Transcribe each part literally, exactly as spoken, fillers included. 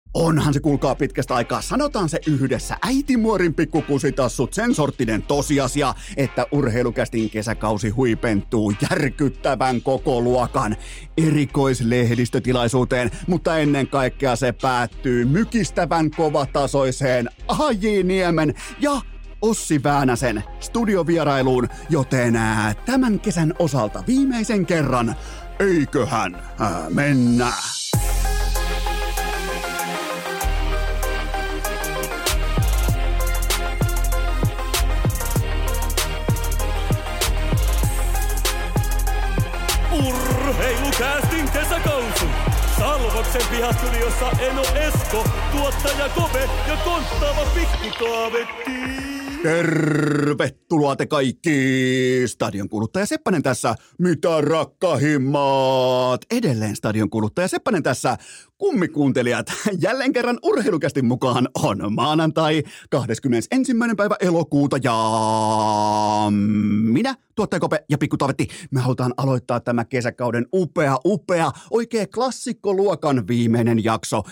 Onhan se kuulkaa pitkästä aikaa, sanotaan se yhdessä, äitimuorin pikkukusitassut, sen sorttinen tosiasia, että urheilukästin kesäkausi huipentuu järkyttävän kokoluokan erikoislehdistötilaisuuteen, mutta ennen kaikkea se päättyy mykistävän kovatasoiseen A J Niemen ja Ossi Väänäsen studiovierailuun, joten ää, tämän kesän osalta viimeisen kerran, eiköhän ää, mennä. Urheilukäästin kesäkausi. Salvoksen pihastudiossa Eno Esko, tuottaja Kove ja konttaava Pikku Taavetti. Tervetuloa te kaikki! Stadion kuuluttaja Seppänen tässä. Mitä rakkahimmat? Edelleen stadion kuuluttaja Seppänen tässä. Kummikuuntelijat, jälleen kerran urheilukästin mukaan on maanantai kahdeskymmenesensimmäinen päivä elokuuta ja minä, tuottaja Kope ja Pikku Taavetti, me halutaan aloittaa tämä kesäkauden upea, upea, oikea klassikkoluokan viimeinen jakso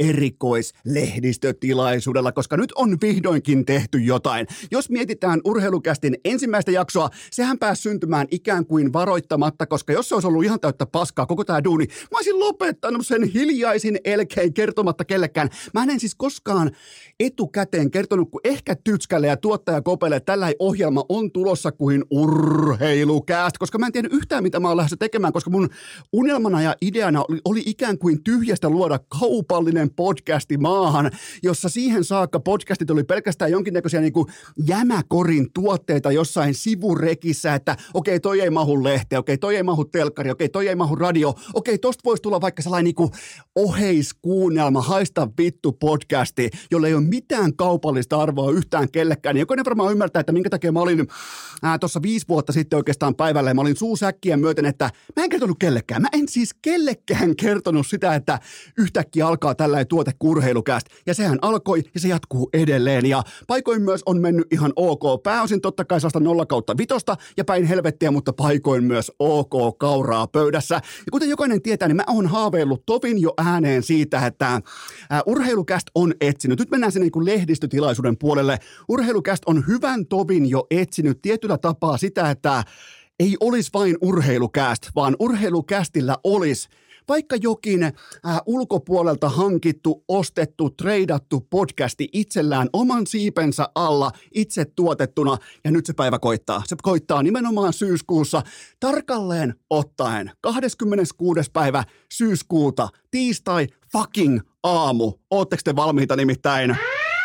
erikoislehdistötilaisuudella, koska nyt on vihdoinkin tehty jotain. Jos mietitään urheilukästin ensimmäistä jaksoa, sehän pääsi syntymään ikään kuin varoittamatta, koska jos se olisi ollut ihan täyttä paskaa koko tämä duuni, mä olisin lopettanut sen hiljaisin elkein kertomatta kellekään. Mä en siis koskaan etukäteen kertonut, kun ehkä Tytskälle ja tuottaja Kopelle, että tällä ohjelma on tulossa kuin urheilukääst, koska mä en tiedä yhtään, mitä mä oon lähdössä tekemään, koska mun unelmana ja ideana oli, oli ikään kuin tyhjästä luoda kaupallinen podcasti maahan, jossa siihen saakka podcastit oli pelkästään jonkinnäköisiä niin kuin jämäkorin tuotteita jossain sivurekissä, että okei, toi ei mahu lehteen, okei, toi ei mahu telkkari, okei, toi ei mahu radio, okei, tosta voisi tulla vaikka sellainen niin kuin oheiskuunnelma, haista vittu podcasti, jolle ei ole mitään kaupallista arvoa yhtään kellekään. Niin jokainen varmaan ymmärtää, että minkä takia mä olin tuossa viisi vuotta sitten oikeastaan päivällä, ja mä olin suusäkkiä myöten, että mä en kertonut kellekään. Mä en siis kellekään kertonut sitä, että yhtäkkiä alkaa tällainen tuote urheilukääst. Ja sehän alkoi, ja se jatkuu edelleen. Ja paikoin myös on mennyt ihan ok. Pääosin totta kai sellaista nolla kautta vitosta ja päin helvettiä, mutta paikoin myös ok kauraa pöydässä. Ja kuten jokainen tietää, niin mä oon haaveillut tovin jo ääneen siitä, että ää, urheilukäst on etsinyt. Nyt mennään sen niin kuin lehdistötilaisuuden puolelle. Urheilukäst on hyvän tovin jo etsinyt tietyllä tapaa sitä, että ei olisi vain urheilukäst, vaan urheilukästillä olisi vaikka jokin äh, ulkopuolelta hankittu, ostettu, treidattu podcasti itsellään oman siipensä alla, itse tuotettuna, ja nyt se päivä koittaa. Se koittaa nimenomaan syyskuussa, tarkalleen ottaen kahdeskymmeneskuudes päivä syyskuuta, tiistai fucking aamu. Ootteko te valmiita nimittäin?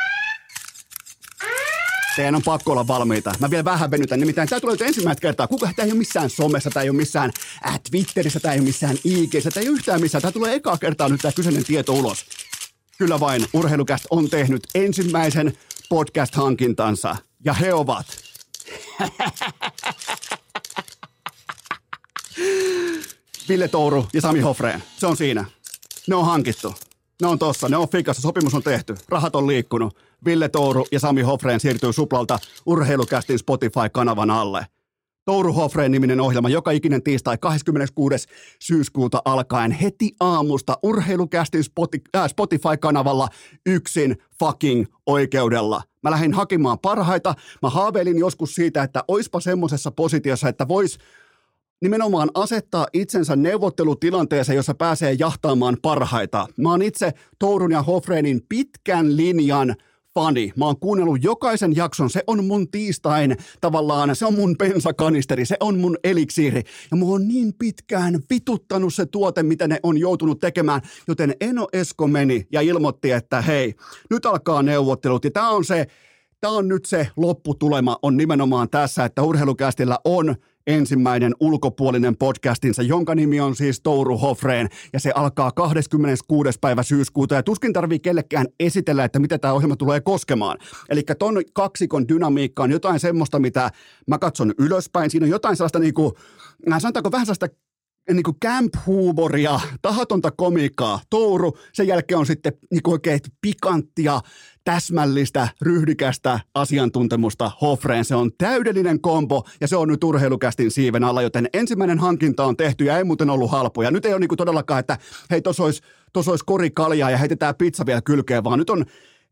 Teidän on pakko olla valmiita. Mä vielä vähän venytän. Nimittäin tää tulee nyt ensimmäistä kertaa. Kuka tää ei ole missään somessa, tää ei ole missään äh, Twitterissä, tää ei ole missään I G:ssä, tää ei ole yhtään missään. Tää tulee ekaa kertaa nyt tää kyseinen tieto ulos. Kyllä vain, Urheilukäst on tehnyt ensimmäisen podcast-hankintansa. Ja he ovat... Ville Touru ja Sami Hofrén. Se on siinä. Ne on hankittu. Ne on tossa, ne on fikassa, sopimus on tehty, rahat on liikkunut. Ville Touru ja Sami Hofrén siirtyy Suplalta Urheilukästin Spotify-kanavan alle. Touru Hofrén-niminen ohjelma joka ikinen tiistai kahdeskymmeneskuudes syyskuuta alkaen heti aamusta Urheilukästin Spotify-kanavalla yksin fucking oikeudella. Mä lähdin hakemaan parhaita. Mä haaveilin joskus siitä, että oispa semmosessa positiossa, että vois nimenomaan asettaa itsensä neuvottelutilanteeseen, jossa pääsee jahtaamaan parhaita. Mä oon itse Tourun ja Hofrénin pitkän linjan fani. Mä oon kuunnellut jokaisen jakson. Se on mun tiistain tavallaan, se on mun bensakanisteri, se on mun eliksiiri. Ja mua on niin pitkään vituttanut se tuote, mitä ne on joutunut tekemään. Joten Eno Esko meni ja ilmoitti, että hei, nyt alkaa neuvottelut. Ja tää on se, tää on nyt se lopputulema on nimenomaan tässä, että Urheilukästillä on ensimmäinen ulkopuolinen podcastinsa, jonka nimi on siis Touru Hofrén, ja se alkaa kahdeskymmeneskuudes päivä syyskuuta, ja tuskin tarvii kellekään esitellä, että mitä tämä ohjelma tulee koskemaan. Eli ton kaksikon dynamiikka on jotain semmoista, mitä mä katson ylöspäin, siinä on jotain sellaista niinku, sanotaanko vähän sellaista niin kuin camp-huumoria, tahatonta komiikkaa. Touru, sen jälkeen on sitten niin kuin oikein pikanttia, täsmällistä, ryhdikästä asiantuntemusta Hofrén. Se on täydellinen kombo ja se on nyt Urheilukästin siiven alla, joten ensimmäinen hankinta on tehty ja ei muuten ollut halpoja. Nyt ei ole niin kuin todellakaan, että hei, tuossa olisi tuossa olisi korikaljaa ja heitetään pizza vielä kylkeen, vaan nyt on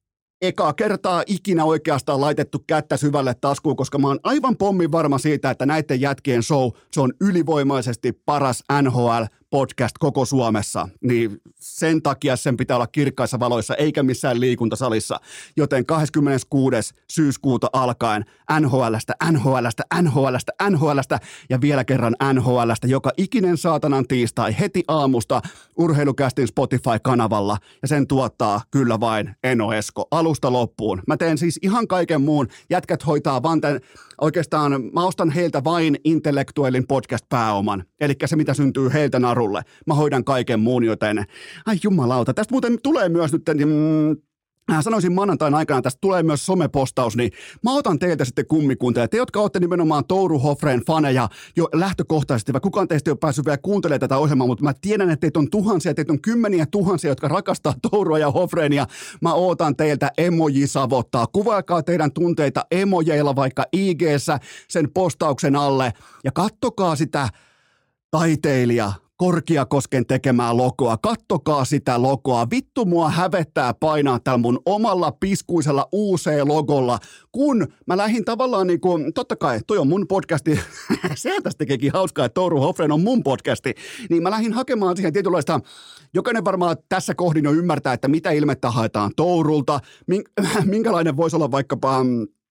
ekaa kertaa ikinä oikeastaan laitettu kättä syvälle taskuun, koska mä oon aivan pommin varma siitä, että näiden jätkien show, se on ylivoimaisesti paras N H L-podcast koko Suomessa, niin sen takia sen pitää olla kirkkaissa valoissa, eikä missään liikuntasalissa, joten kahdeskymmeneskuudes syyskuuta alkaen N H L:stä, N H L:stä, N H L:stä, N H L:stä ja vielä kerran N H L:stä joka ikinen saatanan tiistai heti aamusta Urheilukästin Spotify-kanavalla ja sen tuottaa kyllä vain Eno Esko alusta loppuun. Mä teen siis ihan kaiken muun, jätkät hoitaa vaan tämän, oikeastaan mä ostan heiltä vain intellektuellin podcast-pääoman, eli se mitä syntyy heiltä narulle. Mä hoidan kaiken muun, joten ai jumalauta, tästä muuten tulee myös nyt, mm, sanoisin maanantain aikana, tästä tulee myös somepostaus, niin mä otan teiltä sitten kummikuuntelijat, te jotka olette nimenomaan Touru Hoffreen faneja jo lähtökohtaisesti, vai kukaan teistä ei ole päässyt vielä kuuntelemaan tätä ohjelmaa, mutta mä tiedän, että teitä on tuhansia, teitä on kymmeniä tuhansia, jotka rakastaa Tourua ja Hoffreenia. Mä otan teiltä emoji-savottaa, kuvaikaa teidän tunteita emojeilla vaikka I G:ssä sen postauksen alle ja kattokaa sitä taiteilija Korkiakosken tekemää logoa. Kattokaa sitä logoa. Vittu mua hävettää painaa tällä mun omalla piskuisella U C-logolla, kun mä lähdin tavallaan niin kuin, totta kai toi on mun podcasti, sehän tästä tekeekin hauskaa, että Touru Hoffreen on mun podcasti, niin mä lähdin hakemaan siihen tietynlaista, jokainen varmaan tässä kohdin jo ymmärtää, että mitä ilmettä haetaan Tourulta, minkälainen voisi olla vaikkapa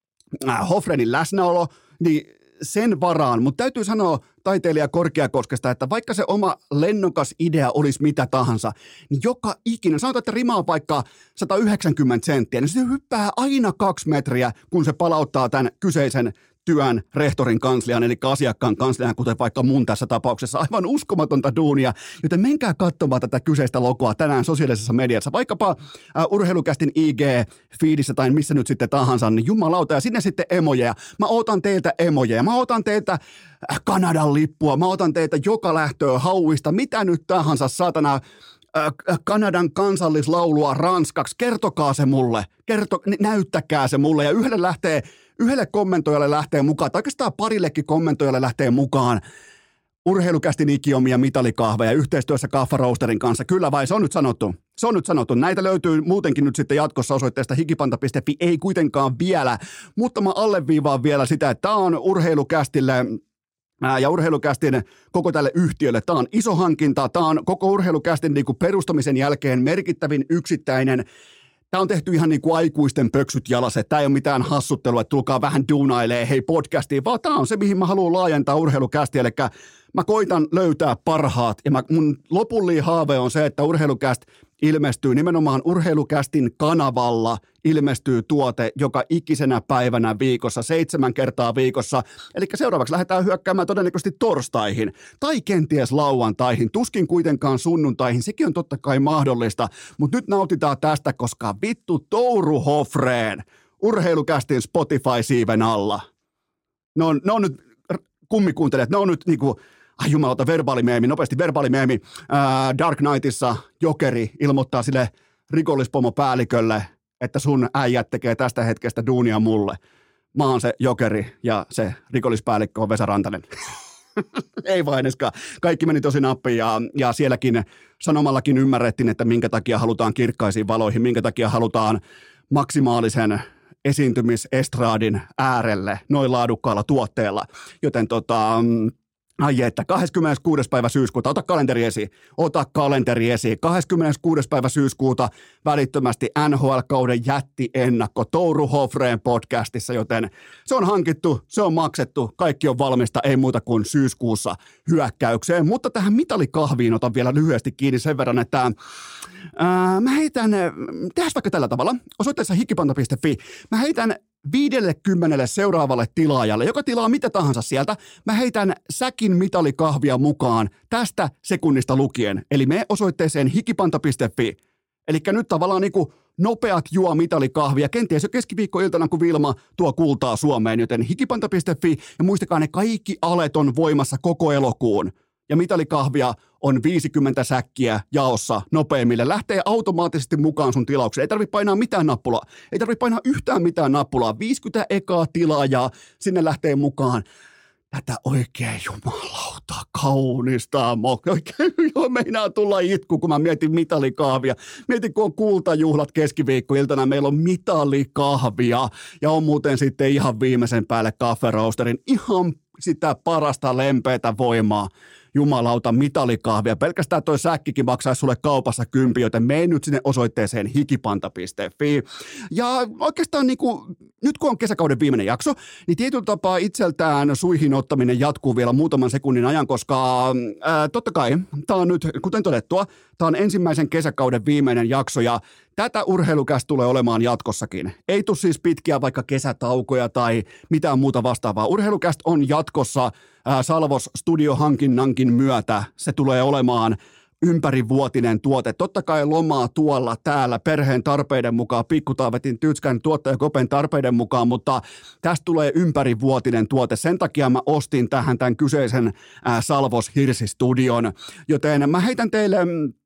äh, Hoffreenin läsnäolo, niin sen varaan, mutta täytyy sanoa taiteilija Korkiakoskesta, että vaikka se oma lennokas idea olisi mitä tahansa, niin joka ikinen, sanotaan, että rima on vaikka sata yhdeksänkymmentä senttiä, niin se hyppää aina kaksi metriä, kun se palauttaa tämän kyseisen työn rehtorin kanslian, eli asiakkaan kanslian, kuten vaikka mun tässä tapauksessa, aivan uskomatonta duunia, joten menkää katsomaan tätä kyseistä logoa tänään sosiaalisessa mediassa, vaikkapa äh, Urheilukästin I G-feedissä tai missä nyt sitten tahansa, niin jumalauta, ja sinne sitten emojeja. Mä otan teiltä emojeja, mä otan teiltä Kanadan lippua, mä otan teiltä joka lähtöä hauista, mitä nyt tahansa, saatana, Kanadan kansallislaulua ranskaksi, kertokaa se mulle, Kerto, näyttäkää se mulle, ja yhdelle lähtee, yhdelle kommentoijalle lähtee mukaan, tai oikeastaan parillekin kommentoijalle lähtee mukaan Urheilukästin ikiomia mitalikahveja yhteistyössä Kaffa Roasterin kanssa. Kyllä vai, se on nyt sanottu. Se on nyt sanottu. Näitä löytyy muutenkin nyt sitten jatkossa osoitteesta hikipanta piste fi, ei kuitenkaan vielä, mutta mä alleviivaan vielä sitä, että tämä on Urheilukästille ja Urheilukästin koko tälle yhtiölle. Tämä on iso hankinta, tämä on koko Urheilukästin niin kuin perustamisen jälkeen merkittävin yksittäinen. Tämä on tehty ihan niin kuin aikuisten pöksyt jalassa, tämä ei ole mitään hassuttelua, että tulkaa vähän duunailee, hei podcastiin, vaan tämä on se, mihin mä haluan laajentaa Urheilukästiä, eli mä koitan löytää parhaat, ja mä, mun lopullinen haave on se, että Urheilukäst ilmestyy nimenomaan Urheilukästin kanavalla, ilmestyy tuote joka ikisenä päivänä viikossa, seitsemän kertaa viikossa, eli seuraavaksi lähdetään hyökkäämään todennäköisesti torstaihin, tai kenties lauantaihin, tuskin kuitenkaan sunnuntaihin, sekin on totta kai mahdollista, mutta nyt nautitaan tästä, koska vittu Touru Hoffreen, Urheilukästin Spotify-siiven alla. Ne on, ne on nyt, kummikuuntelijat, ne on nyt niinku, ai jumalauta, verbaalimeemi, nopeasti verbaalimeemi. Ää, Dark Knightissa Jokeri ilmoittaa sille rikollispomopäällikölle, että sun äijät tekee tästä hetkestä duunia mulle. Mä oon se Jokeri ja se rikollispäällikkö on Vesa Rantanen. Ei vain eskaan. Kaikki meni tosi nappiin ja, ja sielläkin sanomallakin ymmärrettiin, että minkä takia halutaan kirkkaisiin valoihin, minkä takia halutaan maksimaalisen esiintymisestraadin äärelle noin laadukkaalla tuotteella. Joten tota... Ai että, kahdeskymmeneskuudes päivä syyskuuta, ota kalenteri esiin, ota kalenteri esiin, kahdeskymmeneskuudes päivä syyskuuta välittömästi N H L-kauden jättiennakko Touru Hoffreen podcastissa, joten se on hankittu, se on maksettu, kaikki on valmista, ei muuta kuin syyskuussa hyökkäykseen, mutta tähän mitalikahviin otan vielä lyhyesti kiinni sen verran, että ää, mä heitän, tehdään vaikka tällä tavalla, osoitteessa hikipanta piste fi, mä heitän viidellekymmenelle seuraavalle tilaajalle, joka tilaa mitä tahansa sieltä, mä heitän säkin mitalikahvia mukaan tästä sekunnista lukien. Eli me osoitteeseen hikipanta piste fi. Eli nyt tavallaan niin kuin nopeat juo mitalikahvia, kenties jo keskiviikkoiltana, kun Vilma tuo kultaa Suomeen, joten hikipanta piste fi ja muistakaa ne kaikki alet on voimassa koko elokuun. Ja mitalikahvia on viisikymmentä säkkiä jaossa nopeimmille. Lähtee automaattisesti mukaan sun tilaukseen. Ei tarvitse painaa mitään nappulaa. Ei tarvitse painaa yhtään mitään nappulaa. viisikymmentä ekaa tilaajaa sinne lähtee mukaan. tätä oikein jumalauta kaunista. Oikein joo, meinaa tulla itku, kun mä mietin mitalikahvia. Mietin, kun on kultajuhlat keskiviikkoiltana, meillä on mitalikahvia ja on muuten sitten ihan viimeisen päälle kafferoosterin ihan sitä parasta lempeätä voimaa. Jumalauta, mitalikahvia. Pelkästään toi säkkikin maksaisi sulle kaupassa kympi, joten mene nyt sinne osoitteeseen hikipanta piste fi. Ja oikeastaan niin kuin, nyt kun on kesäkauden viimeinen jakso, niin tietyllä tapaa itseltään suihin ottaminen jatkuu vielä muutaman sekunnin ajan, koska ää, totta kai, tämä on nyt, kuten todettua, tämä on ensimmäisen kesäkauden viimeinen jakso ja tätä urheilukästä tulee olemaan jatkossakin. Ei tule siis pitkiä vaikka kesätaukoja tai mitään muuta vastaavaa. Urheilukästä on jatkossa ää, Salvos studiohankinnankin myötä. Se tulee olemaan ympärivuotinen tuote. Totta kai lomaa tuolla täällä perheen tarpeiden mukaan, Pikkutaavetin Tytskän tuottaja Kopen tarpeiden mukaan, mutta tästä tulee ympärivuotinen tuote. Sen takia mä ostin tähän tämän kyseisen ää, Salvos Hirsi-studion, joten mä heitän teille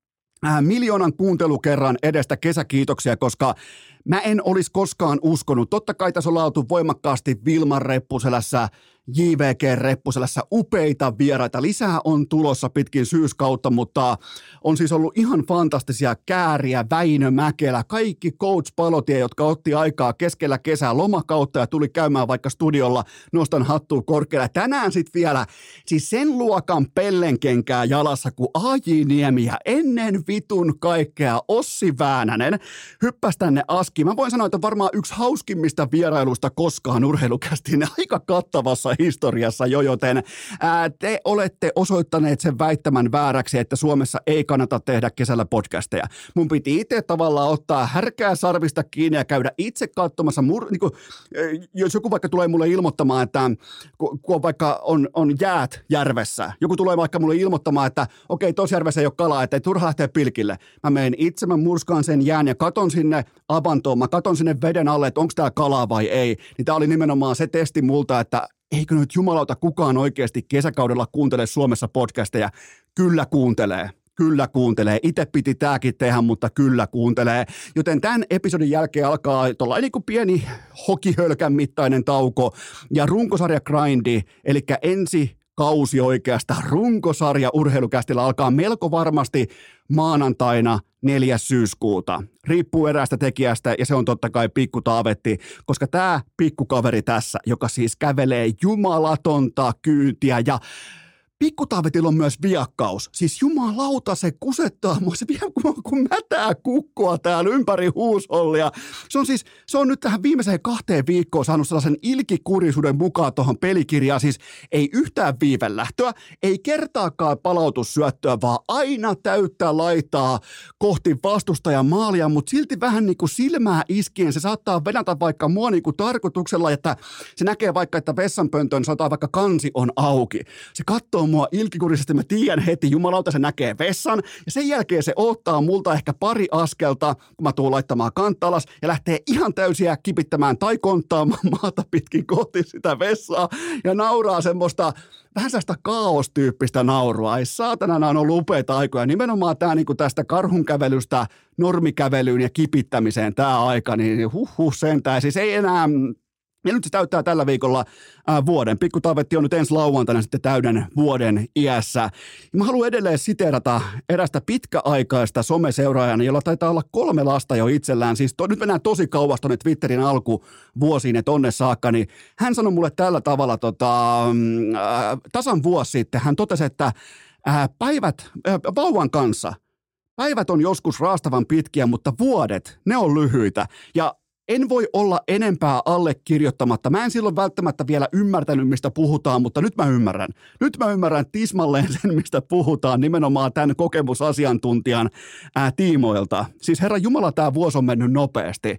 Äh, miljoonan kuuntelukerran edestä kesäkiitoksia, koska mä en olisi koskaan uskonut. Totta kai tässä ollaan oltu voimakkaasti Vilman Reppuselässä, J V G-Reppuselässä, upeita vieraita. Lisää on tulossa pitkin syyskautta, mutta on siis ollut ihan fantastisia Kääriä, Väinö Mäkelä, kaikki Coach Palotie, jotka otti aikaa keskellä kesää lomakautta ja tuli käymään vaikka studiolla. Nostan hattua korkealle. Tänään sitten vielä siis sen luokan pellenkenkää jalassa kuin A J Niemi ja ennen vitun kaikkea Ossi Väänänen hyppäsi tänne askiin. Mä voin sanoa, että varmaan yksi hauskimmista vierailusta koskaan urheilukästiin aika kattavassa historiassa jo, joten ää, te olette osoittaneet sen väittämän vääräksi, että Suomessa ei kannata tehdä kesällä podcasteja. Mun piti itse tavallaan ottaa härkää sarvista kiinni ja käydä itse katsomassa, mur, niin kuin, jos joku vaikka tulee mulle ilmoittamaan, että kun on vaikka on, on jäät järvessä, joku tulee vaikka mulle ilmoittamaan, että okei, tuossa järvessä ei ole kalaa, että ei turha lähteä pilkille. Mä menen itse, mä murskaan sen jään ja katon sinne avantoon, mä katon sinne veden alle, että onko tää kalaa vai ei. Niin tää oli nimenomaan se testi multa, että eikö nyt jumalauta kukaan oikeasti kesäkaudella kuuntele Suomessa podcasteja? Kyllä kuuntelee. Kyllä kuuntelee. Itse piti tääkin tehdä, mutta kyllä kuuntelee. Joten tämän episodin jälkeen alkaa tuollainen niin kuin pieni hokihölkän mittainen tauko ja runkosarja grindi, eli ensi kausi oikeastaan runkosarja urheilukästillä alkaa melko varmasti maanantaina neljäs syyskuuta. Riippuu eräästä tekijästä ja se on totta kai Pikku Taavetti, koska tämä pikkukaveri tässä, joka siis kävelee jumalatonta kyytiä ja Pikku Taavetilla on myös viakkaus. Siis jumalauta, se kusettaa mua, se vie kuin mätää kukkoa täällä ympäri huushollia. Se on siis, se on nyt tähän viimeiseen kahteen viikkoon saanut sellaisen ilkikurisuuden mukaan tuohon pelikirjaan. Siis ei yhtään viivelähtöä, ei kertaakaan palautussyöttöä, vaan aina täyttää laitaa kohti vastustajan maalia, mutta silti vähän niin kuin silmää iskien. Se saattaa venätä vaikka mua niin kuin tarkoituksella, että se näkee vaikka, että vessanpöntön sanotaan vaikka kansi on auki. Se katsoo mua ilkikurisesti, mä tiedän heti, jumalauta, se näkee vessan, ja sen jälkeen se ottaa multa ehkä pari askelta, kun mä tuun laittamaan kantta alas, ja lähtee ihan täysiä kipittämään tai konttaamaan maata pitkin kohti sitä vessaa, ja nauraa semmoista vähän sellaista kaostyyppistä naurua. Ei saatana, nämä on ollut upeita aikoja. Nimenomaan tämä niin kuin tästä karhunkävelystä normikävelyyn ja kipittämiseen tämä aika, niin huh huh sentään. Siis ei enää. Ja nyt se täyttää tällä viikolla ää, vuoden. Pikku Taavetti on nyt ensi lauantaina sitten täyden vuoden iässä. Ja mä haluan edelleen siteerata erästä pitkäaikaista someseuraajana, jolla taitaa olla kolme lasta jo itsellään. Siis to, nyt mennään tosi kauas tuonne Twitterin alkuvuosiin, että onne saakka. Niin hän sanoi mulle tällä tavalla tota, ää, tasan vuosi sitten. Hän totesi, että ää, päivät ää, vauvan kanssa, päivät on joskus raastavan pitkiä, mutta vuodet, ne on lyhyitä. Ja en voi olla enempää allekirjoittamatta. Mä en silloin välttämättä vielä ymmärtänyt, mistä puhutaan, mutta nyt mä ymmärrän. Nyt mä ymmärrän tismalleen sen, mistä puhutaan nimenomaan tämän kokemusasiantuntijan ää, tiimoilta. Siis herra Jumala, tää vuosi on mennyt nopeasti.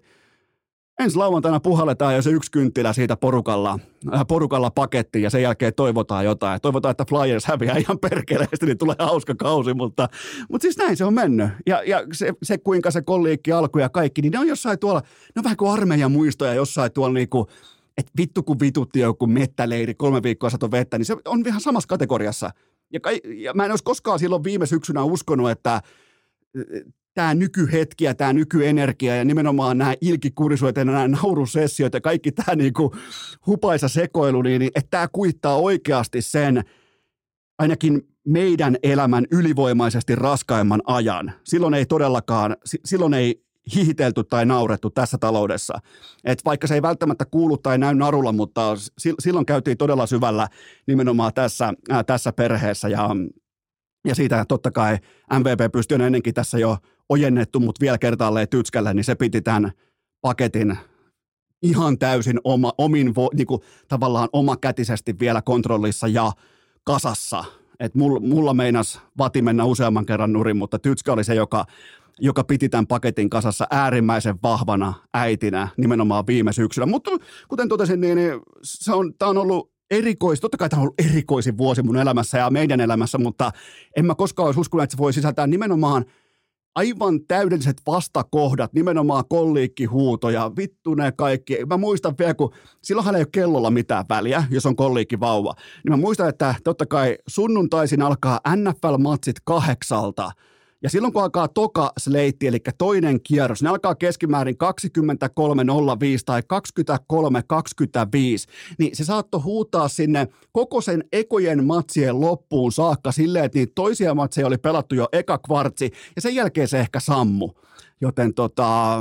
Ensi lauantaina puhalletaan jo se yksi kynttilä siitä porukalla, äh, porukalla pakettiin ja sen jälkeen toivotaan jotain. Toivotaan, että Flyers häviää ihan perkeleesti, niin tulee hauska kausi, mutta, mutta siis näin se on mennyt. Ja, ja se, se, kuinka se kolliikki alkoi ja kaikki, niin ne on jossain tuolla, ne on vähän kuin armeijan muistoja jossain tuolla niinku, että vittu kun vitutti joku mettäleiri, kolme viikkoa sato vettä, niin se on ihan samassa kategoriassa. Ja, kai, ja mä en olisi koskaan silloin viime syksynä uskonut, että tämä nykyhetki ja tämä nykyenergia ja nimenomaan nämä ilkikurisuet ja nämä naurusessiot ja kaikki tämä niinku hupaisa sekoilu, niin että tämä kuittaa oikeasti sen ainakin meidän elämän ylivoimaisesti raskaimman ajan. Silloin ei todellakaan, silloin ei hihitelty tai naurettu tässä taloudessa. Et vaikka se ei välttämättä kuulu tai näy narulla, mutta silloin käytiin todella syvällä nimenomaan tässä, ää, tässä perheessä ja, ja siitä totta kai M V P pystyi ennenkin tässä jo ojennettu, mutta vielä kertaalleen tytskällä, niin se piti tämän paketin ihan täysin oma, omin, niin kuin, tavallaan omakätisesti vielä kontrollissa ja kasassa. Et mulla, mulla meinas vati mennä useamman kerran nurin, mutta Tytskä oli se, joka, joka piti tämän paketin kasassa äärimmäisen vahvana äitinä nimenomaan viime syksyllä. Mutta kuten totesin, niin se on, tämä on ollut erikois, totta kai tämä on ollut erikoisin vuosi mun elämässä ja meidän elämässä, mutta en mä koskaan olisi uskonut, että se voi sisältää nimenomaan aivan täydelliset vastakohdat, nimenomaan kolliikkihuutoja, vittu ne kaikki. Mä muistan vielä, kun silloinhan ei ole kellolla mitään väliä, jos on kolliikkivauva. Niin mä muistan, että totta kai sunnuntaisin alkaa N F L-matsit kahdeksalta. Ja silloin kun alkaa toka sleitti, eli toinen kierros, ne alkaa keskimäärin kaksikymmentäkolme nolla viisi tai kaksikymmentäkolme kaksikymmentäviisi, niin se saattoi huutaa sinne koko sen ekojen matsien loppuun saakka silleen, että niitä toisia matseja oli pelattu jo eka kvartsi, ja sen jälkeen se ehkä sammu. Joten tota,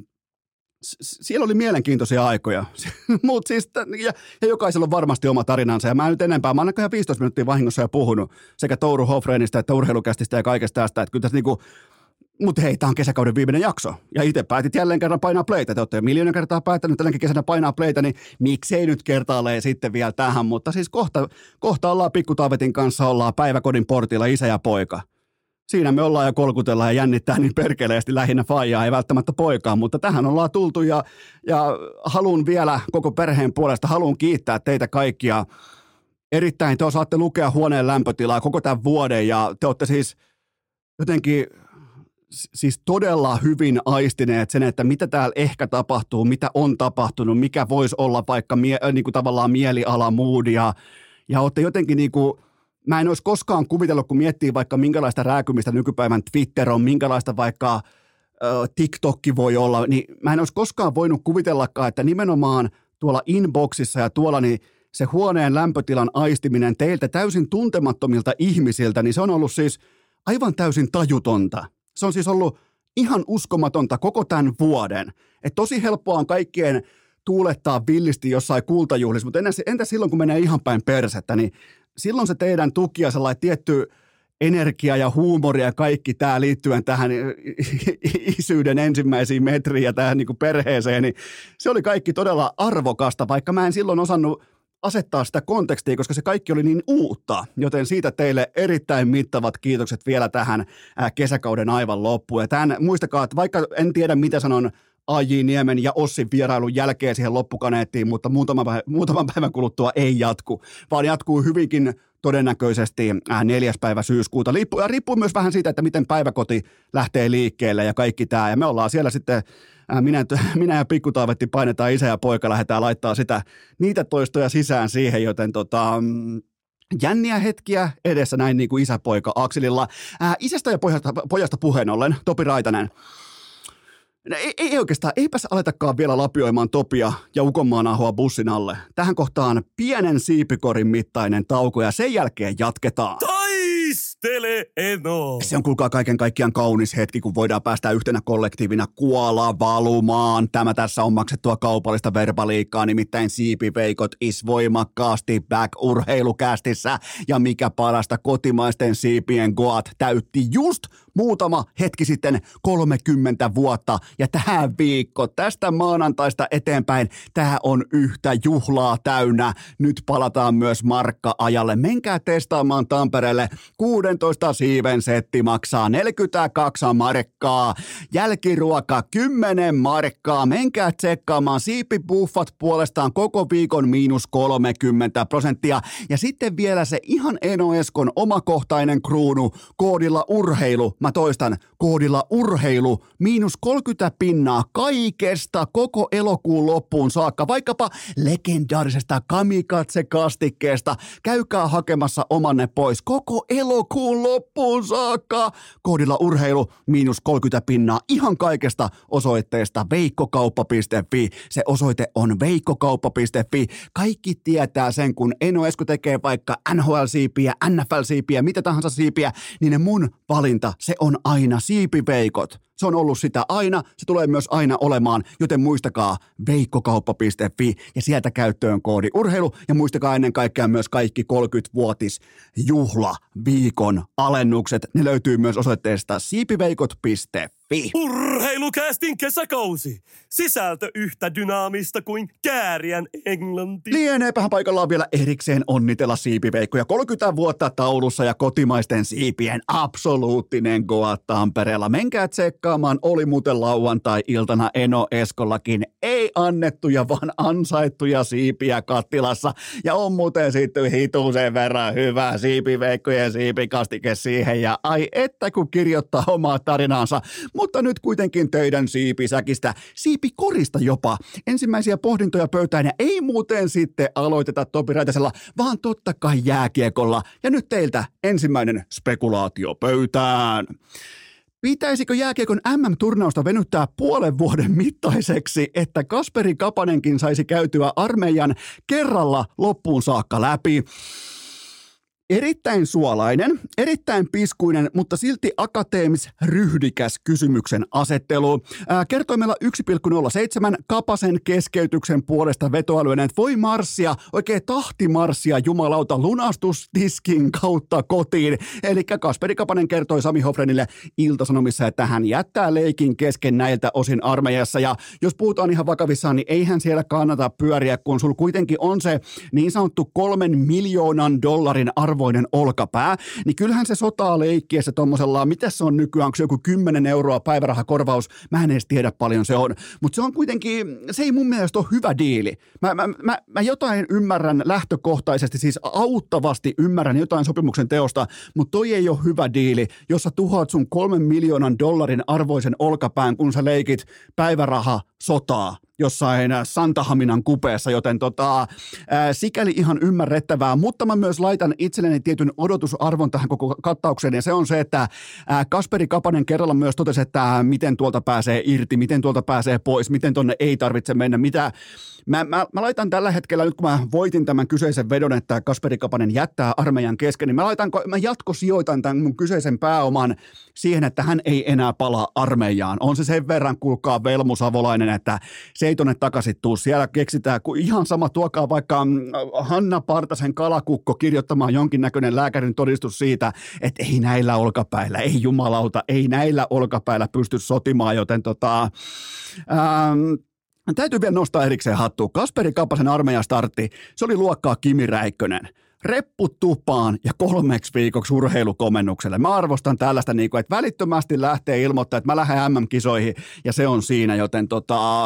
siellä oli mielenkiintoisia aikoja, Mut siis, ja, ja jokaisella on varmasti oma tarinansa, ja mä en nyt enempää, mä oon ihan viisitoista minuuttia vahingossa jo puhunut sekä Touru Hofreenista että urheilukästistä ja kaikesta tästä, että kyllä tässä niinku, mutta hei, tämä on kesäkauden viimeinen jakso, ja itse päätit jälleen kerran painaa playtä, te olette jo miljoona kertaa päättänyt tälläkin kesänä painaa playtä, niin miksei nyt kertaalleen sitten vielä tähän, mutta siis kohta, kohta ollaan Pikkutaavetin kanssa, ollaan päiväkodin portilla isä ja poika. Siinä me ollaan ja kolkutellaan ja jännittää niin perkeleesti lähinnä faijaa, ei välttämättä poikaa, mutta tähän ollaan tultu ja, ja haluan vielä koko perheen puolesta, haluan kiittää teitä kaikkia erittäin. Te osaatte lukea huoneen lämpötilaa koko tämän vuoden ja te olette siis jotenkin siis todella hyvin aistineet sen, että mitä täällä ehkä tapahtuu, mitä on tapahtunut, mikä voisi olla vaikka mie, niin kuin tavallaan mieliala, mood ja, ja olette jotenkin niin kuin mä en olisi koskaan kuvitellut, kun miettii vaikka minkälaista rääkymistä nykypäivän Twitter on, minkälaista vaikka ö, TikTokki voi olla, niin mä en olisi koskaan voinut kuvitellakaan, että nimenomaan tuolla inboxissa ja tuolla niin se huoneen lämpötilan aistiminen teiltä täysin tuntemattomilta ihmisiltä, niin se on ollut siis aivan täysin tajutonta. Se on siis ollut ihan uskomatonta koko tämän vuoden. Et tosi helppoa on kaikkien tuulettaa villisti jossain kultajuhlissa, mutta entä silloin, kun menee ihan päin persettä, niin silloin se teidän tuki ja sellainen tietty energia ja huumori ja kaikki tämä liittyen tähän isyyden ensimmäisiin metriin ja tähän niin kuin perheeseen, niin se oli kaikki todella arvokasta, vaikka mä en silloin osannut asettaa sitä kontekstia, koska se kaikki oli niin uutta, joten siitä teille erittäin mittavat kiitokset vielä tähän kesäkauden aivan loppuun. Ja tämän, muistakaa, että vaikka en tiedä mitä sanon A J Niemen ja Ossin vierailun jälkeen siihen loppukaneettiin, mutta muutaman päivän, muutaman päivän kuluttua ei jatku, vaan jatkuu hyvinkin todennäköisesti neljäs päivä syyskuuta. Riippuu, ja riippuu myös vähän siitä, että miten päiväkoti lähtee liikkeelle ja kaikki tämä. Ja me ollaan siellä sitten, minä, minä ja Pikkutaavetti painetaan isä ja poika, lähdetään laittaa sitä, niitä toistoja sisään siihen, joten tota... jänniä hetkiä edessä näin niin kuin isäpoika akselilla. Ää, isästä ja pojasta, pojasta puheen ollen, Topi Raitanen. Ei, ei oikeastaan, eipäs aletakaan vielä lapioimaan Topia ja Ukonmaanahoa bussin alle. Tähän kohtaan pienen siipikorin mittainen tauko ja sen jälkeen jatketaan. Taistele Eno! Se on kuulkaa kaiken kaikkiaan kaunis hetki, kun voidaan päästä yhtenä kollektiivina kuola valumaan. Tämä tässä on maksettua kaupallista verbaliikkaa, nimittäin siipiveikot is voimakkaasti back urheilukästissä. Ja mikä parasta, kotimaisten siipien Goat täytti just muutama hetki sitten kolmekymmentä vuotta. Ja tämä viikko tästä maanantaista eteenpäin, tämä on yhtä juhlaa täynnä. Nyt palataan myös markka-ajalle. Menkää testaamaan Tampereelle. kuusitoista siiven setti maksaa neljäkymmentäkaksi markkaa. Jälkiruoka kymmenen markkaa. Menkää tsekkaamaan. Siipibuffat puolestaan koko viikon miinus kolmekymmentä prosenttia. Ja sitten vielä se ihan Eno Eskon omakohtainen kruunu koodilla urheilu. Mä toistan, koodilla urheilu, miinus kolmekymmentä pinnaa kaikesta koko elokuun loppuun saakka, vaikkapa legendaarisesta kamikatse-kastikkeesta. Käykää hakemassa omanne pois koko elokuun kuun loppuun saakka. Koodilla urheilu miinus kolmekymmentä pinnaa ihan kaikesta osoitteesta veikkokauppa piste fi. Se osoite on veikkokauppa piste fi. Kaikki tietää sen, kun Eno Esko tekee vaikka N H L-siipiä, N F L-siipiä, mitä tahansa siipiä, niin ne mun valinta, se on aina siipiveikot. Se on ollut sitä aina, se tulee myös aina olemaan, joten muistakaa veikkokauppa piste fi ja sieltä käyttöön koodi urheilu ja muistakaa ennen kaikkea myös kaikki kolmekymmenvuotis juhlaviikon alennukset. Ne löytyy myös osoitteesta siipiveikot piste fi. Urheilukästin kesäkausi. Sisältö yhtä dynaamista kuin kääriän englanti. Lieneepähän paikallaan vielä erikseen onnitella siipiveikkoja. kolmekymmentä vuotta taulussa ja kotimaisten siipien absoluuttinen goa Tampereella. Menkää tsekkaamaan, oli muuten lauantai-iltana Eno Eskollakin ei annettuja, vaan ansaittuja siipiä kattilassa. Ja on muuten sitten hituisen verran hyvää siipiveikkojen siipikastike siihen. Ja ai että kun kirjoittaa omaa tarinaansa. Mutta nyt kuitenkin töiden siipisäkistä, siipikorista jopa. Ensimmäisiä pohdintoja pöytään ja ei muuten sitten aloiteta Topi Raitasella, vaan totta kai jääkiekolla. Ja nyt teiltä ensimmäinen spekulaatio pöytään. Pitäisikö jääkiekon M M-turnausta venyttää puolen vuoden mittaiseksi, että Kasperi Kapanenkin saisi käytyä armeijan kerralla loppuun saakka läpi? Erittäin suolainen, erittäin piskuinen, mutta silti akateemis ryhdikäs kysymyksen asettelu. Ää, kertoimella yksi pilkku nolla seitsemän Kapasen keskeytyksen puolesta vetoalueen, että voi marssia, oikein tahtimarssia jumalauta lunastustiskin kautta kotiin. Eli Kasperi Kapanen kertoi Sami Hofrenille Ilta-Sanomissa, että hän jättää leikin kesken näiltä osin armeijassa. Ja jos puhutaan ihan vakavissaan, niin eihän siellä kannata pyöriä, kun sul kuitenkin on se niin sanottu kolmen miljoonan dollarin arvo olkapää, niin kyllähän se sotaa leikkiessä tommosella, mitä se on nykyään, onko se joku kymmenen euroa päivärahakorvaus, mä en edes tiedä paljon se on, mutta se on kuitenkin, se ei mun mielestä ole hyvä diili. Mä, mä, mä, mä jotain ymmärrän lähtökohtaisesti, siis auttavasti ymmärrän jotain sopimuksen teosta, mutta toi ei ole hyvä diili, jos sä tuhoat sun kolmen miljoonan dollarin arvoisen olkapään, kun sä leikit päiväraha sotaa jossain Santahaminan kupeessa, joten tota, ää, sikäli ihan ymmärrettävää, mutta mä myös laitan itselleni tietyn odotusarvon tähän koko kattaukseen, ja se on se, että ää, Kasperi Kapanen kerralla myös totesi, että miten tuolta pääsee irti, miten tuolta pääsee pois, miten tonne ei tarvitse mennä, mitä. Mä, mä, mä laitan tällä hetkellä, nyt kun mä voitin tämän kyseisen vedon, että Kasperi Kapanen jättää armeijan kesken, niin mä, laitan, mä jatkosijoitan tämän mun kyseisen pääoman siihen, että hän ei enää palaa armeijaan. On se sen verran, kuulkaa Velmu Savolainen, että se ei tonne takaisin tuu. Siellä keksitään, kun ihan sama, tuokaa vaikka Hanna Partasen kalakukko kirjoittamaan jonkinnäköinen lääkärin todistus siitä, että ei näillä olkapäillä, ei jumalauta, ei näillä olkapäillä pysty sotimaan, joten tota... Ähm, täytyy vielä nostaa erikseen hattua. Kasperi Kapasen armeijan startti, se oli luokkaa Kimi Räikkönen. Repput tupaan ja kolmeksi viikoksi urheilukomennukselle. Mä arvostan tällaista, että välittömästi lähtee ilmoittaa, että mä lähden M M-kisoihin ja se on siinä, joten tota,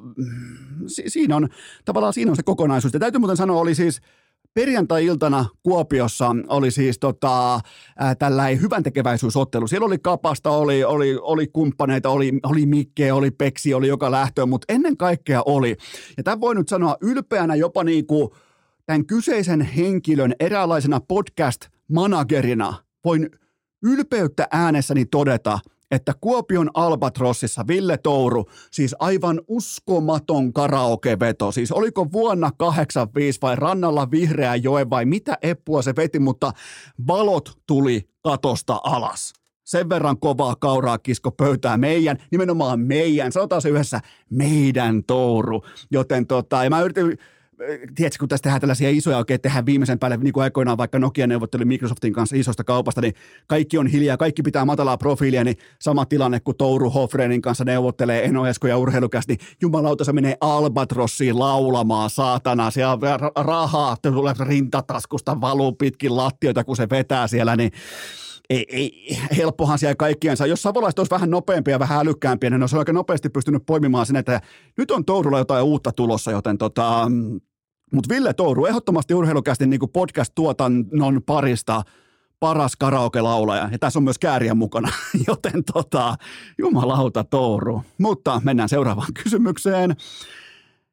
si- siinä on tavallaan siinä on se kokonaisuus. Ja täytyy muuten sanoa, oli siis perjantai-iltana Kuopiossa oli siis tota, ää, tällainen hyväntekeväisyysottelu. Siellä oli Kapasta, oli, oli, oli kumppaneita, oli, oli Mikke, oli Peksi, oli joka lähtöön, mutta ennen kaikkea oli. Ja tämän voi nyt sanoa ylpeänä jopa niin kuin tämän kyseisen henkilön eräänlaisena podcast-managerina. Voin ylpeyttä äänessäni todeta, että Kuopion Albatrossissa Ville Touru, siis aivan uskomaton karaokeveto, siis oliko vuonna kahdeksankymmentäviisi vai rannalla Vihreä joe vai mitä eppua se veti, mutta valot tuli katosta alas. Sen verran kovaa kauraa kisko pöytää meidän, nimenomaan meidän, sanotaan se yhdessä, meidän Touru, joten tota, ja mä yritin, tiedätkö, kun tässä tehdään tällaisia isoja oikein, tehdään viimeisen päälle, niin kuin aikoinaan vaikka Nokia neuvotteli Microsoftin kanssa isosta kaupasta, niin kaikki on hiljaa, kaikki pitää matalaa profiilia, niin sama tilanne kuin Touru Hofrenin kanssa neuvottelee Eno Esko ja urheilukästi, niin jumalauta se menee Albatrossiin laulamaan, saatana, siellä rahaa tulee rintataskusta, valuu pitkin lattioita, kun se vetää siellä, niin Ei, ei, helppohan siellä kaikkiensa. Jos savolaiset olisi vähän nopeampia ja vähän älykkäämpiä, niin ne olisi aika nopeasti pystynyt poimimaan sen, että nyt on Tourulla jotain uutta tulossa, joten tota, mutta Ville Touru, ehdottomasti urheilukästi niin kuin podcast-tuotannon parista paras karaoke-laulaja, ja tässä on myös Kääriä mukana, joten tota, jumalauta Touru. Mutta mennään seuraavaan kysymykseen.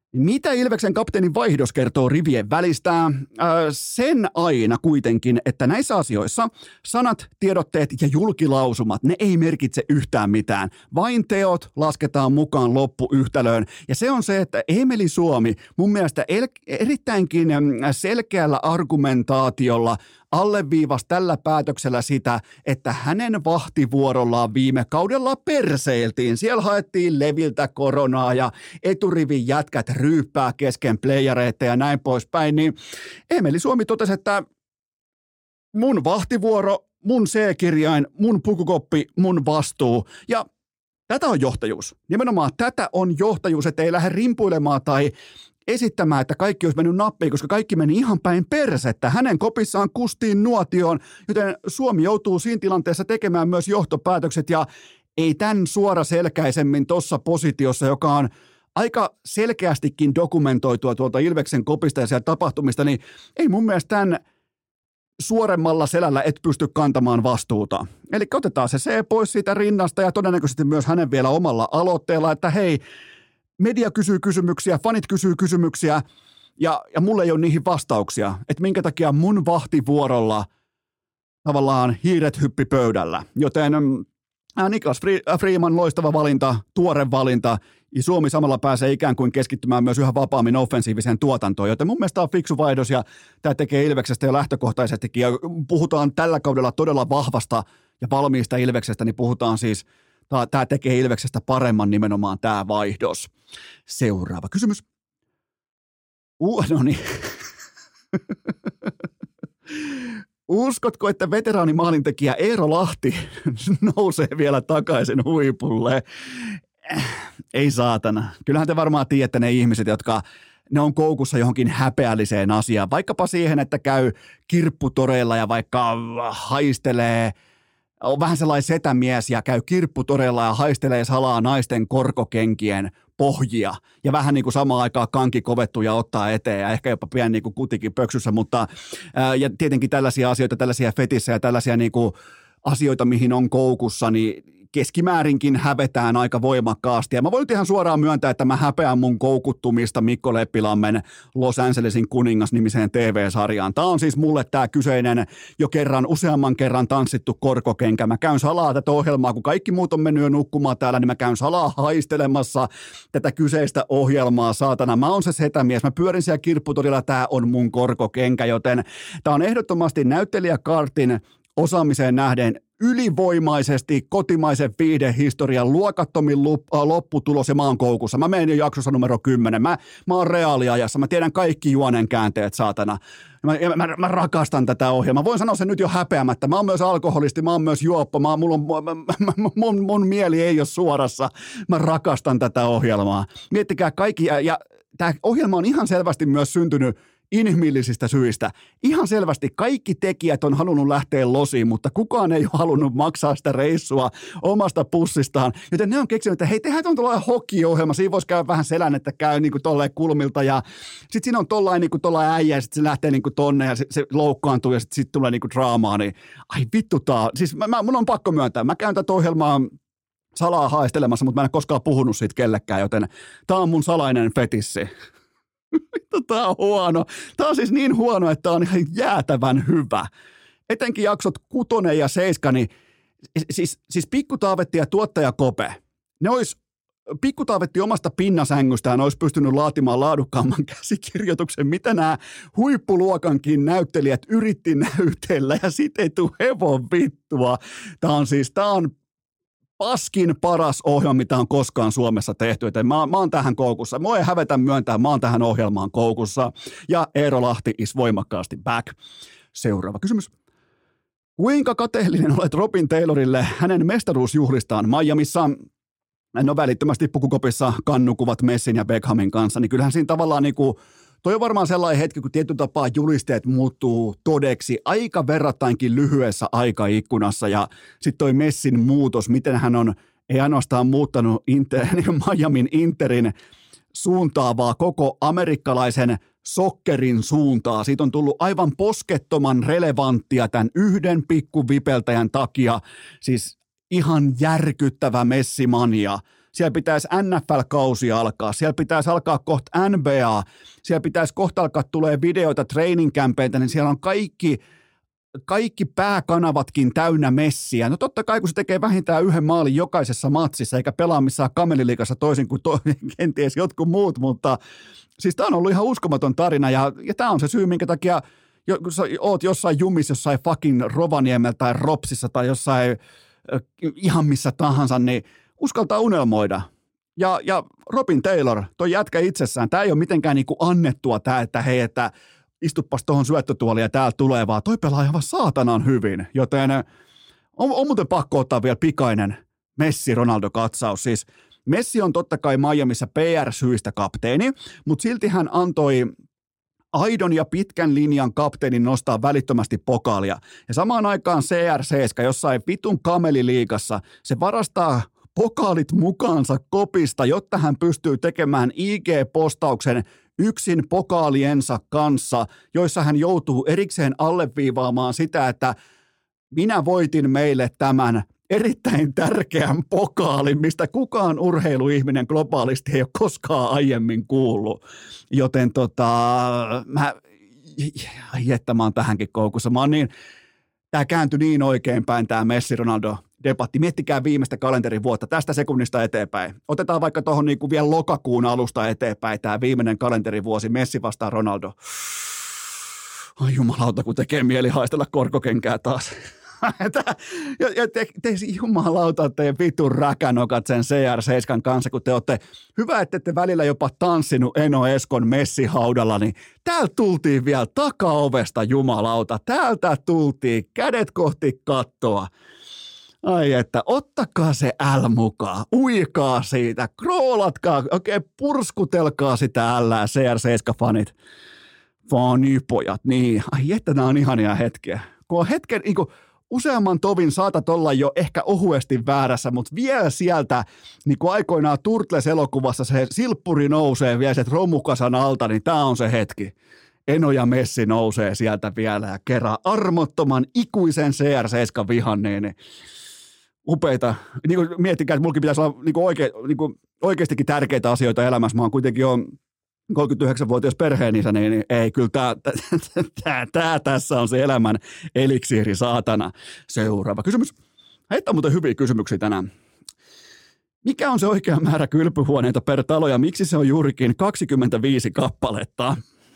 Mitä Ilveksen kapteenin vaihdos kertoo rivien välistä? Äh, sen aina kuitenkin, että näissä asioissa sanat, tiedotteet ja julkilausumat, ne ei merkitse yhtään mitään. Vain teot lasketaan mukaan loppuyhtälöön. Ja se on se, että Eemeli Suomi mun mielestä el- erittäinkin selkeällä argumentaatiolla alleviivasi tällä päätöksellä sitä, että hänen vahtivuorollaan viime kaudella perseiltiin. Siellä haettiin Leviltä koronaa ja eturivin jätkät ryyppää kesken playereita ja näin poispäin. Niin Eemeli Suomi totesi, että mun vahtivuoro, mun C-kirjain, mun pukukoppi, mun vastuu ja tätä on johtajuus. Nimenomaan tätä on johtajuus, että ei lähde rimpuilemaan tai esittämään, että kaikki olisi mennyt nappiin, koska kaikki meni ihan päin persettä. Hänen kopissaan kustiin nuotioon, joten Suomi joutuu siinä tilanteessa tekemään myös johtopäätökset ja ei tämän suoraselkäisemmin tuossa positiossa, joka on aika selkeästikin dokumentoitua tuolta Ilveksen kopista ja sieltä tapahtumista, niin ei mun mielestä tämän suoremmalla selällä et pysty kantamaan vastuuta. Eli otetaan se C pois siitä rinnasta ja todennäköisesti myös hänen vielä omalla aloitteella, että hei, media kysyy kysymyksiä, fanit kysyy kysymyksiä ja, ja mulla ei ole niihin vastauksia, että minkä takia mun vahtivuorolla tavallaan hiiret hyppi pöydällä. Joten ää, Niklas Freeman, loistava valinta, tuore valinta ja Suomi samalla pääsee ikään kuin keskittymään myös yhä vapaammin offensiiviseen tuotantoon, joten mun mielestä tämä on fiksu vaihdos ja tämä tekee Ilveksestä jo lähtökohtaisestikin ja puhutaan tällä kaudella todella vahvasta ja valmiista Ilveksestä, niin puhutaan siis tämä tekee Ilveksestä paremman nimenomaan tämä vaihdos. Seuraava kysymys. Uh, no niin. Uskotko, että veteraanimaalintekijä Eero Lahti nousee vielä takaisin huipulle? Ei saatana. Kyllähän te varmaan tiedätte ne ihmiset, jotka ne on koukussa johonkin häpeälliseen asiaan. Vaikkapa siihen, että käy kirpputoreilla ja vaikka haistelee on vähän sellainen setämies ja käy kirpputorella ja haistelee salaa naisten korkokenkien pohjia ja vähän niin kuin samaan aikaan kanki kovettuu ja ottaa eteen ja ehkä jopa pieni niin kuin kutikin pöksyssä, mutta ää, ja tietenkin tällaisia asioita, tällaisia fetissä ja tällaisia niin kuin asioita, mihin on koukussa, niin keskimäärinkin hävetään aika voimakkaasti. Ja mä voin ihan suoraan myöntää, että mä häpeän mun koukuttumista Mikko Leppilammen Los Angelesin kuningas-nimiseen T V-sarjaan. Tää on siis mulle tää kyseinen jo kerran, useamman kerran tanssittu korkokenkä. Mä käyn salaa tätä ohjelmaa, kun kaikki muut on mennyt jo nukkumaan täällä, niin mä käyn salaa haistelemassa tätä kyseistä ohjelmaa, saatana. Mä oon se setämies, mä pyörin siellä kirpputorilla, tää on mun korkokenkä, joten tää on ehdottomasti näyttelijäkaartin osaamiseen nähden ylivoimaisesti kotimaisen viihdehistorian luokattomin lopputulos ja mä oon koukussa. Mä menen jo jaksossa numero kymmenen. Mä, mä oon reaaliajassa. Mä tiedän kaikki juonen käänteet, saatana. Mä, mä, mä rakastan tätä ohjelmaa. Voin sanoa sen nyt jo häpeämättä. Mä oon myös alkoholisti, mä oon myös juoppo. Mä, mulla on, mä, mä, mun, mun mieli ei ole suorassa. Mä rakastan tätä ohjelmaa. Miettikää kaikki. Ja, ja tämä ohjelma on ihan selvästi myös syntynyt inhimillisistä syistä. Ihan selvästi kaikki tekijät on halunnut lähteä losiin, mutta kukaan ei ole halunnut maksaa sitä reissua omasta pussistaan. Joten ne on keksinyt, että hei, tehdään tuollainen hockey-ohjelma. Siinä voisi käydä vähän selän, että käy niin kuin tolleen kulmilta. Ja sitten siinä on tollainen niin kuin tollainen äijä ja sitten se lähtee niin kuin tonne ja se, se loukkaantuu ja sitten sit tulee niin kuin draamaa. Niin, ai vittu tää. Siis mä, mä, mun on pakko myöntää. Mä käyn tätä ohjelmaa salaa haistelemassa, mutta mä en ole koskaan puhunut siitä kellekään, joten tää on mun salainen fetissi. Vittu, tää on huono. Tää on siis niin huono, että tää on ihan jäätävän hyvä. Etenkin jaksot kutonen ja seiska, niin siis, siis Pikku Taavetti ja tuottaja Kope, ne ois, Pikku Taavetti omasta pinnasängystään olisi pystynyt laatimaan laadukkaamman käsikirjoituksen, mitä nämä huippuluokankin näyttelijät yritti näytellä ja sit ei tule hevon vittua. Tää on siis, tää on paskin paras ohjelma, mitä on koskaan Suomessa tehty. Että mä, mä oon tähän koukussa. Mua ei hävetä myöntää, mä oon tähän ohjelmaan koukussa. Ja Eero Lahti is voimakkaasti back. Seuraava kysymys. Kuinka kateellinen olet Robin Taylorille hänen mestaruusjuhlistaan Miamissa? No välittömästi pukukopissa kannukuvat Messin ja Beckhamin kanssa, niin kyllähän siinä tavallaan niinku, toi on varmaan sellainen hetki, kun tietyn tapaa julisteet muuttuu todeksi aika verrattainkin lyhyessä aikaikkunassa ja sitten toi Messin muutos, miten hän on ei ainoastaan muuttanut Inter, Miamin Interin suuntaa, vaan koko amerikkalaisen sokkerin suuntaa. Siitä on tullut aivan poskettoman relevanttia tämän yhden pikkuvipeltäjän takia, siis ihan järkyttävä messimania. siellä pitäisi N F L-kausi alkaa, siellä pitäisi alkaa kohta N B A, siellä pitäisi kohta alkaa tulee videoita training camppeilta, niin siellä on kaikki, kaikki pääkanavatkin täynnä Messiä. No totta kai, kun se tekee vähintään yhden maalin jokaisessa matsissa, eikä pelaa missään kameliliigassa toisin kuin to, kenties jotkut muut, mutta siis tämä on ollut ihan uskomaton tarina, ja, ja tämä on se syy, minkä takia kun sä oot jossain jumissa, jossain fucking Rovaniemellä tai Ropsissa tai jossain äh, ihan missä tahansa, niin uskaltaa unelmoida. Ja, ja Robin Taylor, toi jätkä itsessään, tämä ei ole mitenkään niinku annettua tämä, että hei, että istuppas tuohon syöttötuoliin ja täällä tulee, vaan toi pelaa aivan saatanan hyvin. Joten on, on muuten pakko ottaa vielä pikainen Messi-Ronaldo-katsaus. Siis Messi on totta kai Miamiissa P R-syistä kapteeni, mutta silti hän antoi aidon ja pitkän linjan kapteenin nostaa välittömästi pokaalia. Ja samaan aikaan C R seitsemän jossain vitun kameliliigassa, se varastaa pokaalit mukaansa kopista, jotta hän pystyy tekemään I G-postauksen yksin pokaaliensa kanssa, joissa hän joutuu erikseen alleviivaamaan sitä, että minä voitin meille tämän erittäin tärkeän pokaalin, mistä kukaan urheiluihminen globaalisti ei ole koskaan aiemmin kuullut. Joten tota, mä, että mä oon tähänkin koukussa. Mä oon niin, tää kääntyi niin oikeinpäin tää Messi-Ronaldo-debatti. Miettikää viimeistä kalenterivuotta tästä sekunnista eteenpäin. Otetaan vaikka tuohon niinku vielä lokakuun alusta eteenpäin tää viimeinen kalenterivuosi Messi vastaan Ronaldo. Ai jumalauta, kun tekee mieli haistella korkokenkää taas. ja, ja te, te jumalauta teidän vitun räkänokat sen C R seitsemän kanssa, kun te olette, hyvä, että te välillä jopa tanssinut Eno Eskon Messi-haudalla, niin täältä tultiin vielä takaovesta jumalauta, täältä tultiin kädet kohti kattoa. Ai että, ottakaa se L mukaan, uikaa siitä, kroolatkaa, oikein purskutelkaa sitä Lää C R seitsemän-fanit. Fanipojat, niin, ai että nämä on ihania hetkiä. Kun on hetken, niin kuin useamman tovin saatat olla jo ehkä ohuesti väärässä, mutta vielä sieltä, niin kuin aikoinaan Turtles-elokuvassa se silppuri nousee vielä sieltä romukasan alta, niin tämä on se hetki. Eno ja Messi nousee sieltä vielä ja kerää armottoman ikuisen C R seitsemän vihanneen. Niin upeita. Niin kuin miettikää, että mullakin pitäisi olla niin kuin oike, niin kuin oikeastikin tärkeitä asioita elämässä. Mä oon kuitenkin jo kolmekymmentäyhdeksänvuotias perheenisä, niin, niin ei, kyllä tämä, tämä, tämä tässä on se elämän eliksiiri, saatana. Seuraava kysymys. Heitä on muuten hyviä kysymyksiä tänään. Mikä on se oikea määrä kylpyhuoneita per talo ja miksi se on juurikin kaksikymmentäviisi kappaletta?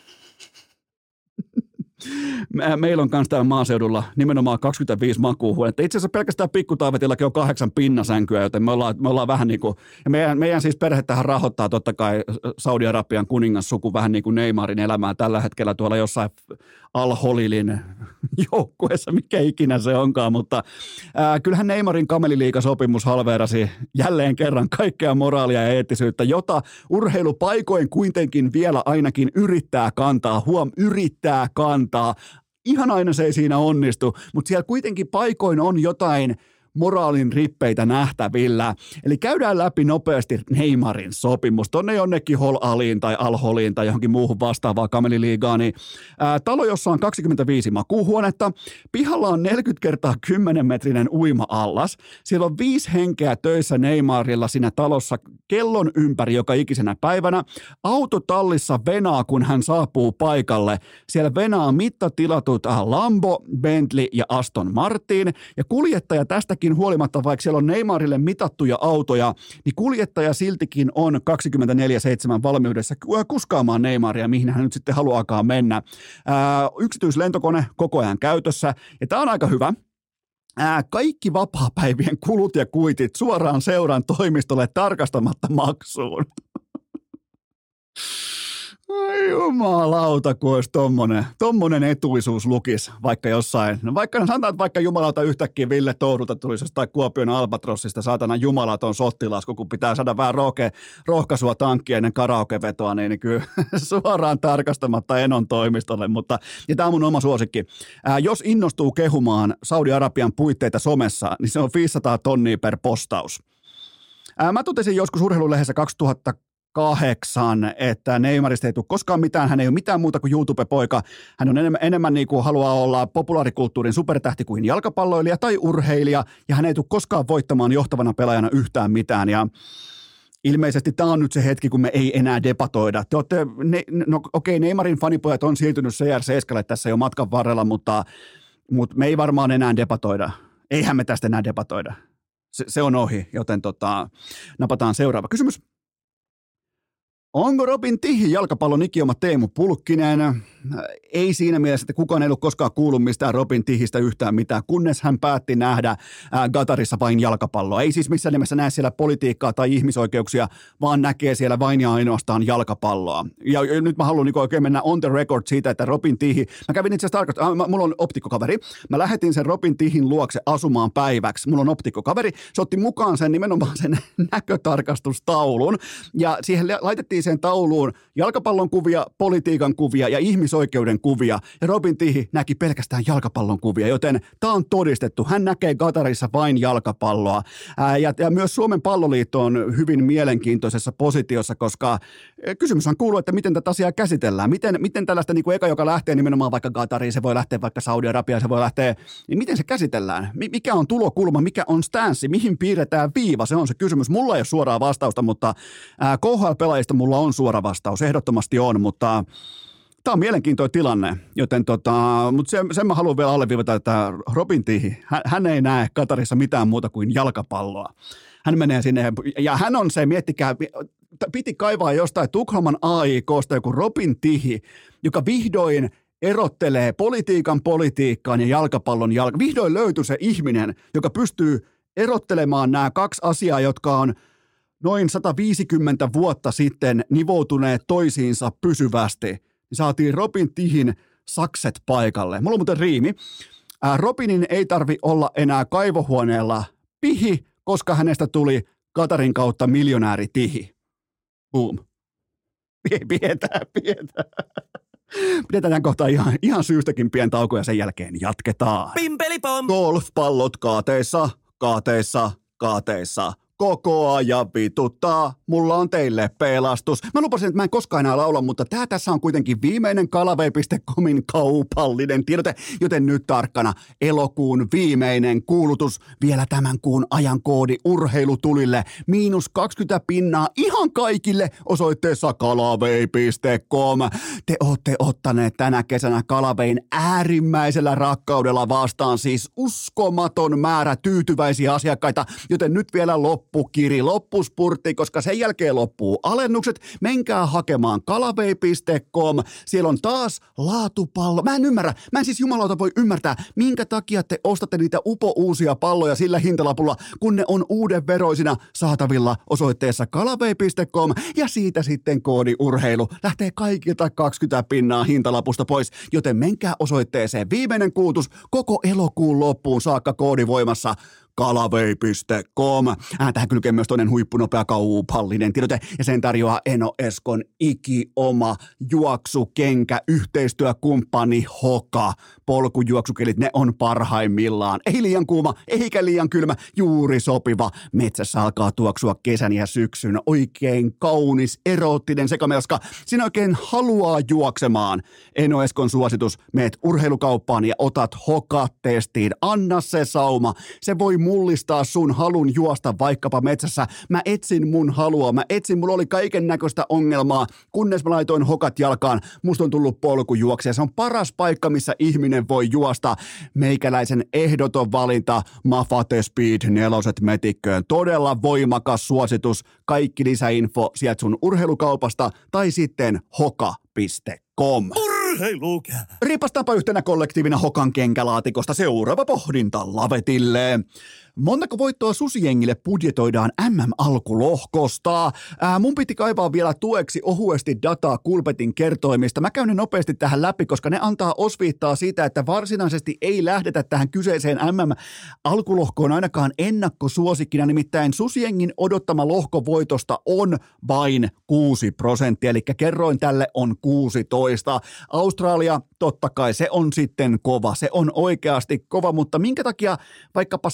Meillä on myös täällä maaseudulla nimenomaan kaksikymmentäviisi makuuhuonetta. Itse asiassa pelkästään pikkutaavetillakin on kahdeksan pinnasänkyä, joten me ollaan, me ollaan vähän niin kuin, ja meidän, meidän siis perhettähän rahoittaa totta kai Saudi-Arabian kuningassuku vähän niin kuin Neymarin elämää tällä hetkellä tuolla jossain Al-Holilin joukkueessa, mikä ikinä se onkaan, mutta ää, kyllähän Neymarin kameliliigasopimus halveerasi jälleen kerran kaikkea moraalia ja eettisyyttä, jota urheilupaikoin kuitenkin vielä ainakin yrittää kantaa, huom, yrittää kantaa. Ihan aina se ei siinä onnistu, mutta siellä kuitenkin paikoin on jotain moraalin rippeitä nähtävillä. Eli käydään läpi nopeasti Neymarin sopimus. Tonne jonnekin Hol-Aliin tai Al-Holiin tai johonkin muuhun vastaavaan kameliliigaan. Niin, ää, talo, jossa on kaksikymmentäviisi makuuhuonetta. Pihalla on neljäkymmentä kertaa kymmenen metrinen uima-allas. Siellä on viisi henkeä töissä Neymarilla siinä talossa kellon ympäri joka ikisenä päivänä. Autotallissa venaa, kun hän saapuu paikalle. Siellä venaa mittatilatut Lambo, Bentley ja Aston Martin. Ja kuljettaja tästä huolimatta, vaikka siellä on Neymarille mitattuja autoja, niin kuljettaja siltikin on kaksikymmentäneljä seitsemän valmiudessa kuskaamaan Neymaria, mihin hän nyt sitten haluaakaan mennä. Ää, yksityislentokone koko ajan käytössä, ja tämä on aika hyvä. Ää, kaikki vapaapäivien kulut ja kuitit suoraan seuran toimistolle tarkastamatta maksuun. Ai jumalauta, kun olisi tommonen, tommonen etuisuus lukisi vaikka jossain. No vaikka sanotaan, että vaikka jumalauta yhtäkkiä Ville Toudulta tulisi jostain Kuopion Albatrossista saatana jumalaton sottilasku, kun pitää saada vähän rohke, rohkaisua tankkia ennen karaokevetoa, niin, niin kyllä suoraan tarkastamatta Enon toimistolle. Mutta, ja tämä on mun oma suosikki. Ää, jos innostuu kehumaan Saudi-Arabian puitteita somessa, niin se on viisisataa tonnia per postaus. Ää, mä totesin joskus urheilulehdessä kaksituhatta kahdeksan, että Neymarista ei tule koskaan mitään, hän ei ole mitään muuta kuin YouTube-poika, hän on enemmän, enemmän niin kuin haluaa olla populaarikulttuurin supertähti kuin jalkapalloilija tai urheilija, ja hän ei tule koskaan voittamaan johtavana pelaajana yhtään mitään, ja ilmeisesti tämä on nyt se hetki, kun me ei enää debatoida. Te olette, ne, no okei, Neymarin fanipojat on siirtynyt C R seitsemälle tässä jo matkan varrella, mutta, mutta me ei varmaan enää debatoida. Eihän me tästä enää debatoida. Se, se on ohi, joten tota, napataan seuraava kysymys. Onko Robin Tihi jalkapallon ikioma Teemu Pulkkinen? Ei siinä mielessä, että kukaan ei ollut koskaan kuullut mistään Robin Tihistä yhtään mitään, kunnes hän päätti nähdä Qatarissa vain jalkapalloa. Ei siis missään nimessä näe siellä politiikkaa tai ihmisoikeuksia, vaan näkee siellä vain ja ainoastaan jalkapalloa. Ja nyt mä haluan niin oikein mennä on the record siitä, että Robin Tihi, mä kävin itse asiassa tarkastaa, mulla on optikkokaveri, mä lähetin sen Robin Tihin luokse asumaan päiväksi, mulla on optikkokaveri, se otti mukaan sen nimenomaan sen näkötarkastustaulun, ja siihen laitettiin sen tauluun jalkapallon kuvia, politiikan kuvia ja ihmisoikeuden kuvia, ja Robin Tihi näki pelkästään jalkapallon kuvia, joten tämä on todistettu. Hän näkee Qatarissa vain jalkapalloa, Ää, ja, ja myös Suomen palloliitto on hyvin mielenkiintoisessa positiossa, koska kysymys on kuuluu, että miten tätä asiaa käsitellään, miten, miten tällaista niin kuin eka, joka lähtee nimenomaan vaikka Qatariin, se voi lähteä vaikka Saudi-Arabiaan, se voi lähteä, niin miten se käsitellään, mikä on tulokulma, mikä on stanssi, mihin piirretään viiva, se on se kysymys. Mulla ei ole suoraa vastausta, mutta K H L-pelaajista mulla on suora vastaus, ehdottomasti on, mutta tämä on mielenkiintoinen tilanne, joten tota, mutta sen, sen mä haluan vielä alleviivata, että Robin Tihi, hän, hän ei näe Qatarissa mitään muuta kuin jalkapalloa. Hän menee sinne, ja hän on se, miettikää, piti kaivaa jostain Tukholman A I K:sta joku Robin Tihi, joka vihdoin erottelee politiikan politiikkaan ja jalkapallon jalka. Vihdoin löytyi se ihminen, joka pystyy erottelemaan nämä kaksi asiaa, jotka on noin sata viisikymmentä vuotta sitten nivoutuneet toisiinsa pysyvästi. Saatiin Robin Tihin sakset paikalle. Mulla on muuten riimi. Ää, Robinin ei tarvi olla enää kaivohuoneella pihi, koska hänestä tuli Qatarin kautta miljonääri Tihi. Boom. Pidetään, pidetään. Pidetään tämän kohtaa ihan, ihan syystäkin pieni tauko ja sen jälkeen jatketaan. Pimpelipom! Golfpallot kaateissa, kaateissa, kaateissa. Koko ajan vituttaa, mulla on teille pelastus. Mä lupasin, että mä en koskaan enää laula, mutta tää tässä on kuitenkin viimeinen kalavei piste comin kaupallinen tiedote, joten nyt tarkkana elokuun viimeinen kuulutus. Vielä tämän kuun ajankoodi urheilutulille. Miinus kaksikymmentä pinnaa ihan kaikille osoitteessa kalavei piste com. Te ootte ottaneet tänä kesänä Kalavein äärimmäisellä rakkaudella vastaan, siis uskomaton määrä tyytyväisiä asiakkaita, joten nyt vielä loppu. Loppukiri, loppuspurtti, koska sen jälkeen loppuu alennukset. Menkää hakemaan kalavei piste com. Siellä on taas laatupallo. Mä en ymmärrä, mä en siis jumalauta voi ymmärtää, minkä takia te ostatte niitä upo-uusia palloja sillä hintalapulla, kun ne on uuden veroisina saatavilla osoitteessa kalavei piste com. Ja siitä sitten koodi urheilu. Lähtee kaikilta kaksikymmentä pinnaa hintalapusta pois, joten menkää osoitteeseen. Viimeinen kuulutus koko elokuun loppuun saakka koodi voimassa. kalavei piste com. Tähän kylkee myös toinen huippunopea kaupallinen tiedote, ja sen tarjoaa Eno Eskon ikioma juoksukenkä, yhteistyökumppani Hoka. Polkujuoksukelit, ne on parhaimmillaan. Ei liian kuuma, eikä liian kylmä, juuri sopiva. Metsässä alkaa tuoksua kesän ja syksyn. Oikein kaunis, eroottinen sekamelska. Sinä oikein haluaa juoksemaan. Eno Eskon suositus, meet urheilukauppaan ja otat Hoka-testiin. Anna se sauma. Se voi mullistaa sun halun juosta vaikkapa metsässä. Mä etsin mun halua, mä etsin, mulla oli kaiken näköistä ongelmaa, kunnes mä laitoin Hokat jalkaan. Musta on tullut polkujuoksija. Se on paras paikka, missä ihminen voi juosta. Meikäläisen ehdoton valinta, Mafate Speed neloset metikköön. Todella voimakas suositus. Kaikki lisäinfo sieltä sun urheilukaupasta tai sitten hoka piste com. Urheilukää! Riipastaanpa yhtenä kollektiivina Hokan kenkälaatikosta seuraava pohdinta lavetille. Montako voittoa susijengille budjetoidaan M M-alkulohkosta? Ää, mun piti kaivaa vielä tueksi ohuesti dataa Kulpetin kertoimista. Mä käyn ne nopeasti tähän läpi, koska ne antaa osviittaa siitä, että varsinaisesti ei lähdetä tähän kyseiseen M M-alkulohkoon ainakaan ennakkosuosikkina. Nimittäin susijengin odottama lohkovoitosta on vain kuusi prosenttia, eli kerroin tälle on kuusitoista. Australia, totta kai se on sitten kova, se on oikeasti kova, mutta minkä takia vaikkapa Saksa tai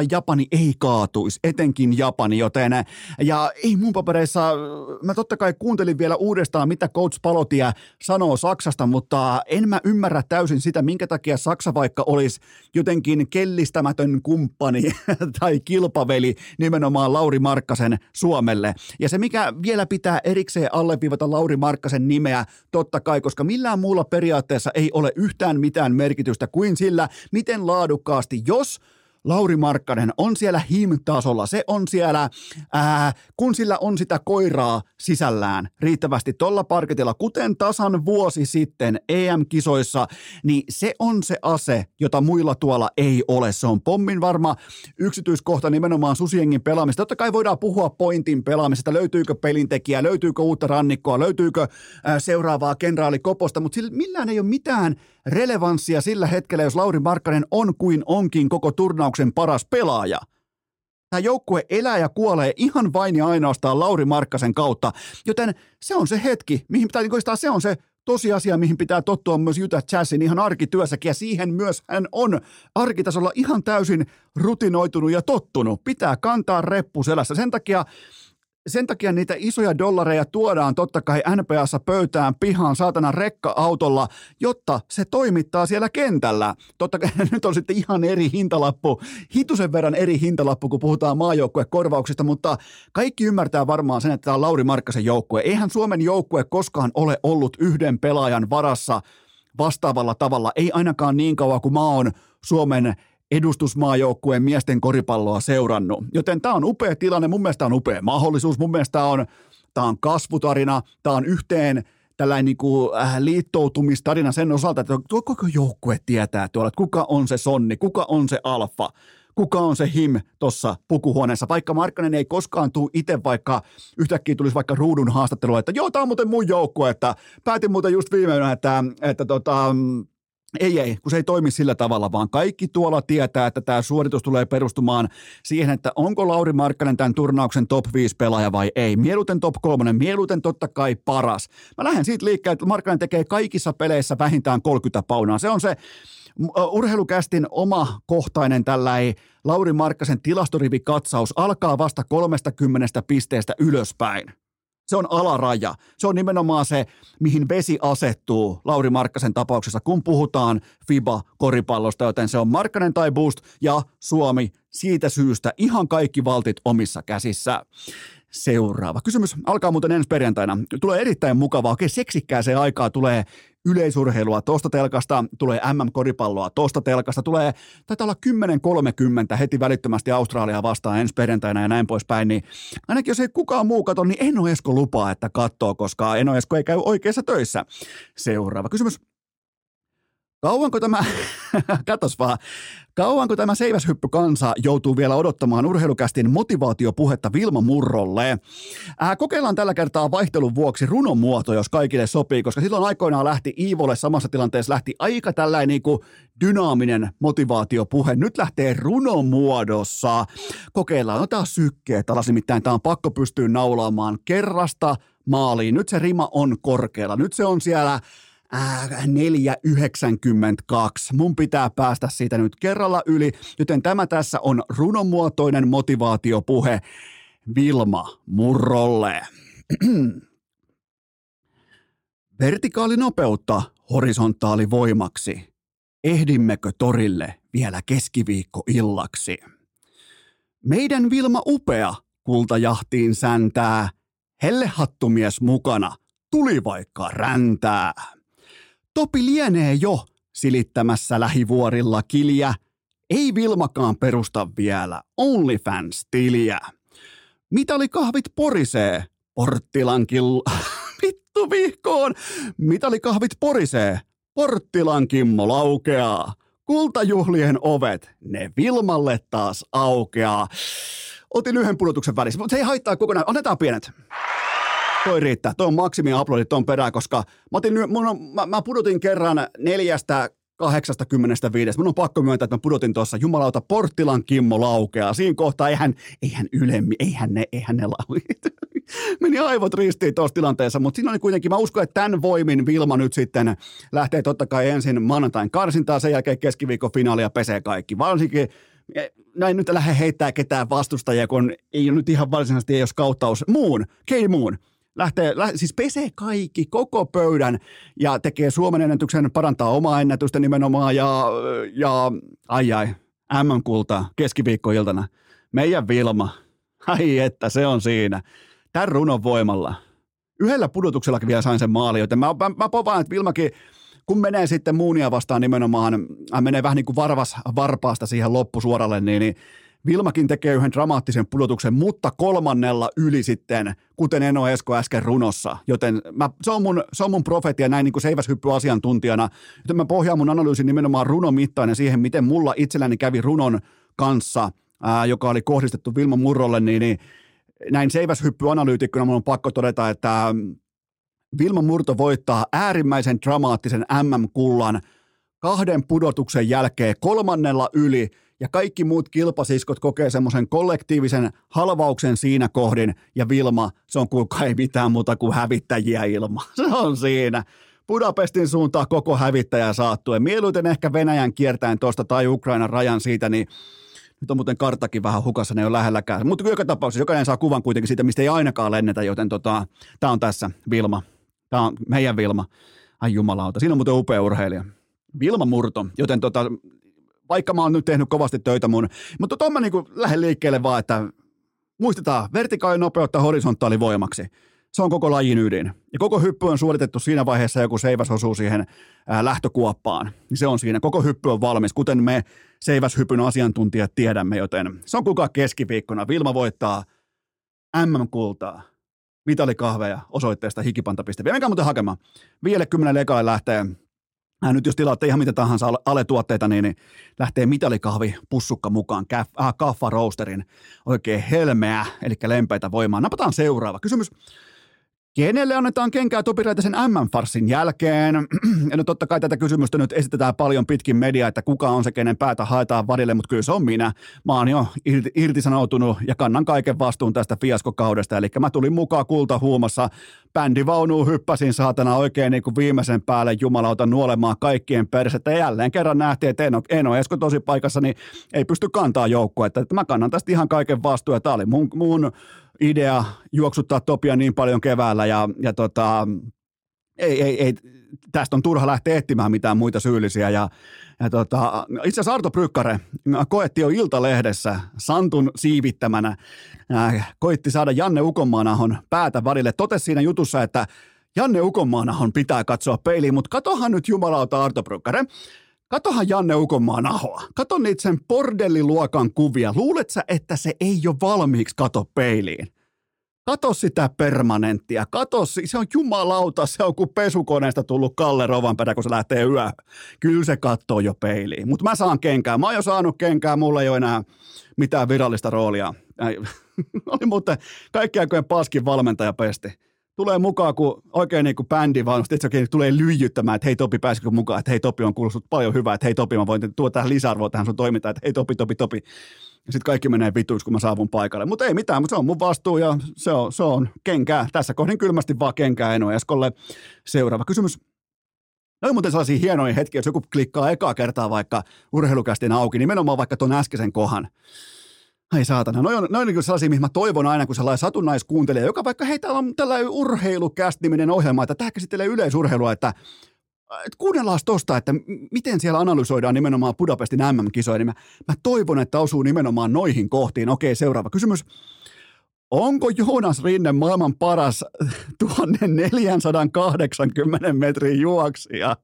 tai Japani ei kaatuisi, etenkin Japani, joten ja ei mun papereissa, mä totta kai kuuntelin vielä uudestaan, mitä Coach Palotie sanoo Saksasta, mutta en mä ymmärrä täysin sitä, minkä takia Saksa vaikka olisi jotenkin kellistämätön kumppani tai kilpaveli nimenomaan Lauri Markkasen Suomelle. Ja se, mikä vielä pitää erikseen alleviivata Lauri Markkasen nimeä, totta kai, koska millään muulla periaatteessa ei ole yhtään mitään merkitystä kuin sillä, miten laadukkaasti, jos Lauri Markkanen on siellä H I M-tasolla, se on siellä, ää, kun sillä on sitä koiraa sisällään riittävästi tuolla parketilla, kuten tasan vuosi sitten E M-kisoissa, niin se on se ase, jota muilla tuolla ei ole. Se on pommin varma yksityiskohta nimenomaan Susiengin pelaamista. Totta kai voidaan puhua pointin pelaamisesta, löytyykö pelintekijää, löytyykö uutta rannikkoa, löytyykö ää, seuraavaa kenraali Koposta, mutta sillä millään ei ole mitään relevanssia sillä hetkellä, jos Lauri Markkanen on kuin onkin koko turnauksen paras pelaaja. Tämä joukkue elää ja kuolee ihan vain ja ainoastaan Lauri Markkasen kautta, joten se on se hetki, mihin pitää, niin se on se tosiasia, mihin pitää tottua myös Utah Jazzin ihan arkityössäkin, ja siihen myös hän on arkitasolla ihan täysin rutinoitunut ja tottunut. Pitää kantaa reppu selässä. Sen takia Sen takia niitä isoja dollareja tuodaan totta kai N B A:ssa pöytään pihaan saatana rekka-autolla, jotta se toimittaa siellä kentällä. Totta kai nyt on sitten ihan eri hintalappu, hitusen verran eri hintalappu, kun puhutaan maajoukkuekorvauksista, mutta kaikki ymmärtää varmaan sen, että tämä on Lauri Markkasen joukkue. Eihän Suomen joukkue koskaan ole ollut yhden pelaajan varassa vastaavalla tavalla, ei ainakaan niin kauan kuin mä oon Suomen edustusmaajoukkueen miesten koripalloa seurannut. Joten tämä on upea tilanne, mun mielestä on upea mahdollisuus, mun mielestä tämä on, tämä on kasvutarina, tämä on yhteen tällainen niin kuin, äh, liittoutumistarina sen osalta, että koko joukkue tietää tuolla, että kuka on se Sonni, kuka on se Alfa, kuka on se Him tuossa pukuhuoneessa, vaikka Markkanen ei koskaan tule itse, vaikka yhtäkkiä tulisi vaikka ruudun haastattelua, että joo, tämä on muuten mun joukkue, että päätin muuten just viime yönä, että, että tota, Ei, ei, kun se ei toimi sillä tavalla, vaan kaikki tuolla tietää, että tämä suoritus tulee perustumaan siihen, että onko Lauri Markkanen tämän turnauksen top viisi pelaaja vai ei. Mieluiten top kolme, mieluiten totta kai paras. Mä lähden siitä liikkeelle, että Markkanen tekee kaikissa peleissä vähintään kolmekymmentä paunaa. Se on se Urheilukästin oma kohtainen tällainen Lauri Markkasen tilastorivikatsaus alkaa vasta kolmekymmentä pisteestä ylöspäin. Se on alaraja. Se on nimenomaan se, mihin vesi asettuu Lauri Markkasen tapauksessa, kun puhutaan FIBA-koripallosta, joten se on Markkanen tai Boost ja Suomi siitä syystä ihan kaikki valtit omissa käsissä. Seuraava kysymys alkaa muuten ensi perjantaina. Tulee erittäin mukavaa, okei seksikkääseen aikaa tulee yleisurheilua tosta telkasta, tulee M M-koripalloa tosta telkasta, tulee, taitaa olla kymmenen kolmekymmentä heti välittömästi Australiaa vastaan ensi perjantaina ja näin poispäin, niin ainakin jos ei kukaan muu katso, niin Eno Esko lupaa, että katsoo, koska Eno Esko ei käy oikeassa töissä. Seuraava kysymys. Kauanko tämä, katos vaan, kauanko tämä seiväshyppykansa joutuu vielä odottamaan Urheilukästin motivaatiopuhetta Vilma Murrolle? Ää, kokeillaan tällä kertaa vaihtelun vuoksi runomuoto, jos kaikille sopii, koska silloin aikoinaan lähti Iivolle samassa tilanteessa lähti aika tällainen niin kuin dynaaminen motivaatiopuhe. Nyt lähtee runomuodossa. Kokeillaan, no tää on sykkeet alas, nimittäin tää on pakko pystyä naulaamaan kerrasta maaliin. Nyt se rima on korkealla, nyt se on siellä neljä yhdeksänkymmentäkaksi. Mun pitää päästä siitä nyt kerralla yli, joten tämä tässä on runomuotoinen motivaatiopuhe Vilma Murrolle. Vertikaalinopeutta horisontaalivoimaksi. Ehdimmekö torille vielä keskiviikkoillaksi? Meidän Vilma upea kultajahtiin säntää. Hellehattumies mukana, tuli vaikka räntää. Topi lienee jo silittämässä lähivuorilla kiljä. Ei Vilmakaan perusta vielä OnlyFans-tiliä. Mitalikahvit porisee, Porttilan kill... Vittu vihkoon! Mitalikahvit porisee, Porttilan Kimmo laukeaa. Kultajuhlien ovet, ne Vilmalle taas aukeaa. Otin yhden pudotuksen välissä, mutta se ei haittaa kokonaan. Annetaan pienet. Toi riittää. Toi on maksimi-aplodit ton perään, koska mä, otin, mun on, mä, mä pudotin kerran neljästä kahdeksastakymmenestäviidestä. Mun on pakko myöntää, että mä pudotin tuossa jumalauta Porttilan Kimmo laukeaa. Siinä kohtaa eihän, eihän ylemmin, eihän ne, eihän ne lauit. Meni aivot ristiin tuossa tilanteessa, mutta siinä oli kuitenkin, mä uskon, että tämän voimin Vilma nyt sitten lähtee totta kai ensin maanantain karsintaan, sen jälkeen keskiviikon finaalia pesee kaikki. Varsinkin näin nyt lähde heittää ketään vastustajia, kun ei nyt ihan varsinaisesti ei ole skauttaus. Moon, Kay Moon, lähtee, lä- siis pesee kaikki, koko pöydän ja tekee Suomen ennätyksen, parantaa omaa ennätystä nimenomaan ja, ja ai ai, M M-kultaa keskiviikkoiltana. Meidän Vilma, ai että se on siinä, tämän runon voimalla. Yhdellä pudotuksellakin vielä sain sen maali, joten mä, mä, mä povaan, että Vilmakin, kun menee sitten Moonia vastaan nimenomaan, äh, menee vähän niin kuin varvas varpaasta siihen loppusuoralle, niin, niin Vilmakin tekee yhden dramaattisen pudotuksen, mutta kolmannella yli sitten, kuten Eno Esko äsken runossa. Joten mä, se, on mun, se on mun profetia näin niin kuin seiväshyppyasiantuntijana, joten mä pohjaan mun analyysin nimenomaan runomittainen siihen, miten mulla itselläni kävi runon kanssa, ää, joka oli kohdistettu Vilma Murrolle, niin, niin näin seiväshyppyanalyytikkona mun on pakko todeta, että Vilma Murto voittaa äärimmäisen dramaattisen M M-kullan kahden pudotuksen jälkeen kolmannella yli, ja kaikki muut kilpasiskot kokee semmoisen kollektiivisen halvauksen siinä kohdin, ja Vilma, se on kuulkaa ei mitään muuta kuin hävittäjiä ilma. Se on siinä. Budapestin suuntaan koko hävittäjä saattuen. Mieluiten ehkä Venäjän kiertäen tuosta tai Ukrainan rajan siitä, niin nyt on muuten karttakin vähän hukassa, ne ei ole lähelläkään. Mutta joka tapauksessa jokainen saa kuvan kuitenkin siitä, mistä ei ainakaan lennetä, joten tota, tämä on tässä Vilma. Tämä on meidän Vilma. Ai jumalauta, siinä on muuten upea urheilija. Vilma Murto, joten tota, vaikka mä oon nyt tehnyt kovasti töitä mun, mutta tuon mä niinku lähden liikkeelle vaan, että muistetaan, vertikaalinopeutta horisontaalivoimaksi. Se on koko lajin ydin. Ja koko hyppy on suoritettu siinä vaiheessa, joku seiväs osuu siihen ää, lähtökuoppaan. Niin se on siinä. Koko hyppy on valmis, kuten me seiväshypyn asiantuntijat tiedämme, joten se on kukaan keskiviikkona. Vilma voittaa M M-kultaa. Mitalikahveja osoitteesta hikipanta piste fi. Menkää muuten hakemaan. viisikymmentä ekalle lähtee, äh, nyt jos tilaatte ihan mitä tahansa aletuotteita, niin, niin lähtee mitalikahvi pussukka mukaan, Käf, äh, kaffa roasterin, oikein helmeä, eli lempeitä voimaa. Napataan seuraava kysymys. Kenelle annetaan kenkää Topi Raitasen M M-farssin jälkeen? Ja no totta kai tätä kysymystä nyt esitetään paljon pitkin mediaa, että kuka on se, kenen päätä haetaan vadille, mutta kyllä se on minä. Mä oon jo irti, irtisanoutunut ja kannan kaiken vastuun tästä fiaskokaudesta. Eli mä tulin mukaan kultahuumassa, bändivaunuun hyppäsin saatana oikein niin kuin viimeisen päälle jumalauta nuolemaan kaikkien persettä. Ja jälleen kerran nähtiin, että Eno, Eno Esko tosi paikassa, niin ei pysty kantaa joukkoa. Että, että mä kannan tästä ihan kaiken vastuun ja tää oli mun, mun idea juoksuttaa Topia niin paljon keväällä ja, ja tota, ei, ei, ei, tästä on turha lähteä etsimään mitään muita syyllisiä. Ja, ja tota, itse asiassa Arto Brykkare koetti jo Iltalehdessä Santun siivittämänä, äh, koitti saada Janne Ukonmaanahon päätä varille. Totesi siinä jutussa, että Janne Ukonmaanahon pitää katsoa peiliin, mutta katohan nyt jumalauta Arto Brykkare. Katohan Janne Ukonmaanahoa. Kato niitä sen bordelliluokan kuvia. Luulet sä, että se ei ole valmiiksi kato peiliin? Kato sitä permanenttia. Kato, se on jumalauta, se on kuin pesukoneesta tullut Kalle Rovanperä, kun se lähtee yöhön. Kyllä se kattoo jo peiliin. Mutta mä saan kenkää. Mä oon jo saanut kenkää, mulla ei ole enää mitään virallista roolia. Oli muuten kaikki aikojen paskin valmentaja pesti. Tulee mukaan, kun oikein niin kuin bändi vaan, että tulee lyijyttämään, että hei Topi, pääsikö mukaan, että hei Topi on kuullut sut paljon hyvää, että hei Topi, mä voin tuoda tähän lisäarvoa tähän sun toimintaan, että hei Topi, Topi, Topi. Ja sitten kaikki menee vituiksi, kun mä saavun paikalle. Mutta ei mitään, mutta se on mun vastuu ja se on, se on kenkää. Tässä kohdin kylmästi vaan kenkää Eno Eskolle. Seuraava kysymys. No on muuten sellaisia hienoja hetkiä, jos joku klikkaa ekaa kertaa vaikka urheilukästin auki, nimenomaan vaikka ton äskeisen kohan. Ai saatana, noin on, noi on sellaisia, mihin mä toivon aina, kun sellainen satunnaiskuuntelija, joka vaikka hei, täällä on tällainen urheilukästiminen ohjelma, että tämä käsittelee yleisurheilua, että, että kuunnellaan tosta, että miten siellä analysoidaan nimenomaan Budapestin M M-kisoja, niin mä, mä toivon, että osuu nimenomaan noihin kohtiin. Okei, seuraava kysymys. Onko Joonas Rinne maailman paras tuhatneljäsataakahdeksankymmentä metrin juoksija?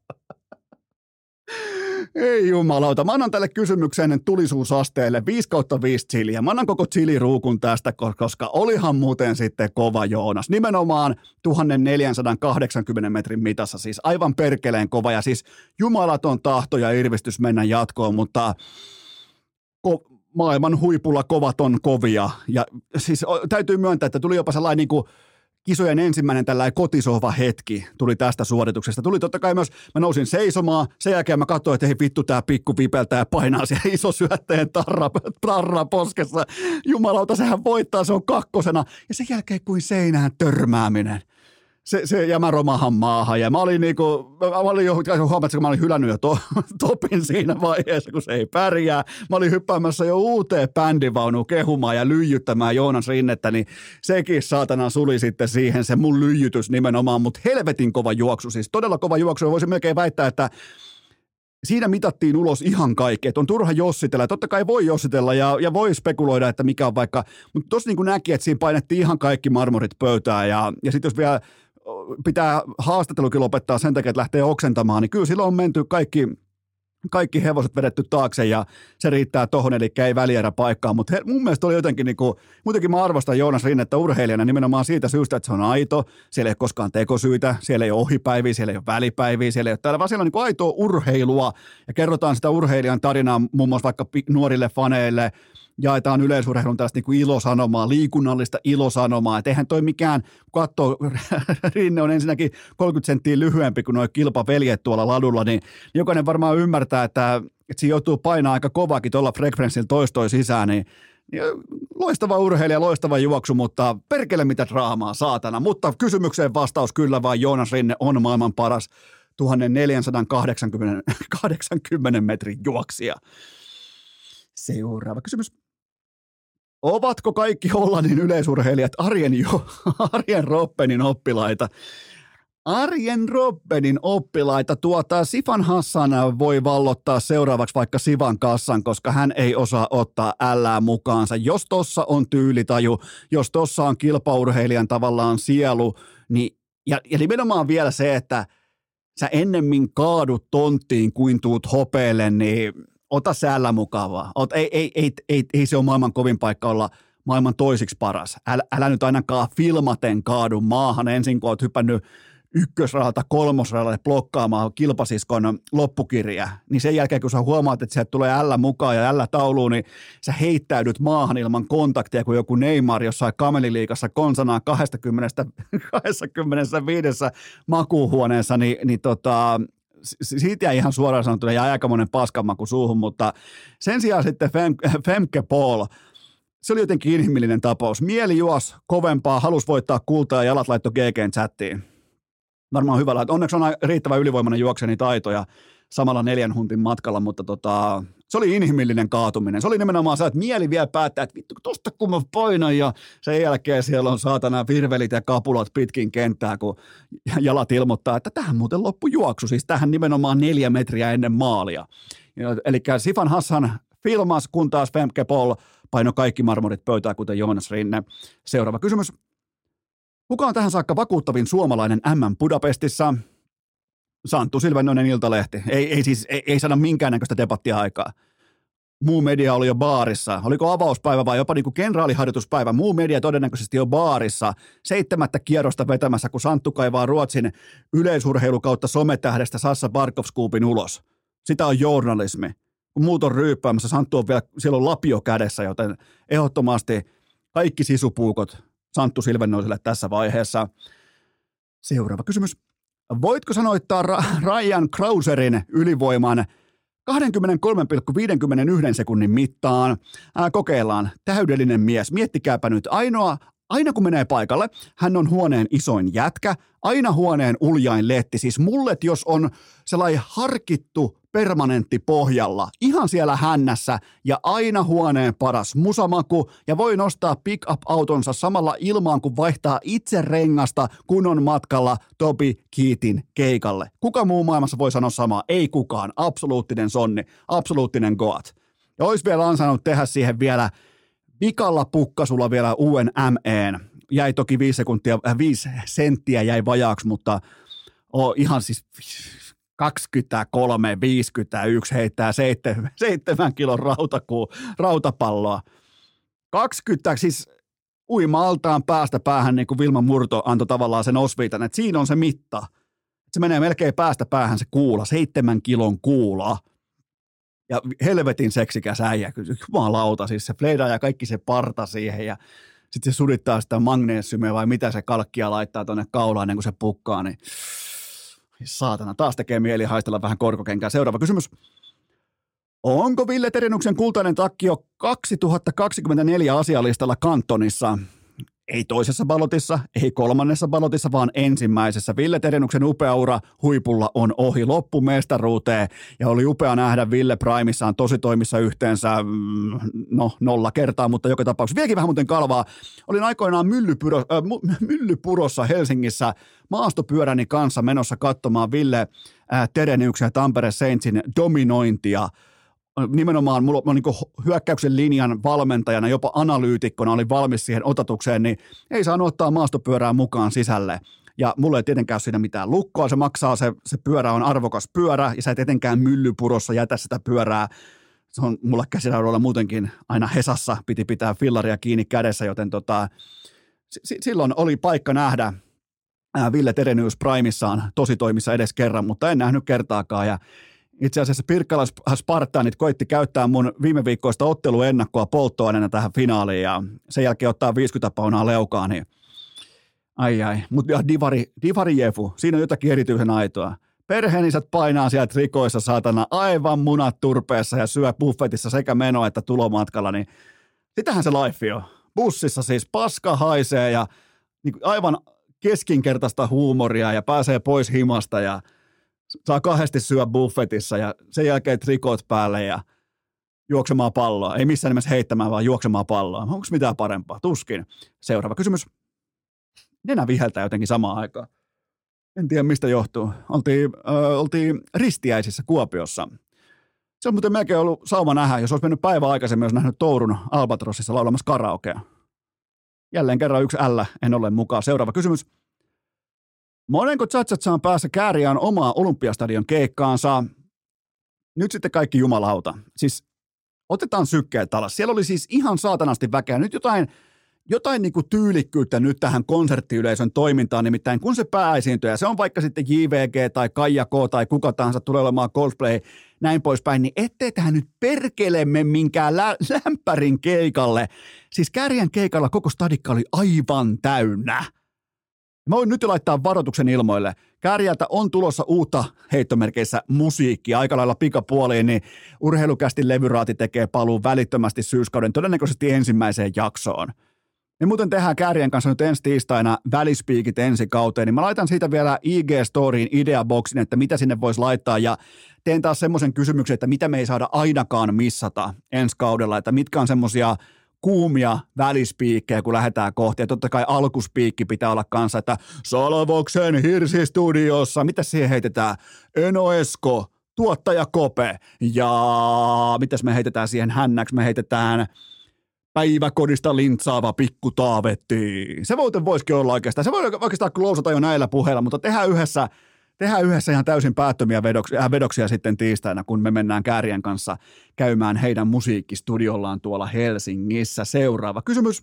Ei jumalauta. Mä annan tälle kysymykseen tulisuusasteelle viisi kautta viisi chiliä. Mä annan koko chiliruukun tästä, koska olihan muuten sitten kova Joonas. Nimenomaan tuhatneljäsataakahdeksankymmentä metrin mitassa. Siis aivan perkeleen kova ja siis jumalaton tahto ja irvistys mennä jatkoon, mutta ko- maailman huipulla kovat on kovia. Ja siis täytyy myöntää, että tuli jopa sellainen niin kuin kisojen ensimmäinen tällainen kotisohva hetki tuli tästä suorituksesta. Tuli totta kai myös, mä nousin seisomaan, sen jälkeen mä katsoin, että hei vittu tää pikku vipeltää ja painaa siellä iso syötteen tarra, tarra poskessa. Jumalauta, sehän voittaa, se on kakkosena. Ja sen jälkeen kuin seinään törmääminen. se, se ja mä romahan maahan. Ja mä olin niinku, mä olin jo, huomasin, kun mä olin hylännyt jo to, Topin siinä vaiheessa, kun se ei pärjää. Mä olin hyppäämässä jo uuteen bändivaunuun kehumaan ja lyijyttämään Joonas Rinnettä, niin sekin saatana suli sitten siihen se mun lyijytys nimenomaan, mutta helvetin kova juoksu, siis todella kova juoksu. Voisin melkein väittää, että siinä mitattiin ulos ihan kaikki, että on turha jossitella. Totta kai voi jossitella ja, ja voi spekuloida, että mikä on vaikka, mutta tossa niin kuin näki, että siinä painettiin ihan kaikki marmorit pöytään ja, ja sitten jos vielä pitää haastattelukin lopettaa sen takia, että lähtee oksentamaan, niin kyllä silloin on menty kaikki, kaikki hevoset vedetty taakse ja se riittää tohon, eli ei välierä paikkaa, mutta he, mun mielestä oli jotenkin, niin kuin, muutenkin mä arvostan Joonas Rinnettä urheilijana nimenomaan siitä syystä, että se on aito, siellä ei ole koskaan tekosyitä, siellä ei ole ohipäiviä, siellä ei ole välipäiviä, siellä ei ole täällä, vaan siellä on niin aitoa urheilua ja kerrotaan sitä urheilijan tarinaa muun muassa vaikka nuorille faneille, jaetaan yleisurheilun tällaista niin kuin ilosanomaa, liikunnallista ilosanomaa. Et eihän toi mikään, kun katsoo, Rinne on ensinnäkin kolmekymmentä senttiä lyhyempi kuin nuo kilpaveljet tuolla ladulla, niin jokainen varmaan ymmärtää, että, että siinä joutuu painaa aika kovakin tuolla frekvenssillä toistoi sisään, niin, niin loistava urheilija, loistava juoksu, mutta perkele mitä draamaa, saatana. Mutta kysymykseen vastaus kyllä vaan, Joonas Rinne on maailman paras tuhatneljäsataakahdeksankymmentä metrin juoksija. Seuraava kysymys. Ovatko kaikki Hollannin yleisurheilijat Arjen, jo, Arjen Robbenin oppilaita? Arjen Robbenin oppilaita tuota Sifan Hassan voi vallottaa seuraavaksi vaikka Sivan kassan, koska hän ei osaa ottaa ällää mukaansa. Jos tossa on tyylitaju, jos tossa on kilpaurheilijan tavallaan sielu, niin, ja, ja nimenomaan vielä se, että sä ennemmin kaadut tonttiin kuin tuut hopeelle, niin ota se ällä mukavaa. Ot, ei, ei, ei, ei, ei se ole maailman kovin paikka olla maailman toisiksi paras. Älä, älä nyt ainakaan filmaten kaadu maahan ensin, kun oot hypännyt ykkösradalta kolmosradalle blokkaamaan kilpasiskon loppukirja. Niin sen jälkeen, kun sä huomaat, että sieltä tulee ällä mukaan ja ällä tauluun, niin sä heittäydyt maahan ilman kontaktia, kuin joku Neymar jossain kameliliigassa konsanaan kaksikymmentäviisi makuuhuoneessa, niin, niin tota... Siitä jäi ihan suoraan sanottuna ja aikamoinen paskamaku suuhun, mutta sen sijaan sitten Fem, Femke Paul, se oli jotenkin inhimillinen tapaus. Mieli juos kovempaa, halusi voittaa kultaa ja jalat laittoi G G:n chattiin. Varmaan hyvä laittaa. Onneksi on riittävän ylivoimainen juokseni taitoja samalla neljän huntin matkalla, mutta tota, se oli inhimillinen kaatuminen. Se oli nimenomaan se, että mieli vielä päättää, että vittu, tosta kun mä painan ja sen jälkeen siellä on saatana virvelit ja kapulat pitkin kenttää, kun jalat ilmoittaa, että tähän muuten loppu juoksu, siis tähän nimenomaan neljä metriä ennen maalia. Eli Sifan Hassan filmas, kun taas Femke Paul painoi kaikki marmorit pöytään, kuten Joonas Rinne. Seuraava kysymys. Kuka on tähän saakka vakuuttavin suomalainen M M Budapestissa? Santtu Silvennoinen Iltalehti. Ei, ei siis, ei, ei saada minkäännäköistä debattia aikaa. Muu media oli jo baarissa. Oliko avauspäivä vai jopa niin kuin kenraaliharjoituspäivä? Muu media todennäköisesti jo baarissa. Seitsemättä kierrosta vetämässä, kun Santtu kaivaa Ruotsin yleisurheilukautta sometähdestä Sassa Barkovskuupin ulos. Sitä on journalismi. Kun muut on ryyppäämässä, Santtu on vielä, siellä on lapio kädessä, joten ehdottomasti kaikki sisupuukot Santtu Silvennoiselle tässä vaiheessa. Seuraava kysymys. Voitko sanoittaa Ra- Ryan Krauserin ylivoiman kaksikymmentäkolme pilkku viisikymmentäyksi sekunnin mittaan? Ää, kokeillaan. Täydellinen mies. Miettikääpä nyt. Ainoa, aina kun menee paikalle, hän on huoneen isoin jätkä, aina huoneen uljain letti. Siis mullet, jos on sellainen harkittu permanentti pohjalla, ihan siellä hännässä ja aina huoneen paras musamaku ja voi nostaa pick-up-autonsa samalla ilmaan, kun vaihtaa itse rengasta, kun on matkalla Toby Keithin keikalle. Kuka muu maailmassa voi sanoa samaa? Ei kukaan. Absoluuttinen sonni, absoluuttinen goat. Ja olisi vielä ansainnut tehdä siihen vielä vikalla pukkasulla vielä uuden M E:n. Jäi toki viisi sekuntia, äh, viisi senttiä jäi vajaaksi, mutta oh, ihan siis kaksikymmentäkolme viisikymmentäyksi heittää seitsemän, seitsemän kilon rautakuu, rautapalloa. kaksikymmentä, siis uima-altaan päästä päähän, niin kuin Vilma Murto antoi tavallaan sen osviitan, että siinä on se mitta. Se menee melkein päästä päähän se kuula, seitsemän kilon kuula. Ja helvetin seksikäs äijä, jumalauta, siis se fleidaa ja kaikki se parta siihen ja sitten se sudittaa sitä magneesiumia vai mitä se kalkkia laittaa tuonne kaulaan ennen kuin se pukkaa, niin saatana, taas tekee mieli haistella vähän korkokenkää. Seuraava kysymys. Onko Ville Terinuksen kultainen takki jo kaksituhattakaksikymmentäneljä asialistalla Kantonissa? ei toisessa balotissa, ei kolmannessa balotissa, vaan ensimmäisessä. Ville Terenuksen upea ura huipulla on ohi loppumestaruuteen ja oli upea nähdä Ville Primissaan tositoimissa yhteensä no nolla kertaa, mutta joka tapauksessa vieläkin vähän muuten kalvaa. Olin aikoinaan Myllypyro, äh, Myllypurossa Helsingissä maastopyöräni kanssa menossa katsomaan Ville äh, Terenuksen ja Tampere Saintsin dominointia. Nimenomaan mulla on niin hyökkäyksen linjan valmentajana, jopa analyytikkona olin valmis siihen otatukseen, niin ei saanut ottaa maastopyörää mukaan sisälle. Ja mulla ei tietenkään ole siinä mitään lukkoa, se maksaa, se, se pyörä on arvokas pyörä, ja sä et etenkään Myllypurossa jätä sitä pyörää. Se on mulla käsiraudoilla muutenkin aina Hesassa, piti pitää fillaria kiinni kädessä, joten tota, s- silloin oli paikka nähdä Ville Terenius Primissaan tositoimissa edes kerran, mutta en nähnyt kertaakaan, ja itse asiassa Pirkkala Spartanit koitti käyttää mun viime viikkoista otteluennakkoa polttoaineena tähän finaaliin ja sen jälkeen ottaa viisikymmentä paunaa leukaa, niin ai ai. Mutta Divari, Divari Jefu, siinä on jotakin erityisen aitoa. Perheenisät painaa sieltä rikoissa saatana aivan munat turpeessa ja syö buffetissa sekä meno- että tulomatkalla, niin sitähän se life on. Bussissa siis paska haisee ja niin aivan keskinkertaista huumoria ja pääsee pois himasta ja saa kahdesti syö buffetissa ja sen jälkeen trikot päälle ja juoksemaan palloa. Ei missään nimessä heittämään, vaan juoksemaan palloa. Onko mitään parempaa? Tuskin. Seuraava kysymys. Nenä viheltää jotenkin samaan aikaan. En tiedä, mistä johtuu. Oltiin, äh, oltiin ristiäisissä Kuopiossa. Se on muuten melkein ollut sauma nähdä, jos olisi mennyt päivä aikaisemmin, olisi nähnyt Tourun Albatrossissa laulamassa karaokea. Jälleen kerran yksi L, en ole mukaan. Seuraava kysymys. Monenko Tsatsatsa on päässä Kääriään omaa Olympiastadion keikkaansa? Nyt sitten kaikki jumalauta. Siis otetaan sykkeet alas. Siellä oli siis ihan saatanasti väkeä. Nyt jotain, jotain niin kuin tyylikkyyttä nyt tähän konserttiyleisön toimintaan, nimittäin kun se pääesiintyjä, se on vaikka sitten J V G tai Kaija K tai kuka tahansa tulee olemaan Coldplay, näin poispäin, niin ettei tähän nyt perkelemme minkään lä- lämpärin keikalle. Siis Kääriän keikalla koko stadikka oli aivan täynnä. Mä voin nyt jo laittaa varoituksen ilmoille. Kääriältä on tulossa uutta heittomerkeissä musiikkia. Aika lailla pikapuoliin, niin Urheilukästin levyraati tekee paluun välittömästi syyskauden todennäköisesti ensimmäiseen jaksoon. Me muuten tehdään Kääriän kanssa nyt ensi tiistaina välispiikit ensi kauteen, niin mä laitan siitä vielä I G-storiin ideaboksin, että mitä sinne voisi laittaa, ja teen taas semmoisen kysymyksen, että mitä me ei saada ainakaan missata ensi kaudella, että mitkä on semmoisia kuumia välispiikkejä, kun lähdetään kohti. Ja totta kai alkuspiikki pitää olla kanssa, että Salvoksen Hirsistudiossa, mitä siihen heitetään? Eno Esko, tuottaja Kope, ja mitäs me heitetään siihen hännäksi? Me heitetään päiväkodista lintsaava pikku Taavetti. Se muuten voisikin olla oikeastaan. Se voi oikeastaan klousata jo näillä puheilla, mutta tehdään yhdessä Tehdään yhdessä ihan täysin päättömiä vedoksia, äh, vedoksia sitten tiistaina, kun me mennään Käärien kanssa käymään heidän musiikkistudiollaan tuolla Helsingissä. Seuraava kysymys.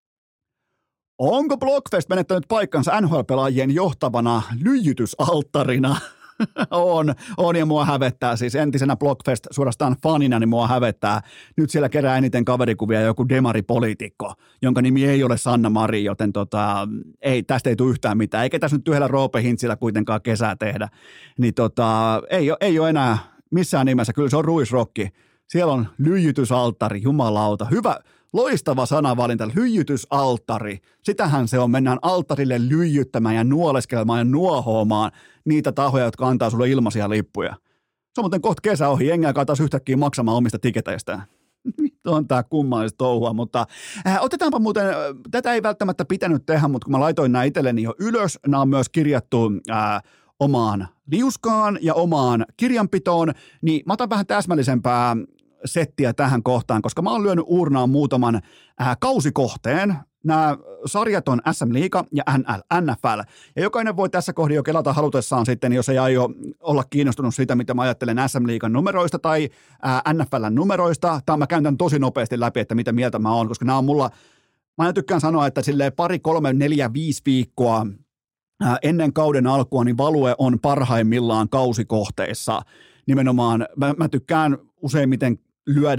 Onko Blockfest menettänyt paikkansa N H L-pelaajien johtavana lyijytysalttarina? on, on ja mua hävettää. Siis entisenä Blockfest suorastaan fanina, niin mua hävettää. Nyt siellä kerää eniten kaverikuvia joku demaripoliitikko, jonka nimi ei ole Sanna Mari, joten tota, ei, tästä ei tule yhtään mitään. Eikä tässä nyt yhdellä Roope Hintzillä kuitenkaan kesää tehdä. Niin tota, ei, ei ole enää missään nimessä. Kyllä se on ruisrokki. Siellä on lyijytysalttari, jumalauta. Hyvä, loistava sanavalinta, lyijytysalttari. Sitähän se on, mennään alttarille lyijyttämään ja nuoleskelemaan ja nuohoamaan niitä tahoja, jotka antaa sulle ilmaisia lippuja. Se on muuten kohta kesä ohi, jengi alkaa taas yhtäkkiä maksamaan omista tiketeistään. On tää kummallista touhua, mutta äh, otetaanpa muuten, äh, tätä ei välttämättä pitänyt tehdä, mutta kun mä laitoin nämä itselleni jo ylös, nämä on myös kirjattu äh, omaan liuskaan ja omaan kirjanpitoon, niin mä otan vähän täsmällisempää settiä tähän kohtaan, koska mä oon lyönyt uurnaan muutaman äh, kausikohteen. Nämä sarjat on S M-liiga ja N F L, ja jokainen voi tässä kohdin jo kelata halutessaan sitten, jos ei aio olla kiinnostunut siitä, mitä mä ajattelen S M-liigan numeroista tai äh, N F L:n numeroista. Tämä mä käyn tämän tosi nopeasti läpi, että mitä mieltä mä oon, koska nämä on mulla, mä tykkään sanoa, että silleen pari, kolme, neljä, viisi viikkoa äh, ennen kauden alkua, niin value on parhaimmillaan kausikohteissa. Nimenomaan mä, mä tykkään useimmiten lyödä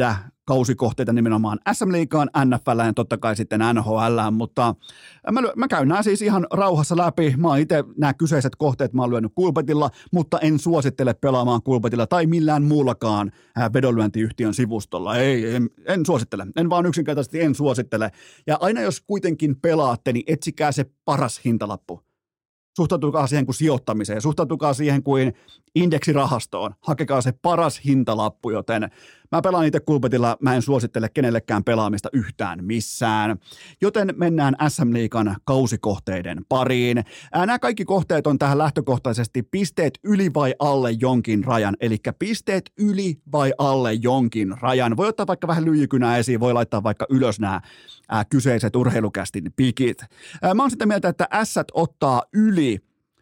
kausikohteita nimenomaan S M-liigaan, N F L ja totta kai sitten N H L, mutta mä, mä käyn nämä siis ihan rauhassa läpi. Mä oon itse nämä kyseiset kohteet mä oon lyönyt Kulpetilla, mutta en suosittele pelaamaan Kulpetilla tai millään muullakaan vedonlyöntiyhtiön sivustolla. Ei, en, en suosittele. En vaan yksinkertaisesti en suosittele. Ja aina jos kuitenkin pelaatte, niin etsikää se paras hintalappu. Suhtautukaa siihen kuin sijoittamiseen, suhtautukaa siihen kuin indeksirahastoon, hakekaa se paras hintalappu, joten mä pelaan itse Kulpetilla, mä en suosittele kenellekään pelaamista yhtään missään, joten mennään S M-liigan kausikohteiden pariin. Ää, nämä kaikki kohteet on tähän lähtökohtaisesti pisteet yli vai alle jonkin rajan, eli pisteet yli vai alle jonkin rajan. Voi ottaa vaikka vähän lyijykynää esiin, voi laittaa vaikka ylös nämä ää, kyseiset urheilukästin pikit. Ää, mä oon sitä mieltä, että Ässät ottaa yli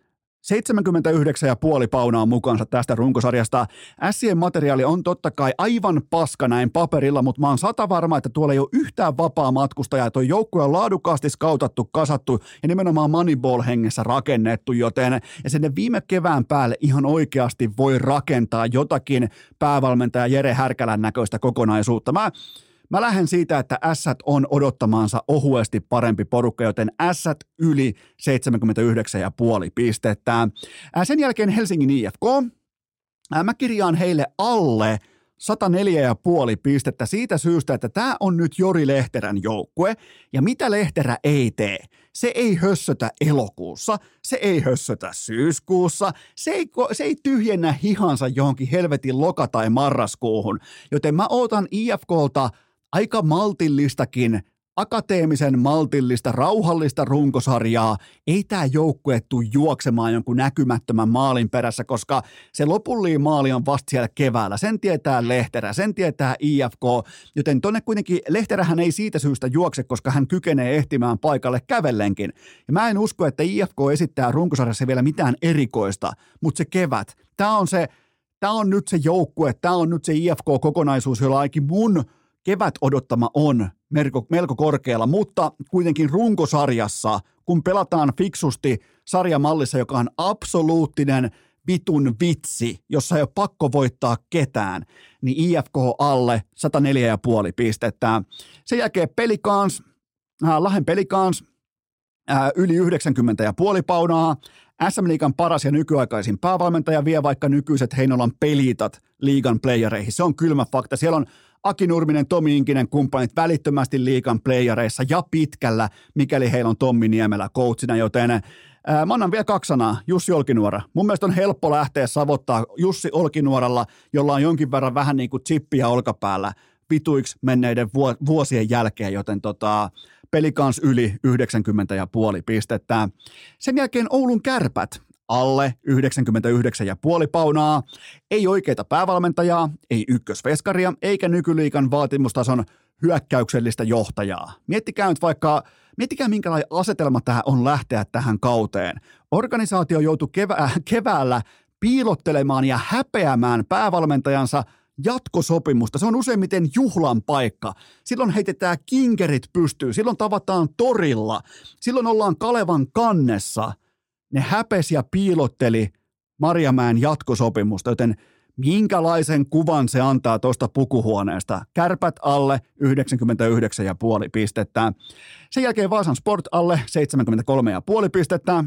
seitsemänkymmentäyhdeksän pilkku viisi paunaa mukaansa tästä runkosarjasta. Ässien materiaali on totta kai aivan paska näin paperilla, mutta mä oon sata varma, että tuolla ei ole yhtään vapaa matkustajaa. Tuo joukkue on laadukkaasti skautattu, kasattu ja nimenomaan Moneyball-hengessä rakennettu, joten ja sinne viime kevään päälle ihan oikeasti voi rakentaa jotakin päävalmentaja Jere Härkälän näköistä kokonaisuutta. Mä Mä lähden siitä, että Ässät on odottamaansa ohuesti parempi porukka, joten Ässät yli seitsemänkymmentäyhdeksän pilkku viisi pistettä. Sen jälkeen Helsingin I F K. Mä kirjaan heille alle sata neljä pilkku viisi pistettä siitä syystä, että tämä on nyt Jori Lehterän joukkue. Ja mitä Lehterä ei tee? Se ei hössötä elokuussa, se ei hössötä syyskuussa, se ei, se ei tyhjennä hihansa johonkin helvetin loka- tai marraskuuhun. Joten mä ootan I F K:lta aika maltillistakin, akateemisen maltillista, rauhallista runkosarjaa. Ei tämä joukkue tule juoksemaan jonkun näkymättömän maalin perässä, koska se lopullinen maali on vasta siellä keväällä. Sen tietää Lehterä, sen tietää I F K, joten tonne kuitenkin Lehterähän ei siitä syystä juokse, koska hän kykenee ehtimään paikalle kävellenkin. Ja mä en usko, että I F K esittää runkosarjassa vielä mitään erikoista, mutta se kevät, tämä on se, tämä on nyt se joukkue, tämä on nyt se I F K-kokonaisuus, jolla ainakin mun kevät odottama on melko, melko korkealla, mutta kuitenkin runkosarjassa, kun pelataan fiksusti sarjamallissa, joka on absoluuttinen vitun vitsi, jossa ei ole pakko voittaa ketään, niin I F K alle sata neljä pilkku viisi pistettä. Sen jälkeen Pelicans, äh, Lahden Pelicans, äh, yli yhdeksänkymmentä pilkku viisi paunaa. S M-liigan paras ja nykyaikaisin päävalmentaja vie vaikka nykyiset Heinolan Pelitat liigan playereihin. Se on kylmä fakta. Siellä on Aki Nurminen, Tomi Inkinen kumppanit välittömästi liigan playereissa ja pitkällä, mikäli heillä on Tommi Niemelä coachina, joten ää, mä annan vielä kaksi sanaa, Jussi Olkinuora. Mun mielestä on helppo lähteä savottaa Jussi Olkinuoralla, jolla on jonkin verran vähän niin kuin chippiä olkapäällä vituiksi menneiden vuosien jälkeen, joten tota, Pelicans yli yhdeksänkymmentä pilkku viisi pistettä. Sen jälkeen Oulun Kärpät alle yhdeksänkymmentäyhdeksän pilkku viisi paunaa. Ei oikeita päävalmentajaa, ei ykkösveskaria, eikä nykyliigan vaatimustason hyökkäyksellistä johtajaa. Miettikää nyt vaikka, miettikää minkälainen asetelma tähän on lähteä tähän kauteen. Organisaatio joutui kevää, keväällä piilottelemaan ja häpeämään päävalmentajansa jatkosopimusta. Se on useimmiten juhlan paikka. Silloin heitetään kinkerit pystyyn, silloin tavataan torilla, silloin ollaan Kalevan kannessa. Ne häpesi ja piilotteli Marjamäen jatkosopimusta, joten minkälaisen kuvan se antaa tuosta pukuhuoneesta? Kärpät alle yhdeksänkymmentäyhdeksän pilkku viisi pistettä. Sen jälkeen Vaasan Sport alle seitsemänkymmentäkolme pilkku viisi pistettä.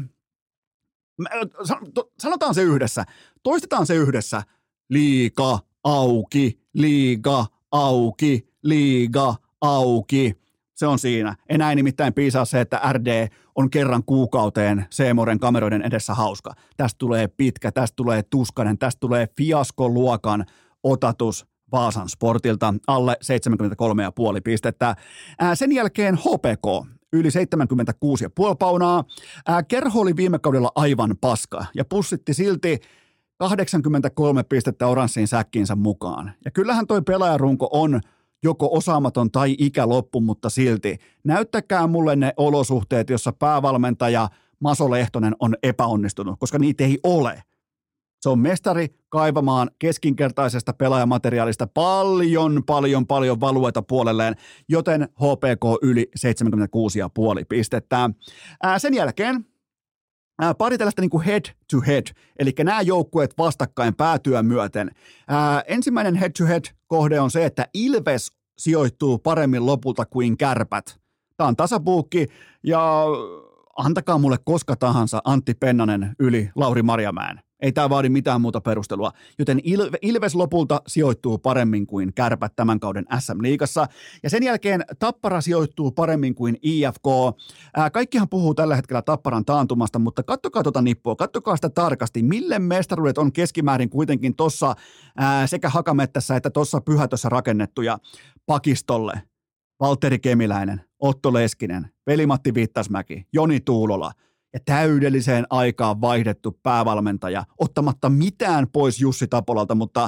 Sanotaan se yhdessä. Toistetaan se yhdessä. Liiga auki, liiga auki, liiga auki. Se on siinä. Enää ei nimittäin piisaa se, että R D on kerran kuukauteen Seemoren kameroiden edessä hauska. Tästä tulee pitkä, tästä tulee tuskainen, tästä tulee fiaskoluokan otatus Vaasan Sportilta alle seitsemänkymmentäkolme pilkku viisi pistettä. Ää, sen jälkeen H P K yli seitsemänkymmentäkuusi pilkku viisi paunaa. Ää, Kerho oli viime kaudella aivan paska ja pussitti silti kahdeksankymmentäkolme pistettä oranssiin säkkiinsä mukaan. Ja kyllähän toi pelaajarunko on joko osaamaton tai ikä loppu, mutta silti näyttäkää mulle ne olosuhteet, jossa päävalmentaja Maso Lehtonen on epäonnistunut, koska niitä ei ole. Se on mestari kaivamaan keskinkertaisesta pelaajamateriaalista paljon, paljon, paljon valueta puolelleen, joten H P K yli seitsemänkymmentäkuusi pilkku viisi pistettä. Ää, sen jälkeen ää, pari tällaista niin kuin head to head, eli nämä joukkueet vastakkain päätyä myöten. Ää, ensimmäinen head to head kohde on se, että Ilves sijoittuu paremmin lopulta kuin Kärpät. Tämä on tasapuukki ja antakaa mulle koska tahansa Antti Pennanen yli Lauri Marjamäen. Ei tämä vaadi mitään muuta perustelua, joten Il- Ilves lopulta sijoittuu paremmin kuin Kärpät tämän kauden S M-liigassa. Ja sen jälkeen Tappara sijoittuu paremmin kuin I F K. Ää, kaikkihan puhuu tällä hetkellä Tapparan taantumasta, mutta kattokaa tuota nippua, kattokaa sitä tarkasti, mille mestaruudet on keskimäärin kuitenkin tuossa sekä Hakamettässä että tuossa Pyhätössä rakennettuja pakistolle. Valtteri Kemiläinen, Otto Leskinen, Veli-Matti Vittasmäki, Joni Tuulola ja täydelliseen aikaan vaihdettu päävalmentaja, ottamatta mitään pois Jussi Tapolalta, mutta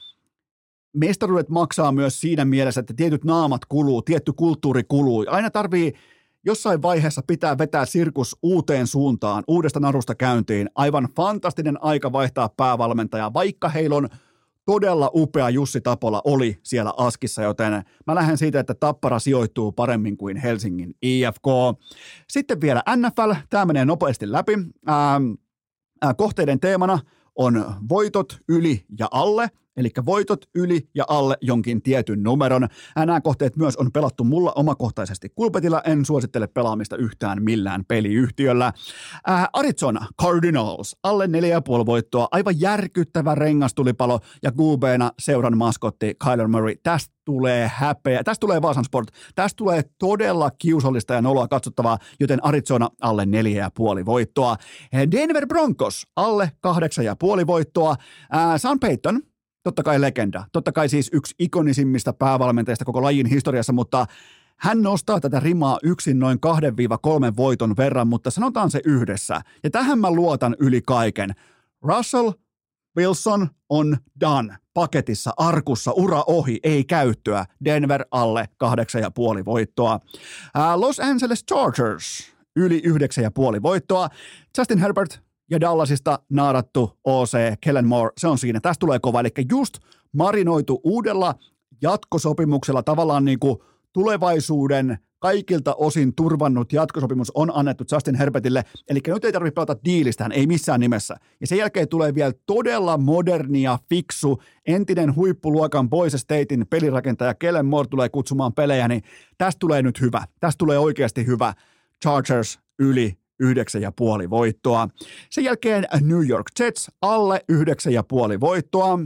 mestaruudet maksaa myös siinä mielessä, että tietyt naamat kuluu, tietty kulttuuri kuluu. Aina tarvii jossain vaiheessa pitää vetää sirkus uuteen suuntaan, uudesta narusta käyntiin. Aivan fantastinen aika vaihtaa päävalmentajaa, vaikka heillä on todella upea Jussi Tapola oli siellä Askissa, joten mä lähden siitä, että Tappara sijoittuu paremmin kuin Helsingin I F K. Sitten vielä N F L, tämä menee nopeasti läpi. Ää, ää, kohteiden teemana on voitot yli ja alle, eli voitot yli ja alle jonkin tietyn numeron. Nämä kohteet myös on pelattu mulla omakohtaisesti Kulpetilla, en suosittele pelaamista yhtään millään peliyhtiöllä. Ää, Arizona Cardinals, alle neljä ja puoli voittoa, aivan järkyttävä rengastulipalo ja Q B:na seuran maskotti Kyler Murray. Tästä tulee häpeä, tästä tulee Vaasan Sport, tästä tulee todella kiusallista ja noloa katsottavaa, joten Arizona alle neljä ja puoli voittoa. Denver Broncos, alle kahdeksan ja puoli voittoa. Ää, Sean Payton, totta kai legenda, totta kai siis yksi ikonisimmista päävalmentajista koko lajin historiassa, mutta hän nostaa tätä rimaa yksin noin kahden kolmen voiton verran, mutta sanotaan se yhdessä. Ja tähän mä luotan yli kaiken. Russell Wilson on done. Paketissa, arkussa, ura ohi, ei käyttöä. Denver alle kahdeksan ja puoli voittoa. Los Angeles Chargers yli yhdeksän ja puoli voittoa. Justin Herbert ja Dallasista naadattu O C, Kellen Moore, se on siinä. Tästä tulee kova, eli just marinoitu uudella jatkosopimuksella tavallaan niin kuin tulevaisuuden kaikilta osin turvannut jatkosopimus on annettu Justin Herbertille, eli nyt ei tarvitse pelata diilistään, ei missään nimessä. Ja sen jälkeen tulee vielä todella modernia, fiksu, entinen huippuluokan Boise Statein pelirakentaja Kellen Moore tulee kutsumaan pelejä, niin tästä tulee nyt hyvä. Tästä tulee oikeasti hyvä. Chargers yli yhdeksän ja puoli voittoa. Sen jälkeen New York Jets alle yhdeksän ja puoli voittoa.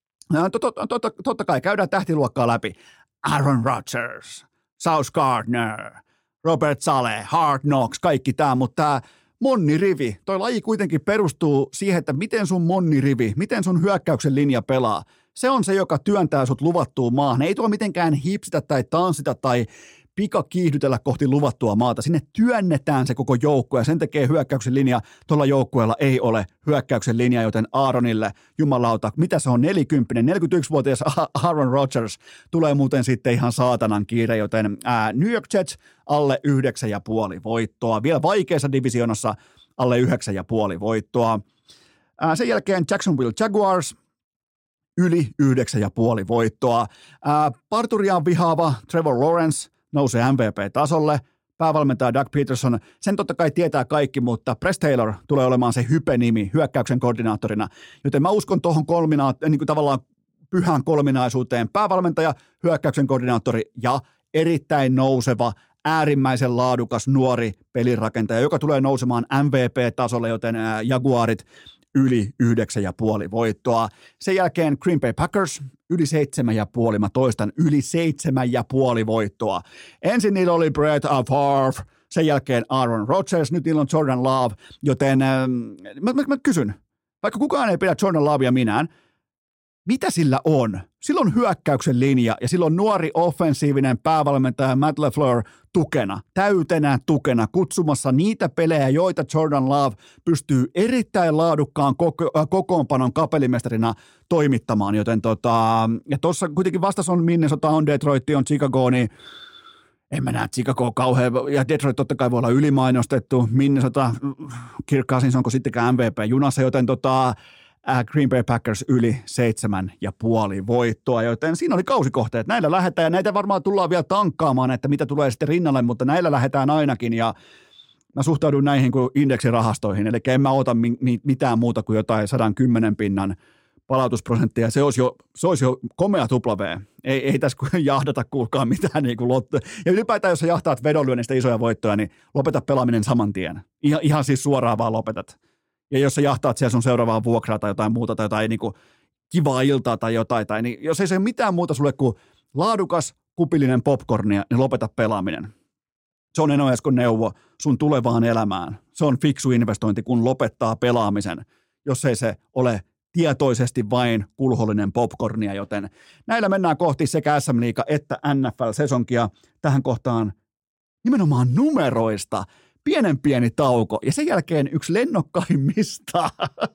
Totta, totta, totta kai käydään tähtiluokkaa läpi. Aaron Rodgers, Sauce Gardner, Robert Saleh, Hard Knocks, kaikki tämä, mutta tämä monnirivi, toi laji kuitenkin perustuu siihen, että miten sun monnirivi, miten sun hyökkäyksen linja pelaa. Se on se, joka työntää sut luvattuun maahan. Ei tuo mitenkään hipsitä tai tanssita tai pika kiihdytellä kohti luvattua maata. Sinne työnnetään se koko joukkue ja sen tekee hyökkäyksen linja. Tuolla joukkueella ei ole hyökkäyksen linja, joten Aaronille, jumalauta, mitä se on, neljäkymmentä, neljäkymmentäyksivuotias Aaron Rodgers tulee muuten sitten ihan saatanan kiire, joten ää, New York Jets alle yhdeksän ja puoli voittoa. Vielä vaikeassa divisioonassa alle yhdeksän ja puoli voittoa. Ää, sen jälkeen Jacksonville Jaguars yli yhdeksän ja puoli voittoa. Ää, parturiaan vihaava Trevor Lawrence nousee M V P-tasolle. Päävalmentaja Doug Peterson, sen totta kai tietää kaikki, mutta Press Taylor tulee olemaan se hype-nimi hyökkäyksen koordinaattorina. Joten mä uskon tuohon kolmina- niin kuin tavallaan pyhän kolminaisuuteen. Päävalmentaja, hyökkäyksen koordinaattori ja erittäin nouseva, äärimmäisen laadukas nuori pelirakentaja, joka tulee nousemaan M V P-tasolle, joten Jaguarit yli yhdeksän ja puoli voittoa. Sen jälkeen Green Bay Packers yli seitsemän ja puoli, mä toistan, yli seitsemän ja puoli voittoa. Ensin niillä oli Brett Favre, sen jälkeen Aaron Rodgers, nyt niillä on Jordan Love, joten ähm, mä, mä, mä kysyn, vaikka kukaan ei pidä Jordan Lovea minään, mitä sillä on? Sillä on hyökkäyksen linja ja sillä on nuori offensiivinen päävalmentaja Matt LaFleur tukena, täytenä tukena, kutsumassa niitä pelejä, joita Jordan Love pystyy erittäin laadukkaan koko, äh, kokoonpanon kapellimestarina toimittamaan, joten tota, ja tuossa kuitenkin vastas on Minnesota, on Detroit, on Chicago, niin en mä näe Chicago kauhean, ja Detroit totta kai voi olla ylimainostettu, Minnesota, Kirk Cousins onko sittenkään M V P-junassa, joten tota, Green Bay Packers yli seitsemän ja puoli voittoa, joten siinä oli kausikohteet. Näillä lähdetään ja näitä varmaan tullaan vielä tankkaamaan, että mitä tulee sitten rinnalle, mutta näillä lähdetään ainakin ja mä suhtaudun näihin kuin indeksirahastoihin, eli en mä ota mi- mitään muuta kuin jotain sata kymmenen pinnan palautusprosenttia. Se olisi jo, se olisi jo komea tupla V. Ei, ei tässä jahdata kuulkaa mitään niin kuin lotto. Ja ylipäätään, jos sä jahtaat vedonlyönnistä isoja voittoja, niin lopeta pelaaminen saman tien. Ihan, ihan siis suoraan vaan lopetat. Ja jos sä jahtaat siellä sun seuraavaa vuokraa tai jotain muuta tai jotain niin kuin kivaa iltaa tai jotain, tai, niin jos ei se ole mitään muuta sulle kuin laadukas, kupillinen popcornia, niin lopeta pelaaminen. Se on Eno Eskon neuvo sun tulevaan elämään. Se on fiksu investointi, kun lopettaa pelaamisen, jos ei se ole tietoisesti vain kulhollinen popcornia, joten näillä mennään kohti sekä S M-liiga että N F L-sesonkia. Tähän kohtaan nimenomaan numeroista pienen pieni tauko ja sen jälkeen yksi lennokkaimmista,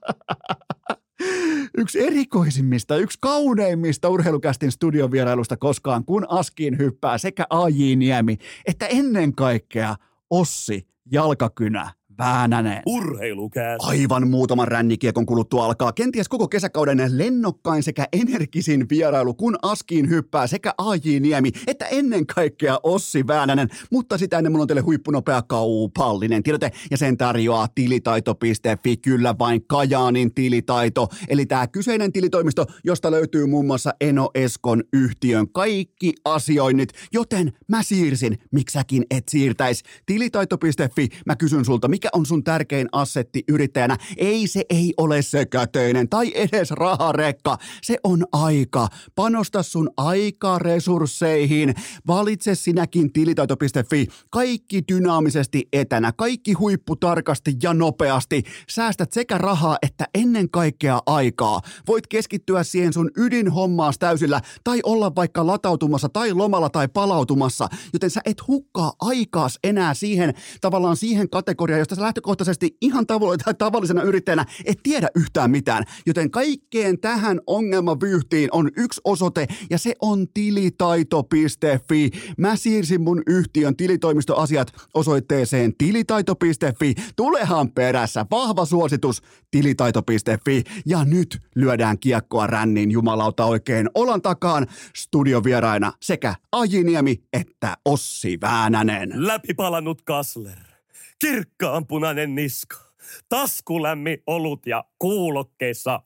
yksi erikoisimmista, yksi kauneimmista Urheilukästin studiovierailusta koskaan, kun Askiin hyppää sekä A J Niemi että ennen kaikkea Ossi Jalkakynä Väänänen. Urheilukäst. Aivan muutaman rännikiekon kuluttua alkaa kenties koko kesäkauden lennokkain sekä energisin vierailu, kun Askiin hyppää sekä A J Niemi että ennen kaikkea Ossi Väänänen. Mutta sitä ennen mulla on teille huippunopea kaupallinen tiedote ja sen tarjoaa tilitaito piste fi, kyllä vain Kajaanin tilitaito. Eli tämä kyseinen tilitoimisto, josta löytyy muun muassa Eno Eskon yhtiön kaikki asioinnit, joten mä siirsin, miksi säkin et siirtäis. Tilitaito piste fi, mä kysyn sulta, mikä on sun tärkein assetti yrittäjänä? Ei, se ei ole se käteinen tai edes raharekka. Se on aika. Panosta sun aikaresursseihin. Valitse sinäkin tilitaito piste fi. Kaikki dynaamisesti etänä. Kaikki huipputarkasti ja nopeasti. Säästät sekä rahaa että ennen kaikkea aikaa. Voit keskittyä siihen sun ydinhommaas täysillä tai olla vaikka latautumassa tai lomalla tai palautumassa. Joten sä et hukkaa aikaas enää siihen tavallaan siihen kategoriaan, josta sä lähtökohtaisesti ihan tavo- tavallisena yrittäjänä et tiedä yhtään mitään. Joten kaikkeen tähän ongelmavyyhtiin on yksi osoite ja se on tilitaito piste fi. Mä siirsin mun yhtiön tilitoimistoasiat osoitteeseen tilitaito piste fi. Tulehan perässä. Vahva suositus tilitaito piste fi. Ja nyt lyödään kiekkoa rännin jumalauta oikein olan takaan studiovieraina sekä A J Niemi että Ossi Väänänen. Läpipalannut Kassler. Kirkkaanpunainen niska, taskulämmin olut ja kuulokkeissa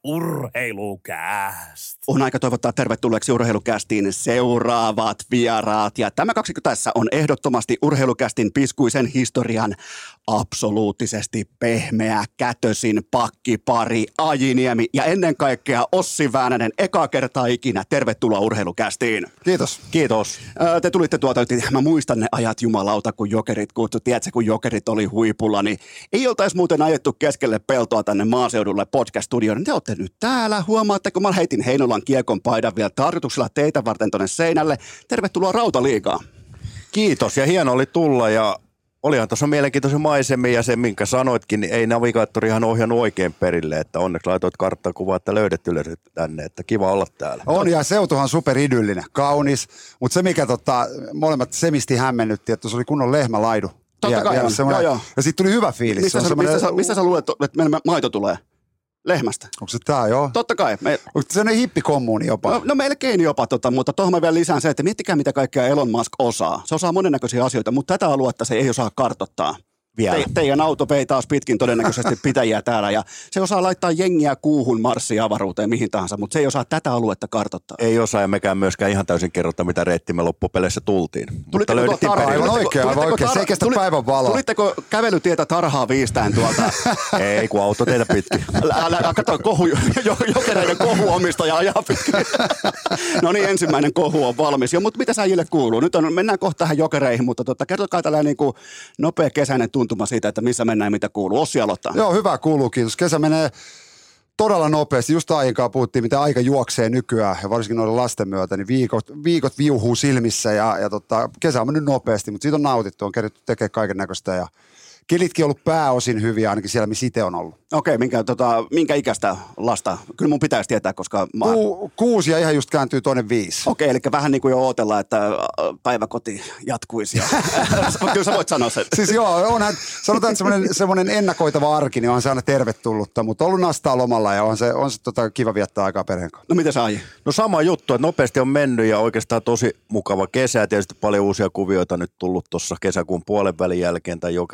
Urheilukäst. On aika toivottaa tervetulleeksi Urheilukästiin seuraavat vieraat. Ja tämä kaksikko tässä on ehdottomasti Urheilukästin piskuisen historian absoluuttisesti pehmeä kätösin pakkipari A J Niemi ja ennen kaikkea Ossi Väänänen. Eka kertaa ikinä. Tervetuloa Urheilukästiin. Kiitos. Kiitos. Te tulitte tuolta, mä muistan ne ajat jumalauta, kun Jokerit kutsui. Tiedätkö, kun Jokerit oli huipulla, niin ei oltaisi muuten ajettu keskelle peltoa tänne maaseudulle podcast-studioon. Te olette nyt täällä. Huomaatteko, mä heitin Heinolan kiekon paidan vielä tarkoituksella teitä varten tonne seinälle. Tervetuloa Rautaliigaan. Kiitos ja hieno oli tulla ja olihan tuossa mielenkiintoisen maisemmin ja se, minkä sanoitkin, niin ei navigaattorihan ohjannut oikein perille, että onneksi laitoit karttakuvaa, että löydetty tänne, että kiva olla täällä. On ja seutuhan superidyllinen, kaunis, mutta se mikä tota, molemmat semisti hämmennytti, että se oli kunnon lehmälaidu. Totta kai on, joo, joo. Ja sitten tuli hyvä fiilis. Mistä, sä, mistä, sä, mistä sä luulet, että meidän maito tulee? Lehmästä. Onko se tää, joo? Totta kai. Me... Onko se sellainen hippikommuuni jopa? No, no melkein jopa, tota, mutta tuohon mä vielä lisään se, että miettikää mitä kaikkea Elon Musk osaa. Se osaa monennäköisiä asioita, mutta tätä aluetta se ei osaa kartoittaa. Te, teidän auto vei taas pitkin todennäköisesti pitäjiä täällä ja se osaa laittaa jengiä kuuhun Marsiin avaruuteen mihin tahansa, mutta se ei osaa tätä aluetta kartoittaa. Ei osaa ja mekään myöskään ihan täysin kerrota, mitä reittiä me loppupeleissä tultiin. Mutta löydettiin tarhaa? Aivan oikein, aivan oikein. Se ei kestä päivän valoa. Tulitteko kävelytietä tarhaa viistäen tuolta? Ei, kun auto teitä pitkin. Älä, älä kato, kohu, Jokereiden kohuomistaja ajaa pitkin. No niin, ensimmäinen kohu on valmis. Jo, mutta mitä säjille kuuluu? Nyt on, mennään kohta tähän Jokereihin, mutta tota, kertokaa tällainen niin kuin nopea kesäinen tuntuma siitä, että missä mennään ja mitä kuuluu. Ossi aloittaa. Joo, hyvä kuuluu, kiitos. Kesä menee todella nopeasti. Just aikaa puhuttiin, miten aika juoksee nykyään ja varsinkin noiden lasten myötä, niin viikot, viikot viuhuu silmissä ja, ja tota, kesä on mennyt nopeasti, mutta siitä on nautittu, on keritty tekemään kaiken näköistä ja kelitkin on ollut pääosin hyviä, ainakin siellä, missä itse on ollut. Okei, minkä, tota, minkä ikäistä lasta? Kyllä mun pitäisi tietää, koska... Mä... Ku, kuusi ja ihan just kääntyy toinen viisi. Okei, eli vähän niin kuin jo odotellaan, että päiväkoti jatkuisi. Ja... Kyllä sä voit sanoa sen. Siis joo, onhan, sanotaan, että semmoinen, semmoinen ennakoitava arki, niin on se aina tervetullutta, mutta ollut nastaa lomalla ja on se, on se tota, kiva viettää aikaa perheen kanssa. No mitä sä Aji? No sama juttu, että nopeasti on mennyt ja oikeastaan tosi mukava kesä. Tietysti paljon uusia kuvioita nyt tullut tuossa kesäkuun puolen välin jälkeen tai Jokereiden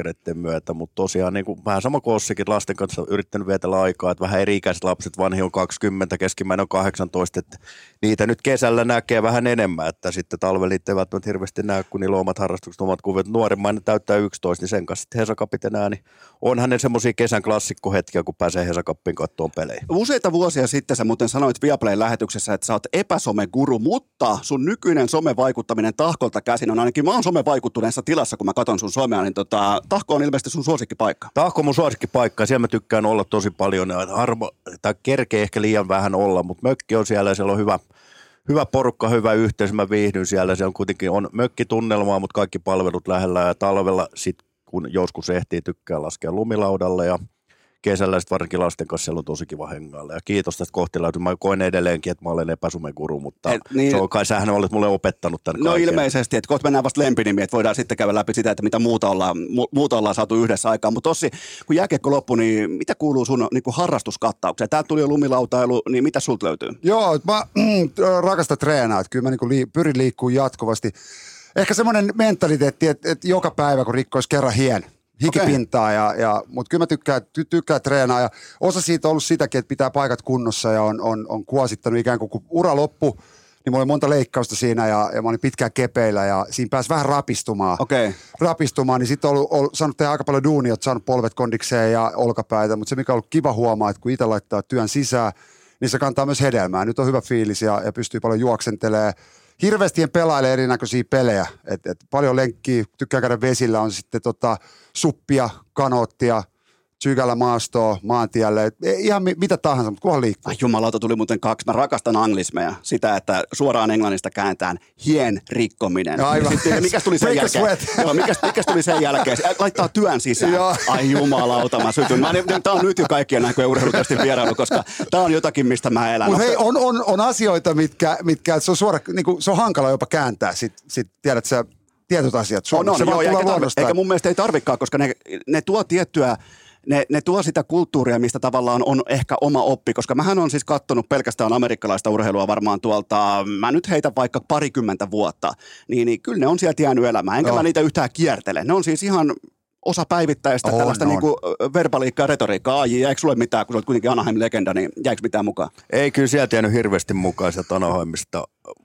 myötä, mutta tosiaan niin kuin, vähän sama kuin Ossikin lasten kanssa yrittänyt vietellä aikaa, että vähän eri-ikäiset lapset, vanhi on kaksikymmentä, keskimmäinen on kahdeksantoista, että niitä nyt kesällä näkee vähän enemmän, että sitten talvella niitä ei välttämättä hirveästi näe, kun niillä on omat harrastukset, omat kuviot. Nuorimmainen täyttää yksitoista, niin sen kanssa sitten Hesakapit enää, niin onhan ne semmoisia kesän klassikkohetkiä, kun pääsee Hesakappiin kattoon pelejä. Useita vuosia sitten sä muuten sanoit Viaplayn lähetyksessä, että sä oot epäsomeguru, mutta sun nykyinen somevaikuttaminen tahkolta käsin on ainakin, mä oon somevaikuttuneessa tilassa, kun mä katson sun somea, niin tota, tahko on ilmeisesti sun suosikkipaikka. Tahko on mun suosikkipaikka ja siellä mä tykkään olla tosi paljon. Harvo, tai kerkee ehkä liian vähän olla, mutta mökki on siellä ja siellä on hyvä, hyvä porukka, hyvä yhteys. Mä viihdyn siellä. Se on kuitenkin on mökkitunnelmaa, mutta kaikki palvelut lähellä ja talvella sit kun joskus ehtii tykkää laskea lumilaudalle ja kesällä sitten varsinkin lasten kanssa siellä on tosi kiva hengailla. Ja kiitos tästä kohtilautua. Mä koen edelleenkin, että mä olen epäsomeguru, mutta Et, niin, se on kai, sähän olet mulle opettanut tämän No kaiken. Ilmeisesti, että kohta mennään vasta lempinimiin, että voidaan sitten käydä läpi sitä, että mitä muuta ollaan, mu- muuta ollaan saatu yhdessä aikaan. Mutta Ossi, kun jääkiekko loppui, niin mitä kuuluu sun niin kuin harrastuskattaukseen? Täältä tuli jo lumilautailu, niin mitä sulta löytyy? Joo, mä mm, rakastan treenaa, että kyllä mä niin lii, pyrin liikkuu jatkuvasti. Ehkä semmoinen mentaliteetti, että, että joka päivä kun rikkoisi kerran hien. Hikipintaa, okay. ja, ja, mutta kyllä mä tykkään, ty, tykkään treenaa ja osa siitä on ollut sitäkin, että pitää paikat kunnossa ja on, on, on kuosittanut ikään kuin kun ura loppu, niin mulla oli monta leikkausta siinä ja, ja mä olin pitkään kepeillä ja siinä pääsi vähän rapistumaan. Okay. Rapistumaan, niin sitten on ollut, ollut, saanut tehdä aika paljon duunia, että saanut polvet kondikseen ja olkapäitä, mutta se mikä on ollut kiva huomaa, että kun itse laittaa työn sisään, niin se kantaa myös hedelmää. Nyt on hyvä fiilis ja, ja pystyy paljon juoksentelemaan. Hirveästi pelailee erinäköisiä pelejä, et, et paljon lenkkiä, tykkää käydä vesillä, on sitten tota suppia, kanoottia, sykällä maastoa, maantielle, et, ihan mi- mitä tahansa, mutta kunhan liikkuu. Ai jumalauta, tuli muuten kaksi. Mä rakastan anglismeja, sitä, että suoraan englannista kääntään hien rikkominen. Aivan. Sitten, mikäs tuli sen jälkeen? Joo, mikäs, mikäs tuli sen jälkeen? Laittaa työn sisään. Joo. Ai jumalauta, mä sytyn. Mä, tää on nyt jo kaikkien näköjään urheilukästin vierailu, koska tää on jotakin, mistä mä elän. Mutta hei, on, on, on asioita, mitkä, mitkä se on suora, niinku, se on hankala jopa kääntää, sit, sit tiedät sä tietyt asiat. On, on, se joo, vaan eikä, tulee tarvi, eikä mun mielestä ei tarvikaan, koska ne, ne tuo tiettyä Ne, ne tuo sitä kulttuuria, mistä tavallaan on ehkä oma oppi, koska mähän on siis kattonut pelkästään amerikkalaista urheilua varmaan tuolta, mä nyt heitän vaikka parikymmentä vuotta, niin, niin kyllä ne on sieltä jäänyt elämään, enkä no. mä niitä yhtään kiertele. Ne on siis ihan osa päivittäistä on, tällaista niinku verbaliikkaa ja retoriikkaa. Ai, jäikö sulle mitään, kun sä olet kuitenkin Anaheim-legenda, niin jäikö mitään mukaan? Ei, kyllä sieltä jäänyt hirveästi mukaan sieltä Anaheimista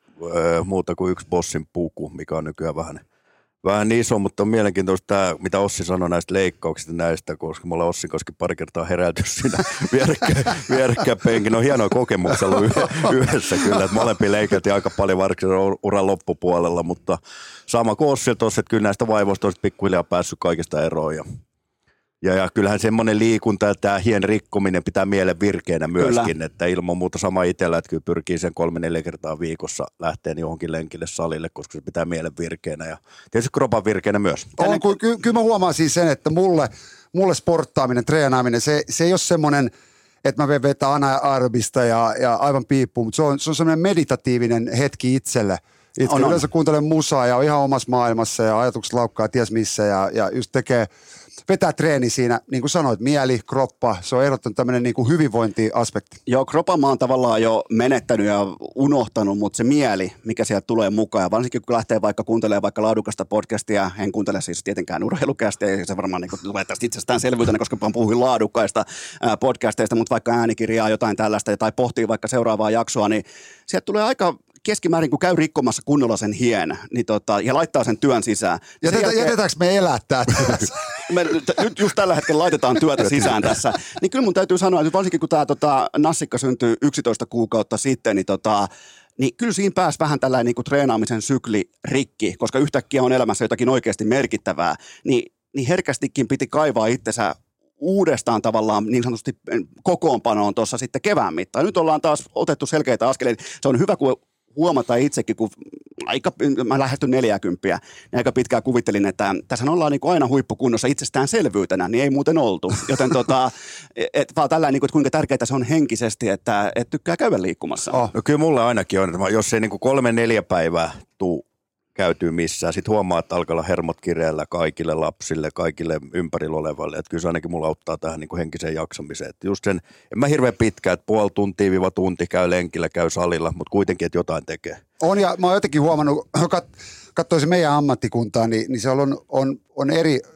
öö, muuta kuin yksi bossin puku, mikä on nykyään vähän Vähän iso, mutta on mielenkiintoista tämä, mitä Ossi sanoi näistä leikkauksista näistä, koska me ollaan Ossin koskin pari kertaa heräilty siinä vierekkäin vierekkä penkin. On hienoja kokemuksia ollut yhdessä kyllä, että molempia leikeltiin aika paljon varsinkin uran loppupuolella, mutta sama kuin Ossi tuossa, että kyllä näistä vaivoista olisi pikkuhiljaa päässyt kaikista eroon. Ja, ja, ja kyllähän semmoinen liikunta ja tämä hien rikkominen pitää mielen virkeänä myöskin, kyllä. Että ilman muuta sama itsellä, että kyllä pyrkii sen kolme neljä kertaa viikossa lähteen johonkin lenkille salille, koska se pitää mielen virkeänä ja tietysti kropan virkeänä myös. On, ky- ky- kyllä mä huomaan siis sen, että mulle, mulle sporttaaminen, treenaaminen, se, se ei ole semmoinen, että mä veen vetää anaerobista ja, ja aivan piippuun, mutta se on, se on semmoinen meditatiivinen hetki itselle. Itse on, yleensä on. Kuuntelen musaa ja on ihan omassa maailmassa ja ajatukset laukkaa ties missä ja, ja just tekee vetää treeni siinä, niin kuin sanoit, mieli, kroppa, se on ehdottanut tämmöinen niin kuin hyvinvointiaspekti. Joo, kropan mä oon tavallaan jo menettänyt ja unohtanut, mutta se mieli, mikä sieltä tulee mukaan, ja varsinkin kun lähtee vaikka kuuntelemaan vaikka laadukasta podcastia, en kuuntele siis tietenkään urheilukästiä, se varmaan niin kuin tulee tästä itsestäänselvyytenä, koska mä puhuin laadukkaista podcasteista, mutta vaikka äänikirjaa, jotain tällaista, tai pohtii vaikka seuraavaa jaksoa, niin sieltä tulee aika keskimäärin, kun käy rikkomassa kunnolla sen hien niin tota, ja laittaa sen työn sisään. Jätetä, jälkeen, jätetäänkö me elää tätä? me nyt just tällä hetkellä laitetaan työtä sisään tässä. Niin kyllä mun täytyy sanoa, että varsinkin kun tämä tota, nassikka syntyi yksitoista kuukautta sitten, niin tota, niin kyllä siinä pääsi vähän tällainen niin kuin treenaamisen sykli rikki, koska yhtäkkiä on elämässä jotakin oikeasti merkittävää, niin, niin herkästikin piti kaivaa itsensä uudestaan tavallaan niin sanotusti kokoonpanoon tuossa sitten kevään mittaan. Nyt ollaan taas otettu selkeitä askeleita. Se on hyvä, kun huomata itsekin, kun aika, mä lähestyn neljäkymppiä, niin aika pitkään kuvittelin, että tässä ollaan niin kuin aina huippukunnossa itsestäänselvyytenä, niin ei muuten oltu. Joten tota, et, vaan tällainen, niin kuin, että kuinka tärkeää se on henkisesti, että et tykkää käydä liikkumassa. Oh. No kyllä mulla ainakin on, että jos ei niin kuin kolme neljä päivää tuu käytyy missään, sitten huomaa, että alkaa olla hermot kireellä kaikille lapsille, kaikille ympärillä olevalle, että kyllä se ainakin mulla auttaa tähän niin kuin henkiseen jaksamiseen. Että just sen, en mä hirveän pitkään, että puoli tuntia viiva tunti käy lenkillä, käy salilla, mutta kuitenkin, että jotain tekee. On ja mä oon jotenkin huomannut, kat, katsoisin meidän ammattikuntaa, niin, niin siellä on, on, on eri,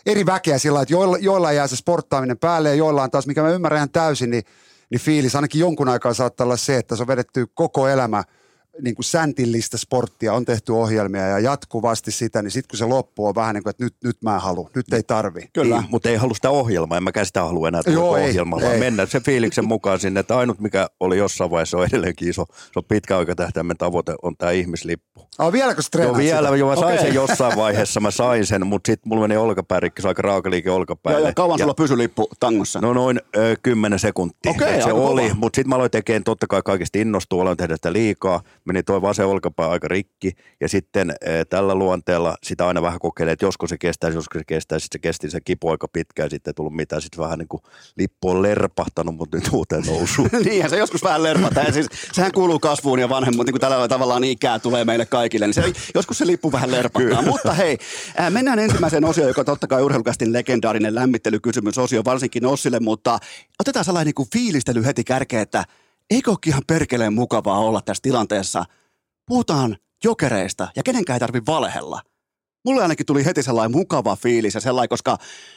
eri väkeä sillä, että joilla, joilla jää se sporttaaminen päälle ja joilla on taas, mikä mä ymmärrän ihan täysin, niin, niin fiilis ainakin jonkun aikaa saattaa olla se, että se on vedetty koko elämä niin kuin säntillistä sporttia, on tehty ohjelmia ja jatkuvasti sitä, niin sitten kun se loppuu on vähän niin kuin, että nyt, nyt mä haluan, nyt ei tarvi. Kyllä, niin, mutta ei halua sitä ohjelmaa, en mäkään sitä halua enää tulla ohjelmaa, vaan ei. Mennä sen fiiliksen mukaan sinne, että ainut mikä oli jossain vaiheessa on edelleenkin iso, se on pitkä aikatähtäimen tavoite, on tämä ihmislippu. Ah, vieläkö sä treenaat vielä, sitä? jo mä sain Okei. sen jossain vaiheessa, mä sain sen, mutta sitten mulla meni olkapäärikkö, se aika raakaliike olkapäälle. Joo, ja kauan sulla pysyi lippu tangossa? No noin ö, kymmenen sekuntia. Okei, Et se aika oli, kova. mutta sitten mä aloin tekemään totta kai kaikista innostua, aloin tehdä sitä liikaa, meni toi vasen olkapää aika rikki ja sitten ö, tällä luonteella sitä aina vähän kokeilee, että joskus se kestäisi, joskus se kestäisi, sitten se kesti se kipu aika pitkään, sitten ei tullut mitään, sitten vähän niin kuin lippu on lerpahtanut, mutta nyt uuteen nousuun. Niinhän se joskus vähän lerpataan. Ja siis, sehän kuuluu kasvuun ja vanhemmuuteen, niin kuin tällä tavallaan ikää tulee meille kaikille. Niin se, joskus se lippu vähän lerpahtaa. Mutta hei, ää, mennään ensimmäiseen osioon, joka totta kai Urheilukästin legendaarinen lämmittelykysymysosio, varsinkin Ossille, mutta otetaan sellainen niin kuin fiilistely heti kärkeen, että eikö olekin ihan perkeleen mukavaa olla tässä tilanteessa. Puhutaan Jokereista ja kenenkään ei tarvitse valehella. Mulle ainakin tuli heti sellainen mukava fiilis ja sellainen, koska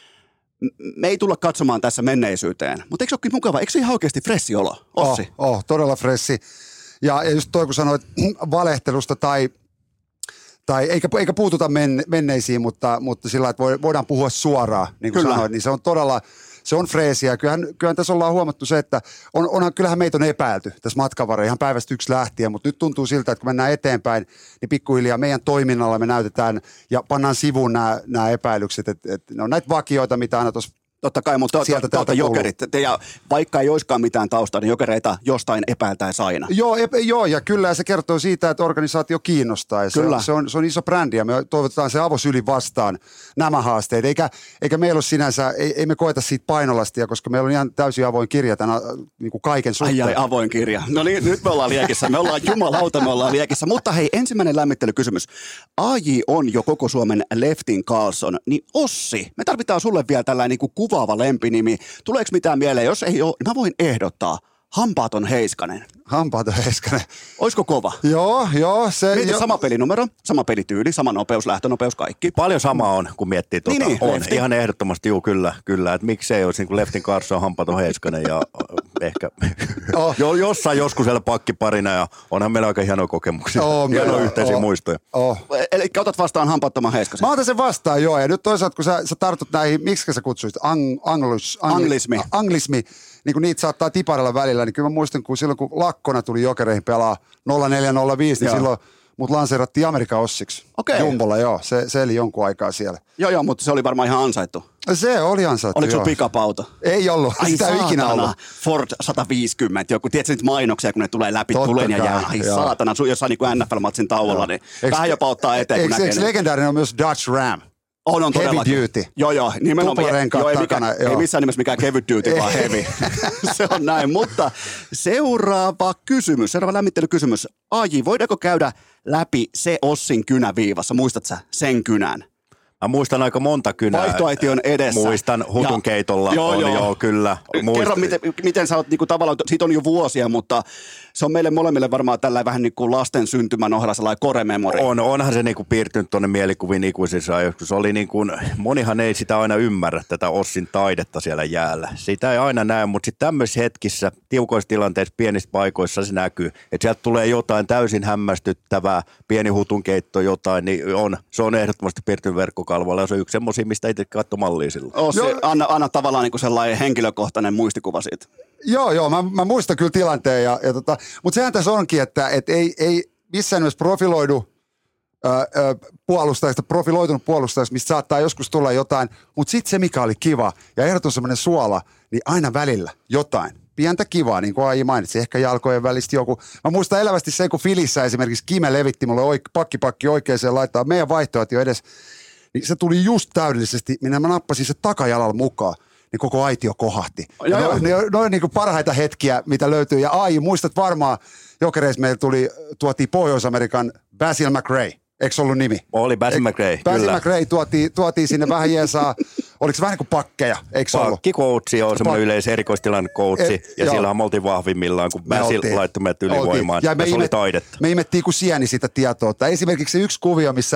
me ei tulla katsomaan tässä menneisyyteen. Mutta eikö se olekin mukava? Eikö se ihan oikeasti fressi olo, Ossi? Oh, oh, todella fressi. Ja, ja just toi, kun sanoit valehtelusta tai, tai eikä, eikä puututa men, menneisiin, mutta, mutta sillä että voidaan puhua suoraan, niin kuin Kyllä. sanoit, niin se on todella, se on freesiä. Kyllähän, kyllähän tässä ollaan huomattu se, että on, onhan, kyllähän meitä on epäilty tässä matkan varrella ihan päivästä yksi lähtien, mutta nyt tuntuu siltä, että kun mennään eteenpäin, niin pikkuhiljaa meidän toiminnalla me näytetään ja pannaan sivuun nämä, nämä epäilykset, että, että ne on näitä vakioita, mitä aina tuossa Totta kai, mutta Sieltä tuota, täältä jokerit, te, ja vaikka ei olisikaan mitään taustaa, niin jokereita jostain epäiltäisi aina. Joo, ep, joo, ja kyllä se kertoo siitä, että organisaatio kiinnostaa. Ja se, Kyllä. on, se, on, se on iso brändi ja me toivotetaan se avosyli vastaan nämä haasteet. Eikä, eikä meillä ole sinänsä, ei, ei me koeta siitä painolastia, koska meillä on ihan täysin avoin kirja tämän niin kuin kaiken suhteen. Ai ai, avoin kirja. No niin, nyt me ollaan liekissä. Me ollaan jumalauta, me ollaan liekissä. Mutta hei, ensimmäinen lämmittelykysymys. A J on jo koko Suomen Leftin Carlson. Niin Ossi, me tarvitaan sulle vielä tällainen niin kuin kuvaava lempinimi. Tuleeko mitään mieleen? Jos ei ole, niin mä voin ehdottaa. Hampaaton Heiskanen. Hampaaton Heiskanen. Oisko kova? Joo, joo. Se, Mieti jo, sama pelinumero, sama pelityyli, sama nopeus, lähtönopeus, kaikki. Paljon sama on, kun miettii tuota. Niin, niin, on. lefti. Ihan ehdottomasti, juu, kyllä, kyllä. Että miksei olisi niin kuin Leftin Carlson, Hampaton Heiskanen ja ehkä Oh. jo, jossain joskus siellä pakkiparina ja onhan meillä aika hienoja kokemuksia. Oh, hienoja meillä- yhteisiä oh. muistoja. oh. Eli otat vastaan hampaattoman Heiskasen. Mä otan sen vastaan, joo. Ja nyt toisaalta, kun sä, sä tartut näihin, miksi sä kutsuisit, Ang, anglus, angli, Anglismi. Anglismi, niin kun niitä saattaa tiparella välillä, niin kyllä mä muistan, kun silloin kun Lakkona tuli Jokereihin pelaa nolla neljä nolla viisi, niin Joo. silloin mut lanseerattiin Amerikan Ossiksi. Okei. Jumbolla, joo. Se, se eli jonkun aikaa siellä. Joo, joo, mutta se oli varmaan ihan ansaittu. Se oli ansaittu, Oliko joo. sulla pikapauto? Ei ollut, Ai sitä ei ikinä saatana, ollut. Ford sata viisikymmentä, joku, tiedätkö niitä mainoksia, kun ne tulee läpi Totta tulen ja kai, jään. Ai joo. saatana, sun jossain niin kuin N F L-matsin tauolla, niin vähän jopa ottaa eteen, kun Eikö, näkee eikö ne. legendaarinen on myös Dodge Ram? On, on Heavy todellakin. duty. Joo, joo, nimenomaan. Tuplarenkaat Joo, ei, mikä, takana, joo. ei missään nimessä mikään kevyt duty, vaan Ei. heavy. Se on näin, mutta seuraava kysymys, seuraava lämmittelykysymys. A J, voidaanko käydä läpi se Ossin kynäviivassa? Muistat sä sen kynän? Mä muistan aika monta kynää. Vaihtoaition edessä. Muistan hutun Ja- keitolla. Joo, on, joo. joo, kyllä. Muist- Kerro, miten, miten sä oot niinku tavallaan, siitä on jo vuosia, mutta se on meille molemmille varmaan tällä vähän niin kuin lasten syntymän ohella sellainen core-memori. On, onhan se niinku piirtynyt tuonne mielikuviin ikuisissa ajoissa. Se oli niin kuin, monihan ei sitä aina ymmärrä, tätä Ossin taidetta siellä jäällä. Sitä ei aina näe, mutta sitten tämmöisissä hetkissä, tiukoissa tilanteissa, pienissä paikoissa se näkyy. Että sieltä tulee jotain täysin hämmästyttävää, pieni hutunkeitto jotain, niin on, se on ehdottomasti piirtynyt verkkokalvoilla. Ja se on yksi semmoisia, mistä itse katsoi mallia silloin. Ossi, Joo. anna, anna tavallaan niin kuin sellainen henkilökohtainen muistikuva siitä. Joo, joo, mä, mä muistan kyllä tilanteen, ja, ja tota, mutta sehän tässä onkin, että et ei, ei missään nimessä profiloidu ö, ö, puolustajista, profiloitunut puolustajista, mistä saattaa joskus tulla jotain, mutta sitten se, mikä oli kiva, ja ehdoton semmoinen suola, niin aina välillä jotain. Pientä kivaa, niin kuin A J mainitsi, ehkä jalkojen välistä joku. Mä muistan elävästi sen, kun Filissä esimerkiksi Kime levitti mulle oik, pakki pakki oikeaan laittaa meidän vaihtoehto jo edes, niin se tuli just täydellisesti, minä mä nappasin se takajalalla mukaan. Niin koko aitio kohahti. Joo, joo. No, ne, ne on niin kuin parhaita hetkiä, mitä löytyy. Ja ai, muistat varmaan, Jokereissa meillä tuli, tuotiin Pohjois-Amerikan Basil McRae. Eikö se ollut nimi? Oli Basil McRae, Basil kyllä. McRae tuotiin, tuotiin sinne vähän jeesaa. Oliko se vähän niin kuin pakkeja? Eikö se ollut? Pakkikoutsi on semmoinen Pak- yleis erikoistilanne koutsi, Et, ja joo. sillähän me oltiin vahvimmillaan, kun Me Basil oltiin. laittoi meidät ylivoimaan. Oltiin. Ja, me se oli imet- taidetta. Me imettiin kuin sieni sitä tietoa. Tai esimerkiksi se yksi kuvio, missä,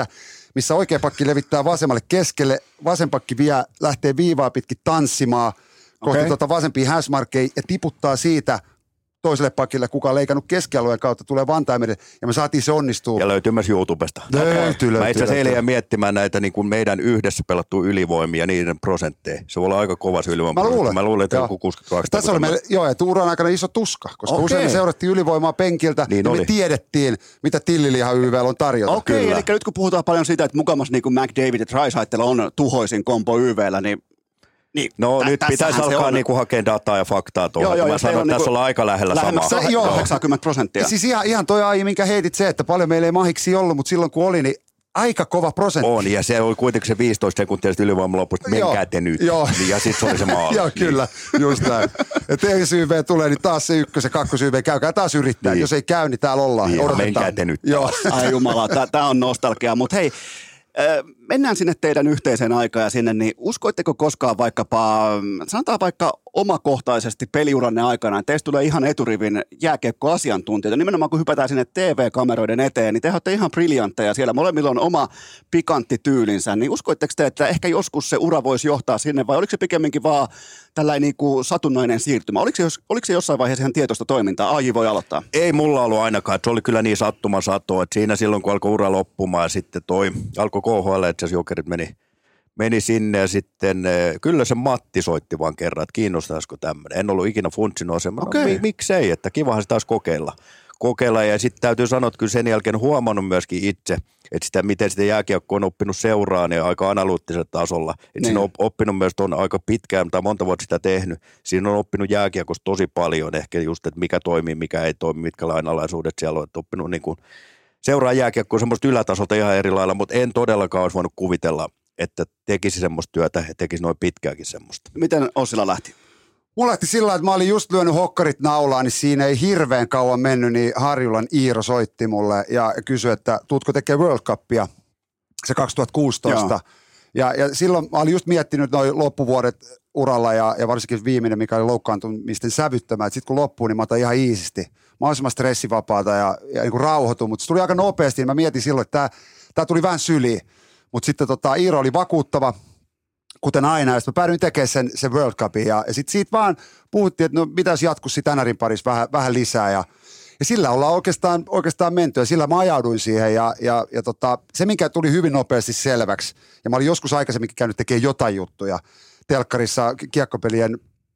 missä oikea pakki levittää vasemmalle keskelle, vasen pakki vie, lähtee viivaa pitkin tanssimaan kohti Okei. tuota vasempia hashmarkkeja ja tiputtaa siitä toiselle pakille, kuka on leikannut keskialueen kautta, tulee vantaimen ja me saatiin se onnistua. Ja löytyy myös YouTubesta. Löytyy, löytyy. Mä itse asiassa eilen löytyy. jäin miettimään näitä niin kuin meidän yhdessä pelattua ylivoimia, niiden prosentteja. Se voi olla aika kova se ylivoima. Mä luulen. Mä luulen, että Joo. joku kuusikymmentäkaksi. Tässä oli meillä, joo, että uran aikana iso tuska, koska Okei. usein me seurattiin ylivoimaa penkiltä Niin ja me oli. tiedettiin, mitä Tillilihan Y V:llä on tarjota. Okei, Kyllä. eli nyt kun puhutaan paljon siitä, että mukamas niin kuin McDavid ja Draisaitl on tuhoisin kompo Y V:llä, niin, niin No tä- nyt tässähän pitäisi se alkaa on. niinku hakea dataa ja faktaa Joo, tuohon. joo, Mä ja teillä sanon, on että tässä niinku ollaan aika lähellä lähemmäksi samaa. Se- joo. kahdeksankymmentä prosenttia. Siis ihan, ihan toi ai, minkä heitit se, että paljon meillä ei mahiksi ollut, mutta silloin kun oli, niin aika kova prosentti. On, ja se oli kuitenkin se viisitoista sekuntia sitten ylivoiman lopusta, Joo, menkää te nyt. joo. Ja sitten se oli se maali. Joo, kyllä, just näin. Että ensi Y V tulee, niin taas se ykkös- ja kakkos Y V, käykää taas yrittää. Niin. Jos ei käy, niin täällä ollaan. Niin, Odotetaan. menkää te nyt Joo. Ai jumala, tämä on nostalgiaa. Mutta hei, äh, mennään sinne teidän yhteiseen aikaan ja sinne, niin uskoitteko koskaan vaikkapa, sanotaan vaikka omakohtaisesti peliuranne aikana, että teistä tulee ihan eturivin jääkiekkoasiantuntijoita, nimenomaan kun hypätään sinne T V-kameroiden eteen, niin te olette ihan briljantteja siellä, molemmilla on oma pikantti tyylinsä, niin uskoitteko te, että ehkä joskus se ura voisi johtaa sinne, vai oliko se pikemminkin vaan tällainen niin kuin satunnainen siirtymä? Oliko se, jos, oliko se jossain vaiheessa ihan tietoista toimintaa? A J voi aloittaa. Ei mulla ollut ainakaan, että se oli kyllä niin sattuma satoa, että siinä silloin kun alkoi ura loppumaan ja sitten toi alkoi K H L, että se Jokerit meni, meni sinne ja sitten eh, kyllä se Matti soitti vaan kerran, että kiinnostaisiko tämmöinen. En ollut ikinä funtsinut asemaa, Okei. mi- miksei, että kivahan se taas kokeilla. kokeilla ja sitten täytyy sanoa, että kyllä sen jälkeen huomannut myöskin itse, että sitä, miten sitä jääkiekkoa on oppinut seuraan ja aika analyyttisellä tasolla. Että Niin. siinä on oppinut myös tuon aika pitkään tai monta vuotta sitä tehnyt. Siinä on oppinut jääkiekosta tosi paljon, ehkä just, että mikä toimii, mikä ei toimi, mitkä lainalaisuudet siellä on. Että oppinut niin kuin, seuraa jääkiekkoa semmoista ylätasolta ihan eri lailla, mutta en todellakaan olisi voinut kuvitella, että tekisi semmoista työtä ja tekisi noin pitkääkin semmoista. Miten Ossila lähti? Mulla lähti sillä, että mä olin just lyönyt hokkarit naulaan, niin siinä ei hirveän kauan mennyt, niin Harjulan Iiro soitti mulle ja kysyi, että tuutko tekemään World Cupia se kaksituhattakuusitoista. Ja, ja silloin mä olin just miettinyt noin loppuvuodet uralla ja, ja varsinkin viimeinen, mikä oli loukkaantumisten sävyttämä. Sitten kun loppuu, niin mä otan ihan iisisti. Mahdollisimman stressivapaata ja, ja niin kuin rauhoitun, mutta se tuli aika nopeasti, niin mä mietin silloin, että tämä, tämä tuli vähän syliin. Mutta sitten tota, Iiro oli vakuuttava, kuten aina, ja sitten mä päädyin tekemään sen, sen World Cupin, ja, ja sitten siitä vaan puhuttiin, että no pitäisi jatkua sitten Tänärin parissa vähän, vähän lisää, ja, ja sillä ollaan oikeastaan, oikeastaan menty, ja sillä mä ajauduin siihen, ja, ja, ja tota, se, mikä tuli hyvin nopeasti selväksi, ja mä olin joskus aikaisemminkin käynyt tekemään jotain juttuja telkkarissa kiekkopelien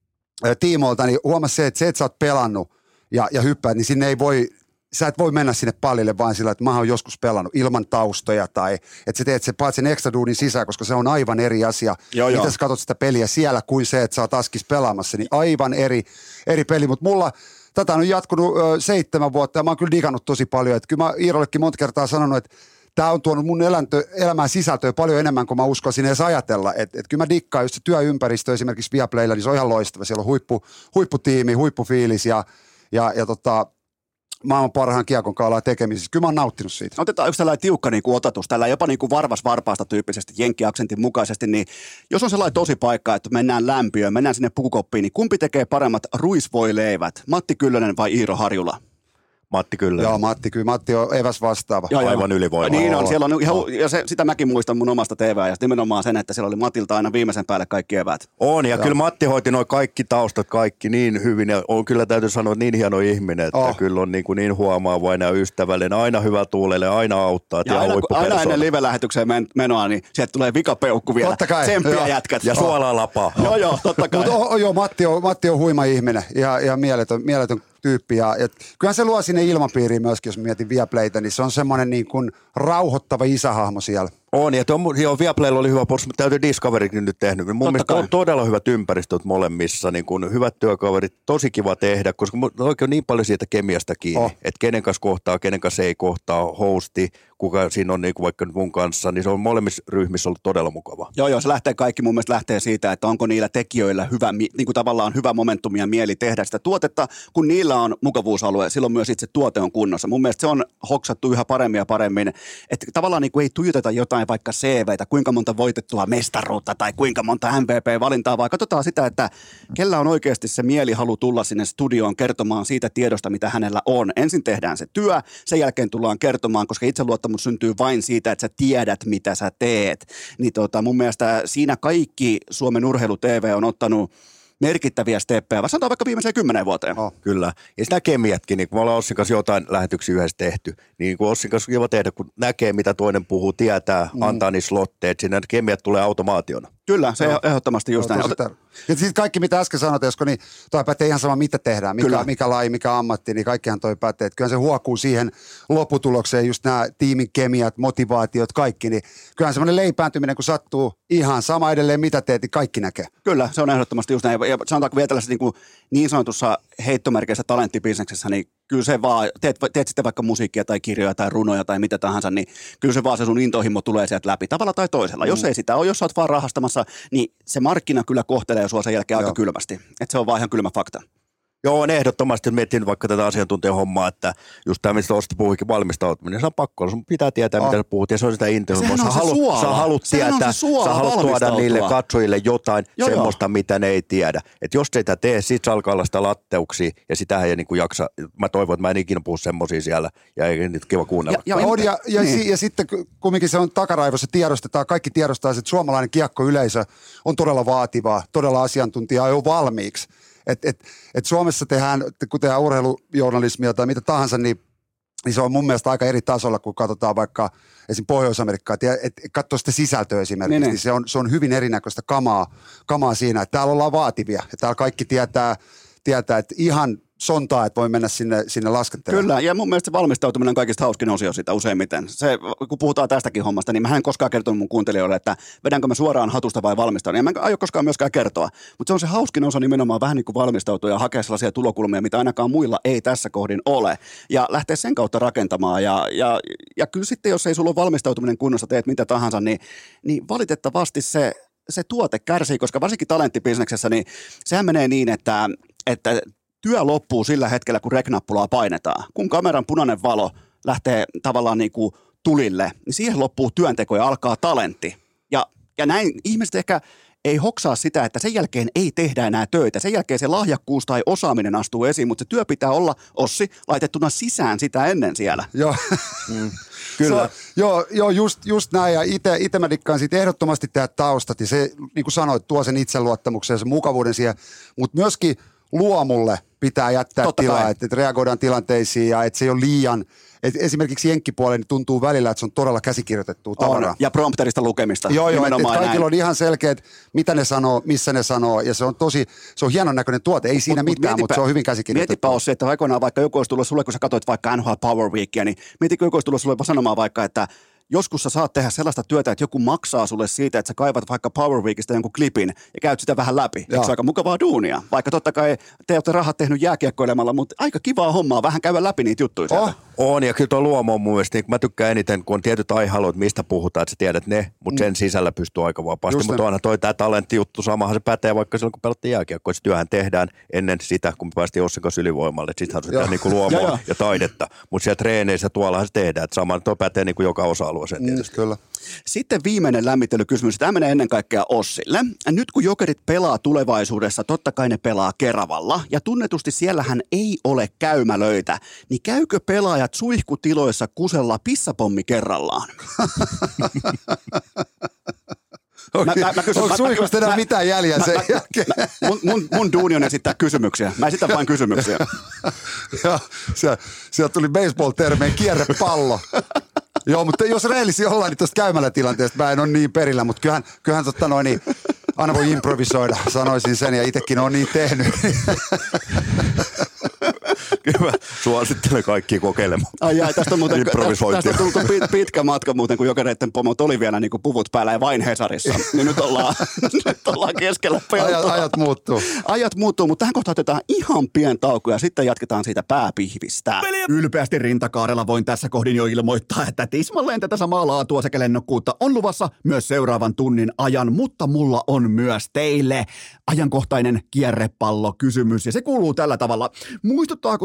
ä, tiimoilta, niin huomasi se, että se, että sä oot pelannut ja, ja hyppäät, niin sinne ei voi, sä et voi mennä sinne pallille vaan sillä, että mä oon joskus pelannut ilman taustoja tai että sä teet sen, paat sen ekstra duunin sisään, koska se on aivan eri asia. Joo, joo. Miten sä katsot sitä peliä siellä kuin se, että sä oot askis pelaamassa, niin aivan eri, eri peli. Mutta mulla tätä on nyt jatkunut ö, seitsemän vuotta ja mä oon kyllä digannut tosi paljon. Että kyllä mä Iirollekin monta kertaa sanonut, että tämä on tuonut mun eläntö, elämään sisältöä paljon enemmän kuin mä uskoisin edes ajatella. Että et kyllä mä dikkaan just se työympäristö esimerkiksi Viaplaylla, niin se on ihan loistava. Siellä on huippu, huipputiimi, huippufiilis ja, ja, ja tota, maailman parhaan kiekon kaulaa tekemisissä. Kyllä mä oon nauttinut siitä. Otetaan yksi tällainen tiukka niin kuin otatus, tällä jopa niin kuin varvas varpaasta tyyppisesti, jenkkiaksentin mukaisesti, niin jos on sellainen tosi paikka, että mennään lämpiöön, mennään sinne pukukoppiin, niin kumpi tekee paremmat ruisvoileivät, Matti Kyllönen vai Iiro Harjula? Matti kyllä. Joo, Matti, kyllä Matti on eväs vastaava. Joo, joo. Aivan ylivoimainen. Niin on, Oo. siellä on ihan, ja se, sitä mäkin muistan mun omasta T V-ajasta, nimenomaan sen, että siellä oli Matilta aina viimeisen päälle kaikki eväät. On, ja Joo. kyllä Matti hoiti noin kaikki taustat, kaikki niin hyvin, ja on kyllä täytyy sanoa, että niin hieno ihminen, että Oh. kyllä on niin, kuin niin huomaavainen ja ystävällinen, aina hyvä tuulelle, aina auttaa, Ja ja aina, aina huippupersona. ennen live-lähetykseen men- menoa, niin sieltä tulee vikapeukku vielä. Totta kai, Tsemppiä joo. jätkät. Ja suolaa lapaa. Joo, joo, totta kai. Mutta oh, joo, Matti on, Matti on huima ihminen, ihan, ihan mieletön, mieletön tyyppi. Ja, ja kyllähän se luo sinne ilmapiiriin myöskin, jos mietin Viaplayta, niin se on semmoinen niin kuin rauhoittava isähahmo siellä. On, ja tuon, joo, Viaplaylla oli hyvä posti, mutta täytyy Discoverykin nyt tehnyt. Mun Totta mielestä kai. on todella hyvät ympäristöt molemmissa, niin kun hyvät työkaverit, tosi kiva tehdä, koska mu- oikein on niin paljon siitä kemiasta kiinni, Oh. että kenen kanssa kohtaa, kenen kanssa ei kohtaa, hosti, kuka siinä on niin kuin vaikka nyt mun kanssa, niin se on molemmissa ryhmissä ollut todella mukava. Joo, joo, se lähtee kaikki mun mielestä lähtee siitä, että onko niillä tekijöillä hyvä, mi- niin kuin tavallaan hyvä momentum ja mieli tehdä sitä tuotetta, kun niillä on mukavuusalue, silloin myös itse tuote on kunnossa. Mun mielestä se on hoksattu yhä paremmin ja paremmin, että tavallaan niin kuin ei tuijoteta jotain jotain vaikka C V:tä, kuinka monta voitettua mestaruutta tai kuinka monta M V P-valintaa, vaan katsotaan sitä, että kellä on oikeasti se mielihalu tulla sinne studioon kertomaan siitä tiedosta, mitä hänellä on. Ensin tehdään se työ, sen jälkeen tullaan kertomaan, koska itseluottamus syntyy vain siitä, että sä tiedät, mitä sä teet. Niin tota, mun mielestä siinä kaikki Suomen urheilu-T V on ottanut merkittäviä steppejä, vaan sanotaan vaikka viimeiseen kymmeneen vuoteen. Oh, kyllä. Ja sitä kemiatkin, niin kun me ollaan Ossin kanssa jotain lähetyksiä yhdessä tehty, niin kun Ossin kanssa on kiva tehdä, kun näkee, mitä toinen puhuu, tietää, mm. antaa niissä slotteet, siinä kemiat tulee automaationa. Kyllä, se no. ehdottomasti just no, näin. Ot- ja sitten kaikki, mitä äsken sanoit, Esko, niin toi pätee ihan sama, mitä tehdään, mikä, mikä laji, mikä ammatti, niin kaikkihan toi pätee. Että kyllä se huokuu siihen lopputulokseen, just nämä tiimin kemiat, motivaatiot, kaikki, niin kyllähän semmoinen leipääntyminen, kun sattuu ihan sama edelleen, mitä teet, niin kaikki näkee. Kyllä, se on ehdottomasti just näin. Ja sanotaanko vielä tällaisessa niin, kuin niin sanotussa heittomerkeissä talenttibisneksessä, niin kyllä se vaan, teet, teet sitten vaikka musiikkia tai kirjoja tai runoja tai mitä tahansa, niin kyllä se vaan se sun intohimo tulee sieltä läpi tavalla tai toisella. Mm. Jos ei sitä ole, jos sä oot vaan rahastamassa, niin se markkina kyllä kohtelee sua sen jälkeen Joo. aika kylmästi. Että se on vaan ihan kylmä fakta. Joo, on ehdottomasti, että miettii vaikka tätä asiantuntijahommaa, että just tämä, mistä Osti puhuikin valmistautuminen, se on pakko, sun pitää tietää, oh. mitä sä puhut, ja se on sitä intohimoa. Sä, halu, sä haluat tietää, sä haluat tuoda niille katsojille jotain joo, semmoista, joo. mitä ne ei tiedä. Että jos sitä tee, sit alkaa olla sitä latteuksia, ja sitähän ei niinku jaksa, mä toivon, että mä en ikinä puhu semmosia siellä, ja ei niitä kiva kuunnella. Ja, ja, on, ja, ja, niin. si, ja sitten kumminkin se on takaraivossa tiedostetaan, kaikki tiedostaa, että suomalainen kiekkoyleisö on todella vaativaa, todella asiantuntijaa jo valmiiksi. Et, et, et Suomessa tehdään, kun tehdään urheilujournalismia tai mitä tahansa, niin, niin se on mun mielestä aika eri tasolla, kun katsotaan vaikka esim. Pohjois-Amerikkaa. Et, et katsoo sitä sisältöä esimerkiksi, niin, niin se, on, se on hyvin erinäköistä kamaa, kamaa siinä, että täällä ollaan vaativia. Ja täällä kaikki tietää, tietää että ihan sontaa, että voi mennä sinne, sinne laskettelemaan. Kyllä, ja mun mielestä se valmistautuminen on kaikista hauskin osio sitä useimmiten. Se, kun puhutaan tästäkin hommasta, niin mä en koskaan kertonut mun kuuntelijoille, että vedänkö mä suoraan hatusta vai valmistaudun. Ja mä en aio koskaan myöskään kertoa. Mutta se on se hauskin osa nimenomaan vähän niin kuin valmistautua ja hakea sellaisia tulokulmia, mitä ainakaan muilla ei tässä kohdin ole. Ja lähteä sen kautta rakentamaan. Ja, ja, ja kyllä sitten, jos ei sulla ole valmistautuminen kunnossa, teet mitä tahansa, niin, niin valitettavasti se, se tuote kärsii, koska varsinkin talenttibisneksessä, niin sehän menee niin, että, että työ loppuu sillä hetkellä, kun rek-nappulaa painetaan. Kun kameran punainen valo lähtee tavallaan niin kuin tulille, niin siihen loppuu työnteko ja alkaa talentti. Ja, ja näin ihmiset ehkä ei hoksaa sitä, että sen jälkeen ei tehdä enää töitä. Sen jälkeen se lahjakkuus tai osaaminen astuu esiin, mutta se työ pitää olla, Ossi, laitettuna sisään sitä ennen siellä. Joo. Mm. Kyllä. So, joo, joo just, just näin. Ja itse mä dikkaan siitä ehdottomasti tehdä taustat. Ja se, niin kuin sanoit, tuo sen itseluottamuksen ja sen mukavuuden siihen, mutta myöskin luomulle pitää jättää Totta tilaa, että, että reagoidaan tilanteisiin ja että se ei ole liian, että esimerkiksi jenkkipuolelle niin tuntuu välillä, että se on todella käsikirjoitettua tavaraa. Ja prompterista lukemista. Joo, joo, että et kaikilla näin. On ihan selkeät, mitä ne sanoo, missä ne sanoo ja se on tosi, se on hienon näköinen tuote, ei siinä mut, mitään, mutta se on hyvin käsikirjoitettu. Mietipä Ossi, että aikoinaan vaikka joku olisi tullut sulle, kun sä katsoit vaikka N H L Power Weekia, niin mietitkö joku olisi tullut sulle sanomaan vaikka, että joskus sä saat tehdä sellaista työtä, että joku maksaa sulle siitä, että sä kaivat vaikka Power Weekistä jonkun klipin ja käyt sitä vähän läpi. Eikö se aika mukavaa duunia? Vaikka totta kai te olette rahat tehnyt jääkiekkoilemalla, mutta aika kivaa hommaa vähän käydä läpi niitä juttuja sieltä. Oh, on, ja kyllä tuo luomu on mun mielestä, niin mä tykkään eniten, kun on tietyt aihealueet, mistä puhutaan, että sä tiedät ne, mutta sen sisällä pystyy aika vapaasti. Mutta onhan toi tää talenttijuttu, samahan se pätee vaikka silloin, kun pelattiin jääkiekkoa. Se työhän tehdään ennen sitä, kun me päästiin Ossin kanssa ylivoimalle. Sittenhän se tehdään niin kuin luomua ja, ja taidetta. Mutta siellä treeneissä tuollahan se tehdään. Että saman toi pätee niin kuin joka osa-alueeseen tietysti. Kyllä. Sitten viimeinen lämmittelykysymys. Tämä menee ennen kaikkea Ossille. Nyt kun Jokerit pelaa tulevaisuudessa, totta kai ne pelaa Keravalla. Ja tunnetusti siellähän ei ole käymälöitä. Niin käykö pelaajat suihkutiloissa kusella pissapommi kerrallaan? Mä, mä, mä kysyn, onko suihkusta enää mitään jäljellä sen jälkeen? Mun, mun, mun duuni on esittää kysymyksiä. Mä esitän vain kysymyksiä. Ja, sieltä, sieltä tuli baseball-termeen kierrepallo. Joo, mutta jos rehellisiä ollaan, niin tuosta käymälätilanteesta mä en ole niin perillä, mutta kyllähän, kyllähän totta noin, niin aina voi improvisoida, sanoisin sen, ja itsekin on niin tehnyt. Kyllä, suosittelen kaikkia kokeilemaan. Ai jää, tästä on muuten, tästä on tullut pit, pitkä matka muuten, kun Jokereiden pomot oli vielä niin kuin puvut päällä ja vain Hesarissa. Niin nyt ollaan, nyt ollaan keskellä peltoa. Ajat, ajat muuttuu. Ajat muuttuu, mutta tähän kohtaan otetaan ihan pien tauko ja sitten jatketaan siitä pääpihvistä. Ylpeästi rintakaarella voin tässä kohdin jo ilmoittaa, että tismalleen tätä samaa laatua sekä lennokkuutta on luvassa myös seuraavan tunnin ajan, mutta mulla on myös teille ajankohtainen kierrepallokysymys ja se kuuluu tällä tavalla. Muistuttaako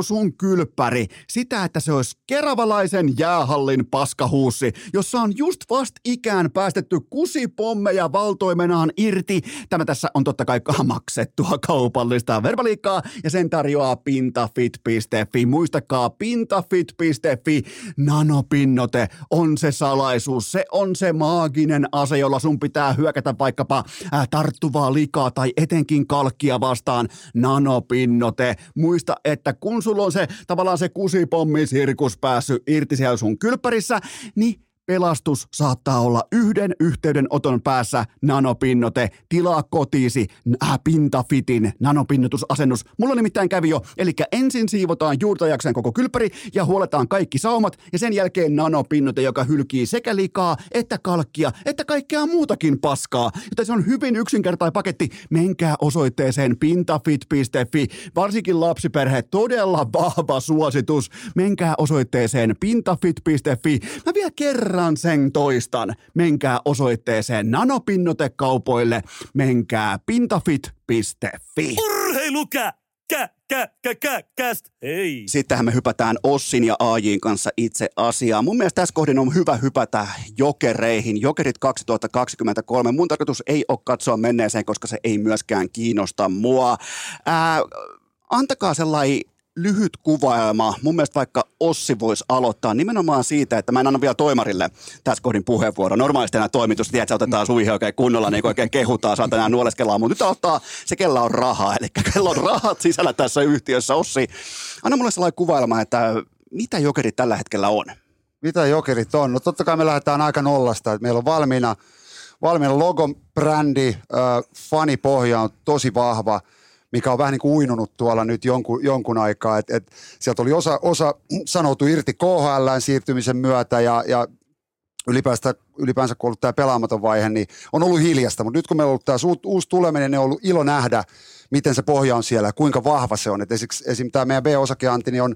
sun kylppäri sitä, että se olisi keravalaisen jäähallin paskahuussi, jossa on just vast ikään päästetty kusipommeja valtoimenaan irti. Tämä tässä on totta kai maksettua kaupallista verbaliikkaa ja sen tarjoaa pintafit piste fi. Muistakaa pintafit piste fi. Nanopinnote on se salaisuus, se on se maaginen ase, jolla sun pitää hyökätä vaikkapa äh, tarttuvaa likaa tai etenkin kalkkia vastaan. Nanopinnote. Muista, että kun sulla on se tavallaan se kusipommisirkus päässyt irti siellä sun kylppärissä, niin pelastus saattaa olla yhden yhteydenoton päässä. Nanopinnote, tilaa kotiisi äh, Pintafitin nanopinnotusasennus. Mulla nimittäin kävi jo, eli ensin siivotaan juurtajaksen koko kylppäri ja huoletaan kaikki saumat ja sen jälkeen nanopinnote, joka hylkii sekä likaa että kalkkia että kaikkea muutakin paskaa. Joten se on hyvin yksinkertainen paketti. Menkää osoitteeseen pintafit piste fi. Varsinkin lapsiperhe, todella vahva suositus. Menkää osoitteeseen pintafit piste fi. Mä vielä kerran sen toistan. Menkää osoitteeseen nanopinnotekaupoille. Menkää pintafit piste fi. Urheilukä! Kä, kä, kä, kä, käst. Hei. Sittenhän me hypätään Ossin ja A J:n kanssa itse asiaan. Mun mielestä tässä kohdin on hyvä hypätä Jokereihin. Jokerit kaksituhattakaksikymmentäkolme. Mun tarkoitus ei ole katsoa menneeseen, koska se ei myöskään kiinnosta mua. Ää, antakaa sellainen lyhyt kuvailma. Mun mielestä vaikka Ossi voisi aloittaa nimenomaan siitä, että mä en anna vielä toimarille tässä kohdin puheenvuoro. Normaalisti enää toimitus, tiedät, otetaan suihin oikein kunnolla, niin oikein kehutaan, saatan enää nuoleskellaan, mutta nyt ottaa se, kella on rahaa. Eli kello on rahat sisällä tässä yhtiössä. Ossi, anna mulle sellainen kuvailma, että mitä Jokerit tällä hetkellä on? Mitä Jokerit on? No totta kai me lähdetään aika nollasta, että meillä on valmiina, valmiina logo, brändi, äh, fanipohja on tosi vahva, mikä on vähän niin kuin uinunut tuolla nyt jonkun, jonkun aikaa. Et, et sieltä oli osa, osa sanoutui irti K H L:n siirtymisen myötä ja, ja ylipäänsä, ylipäänsä kun on ollut tämä pelaamaton vaihe, niin on ollut hiljasta. Mutta nyt kun meillä on ollut tämä uusi tuleminen, niin on ollut ilo nähdä, miten se pohja on siellä ja kuinka vahva se on. Et esimerkiksi, esimerkiksi tämä meidän B-osakeanti niin on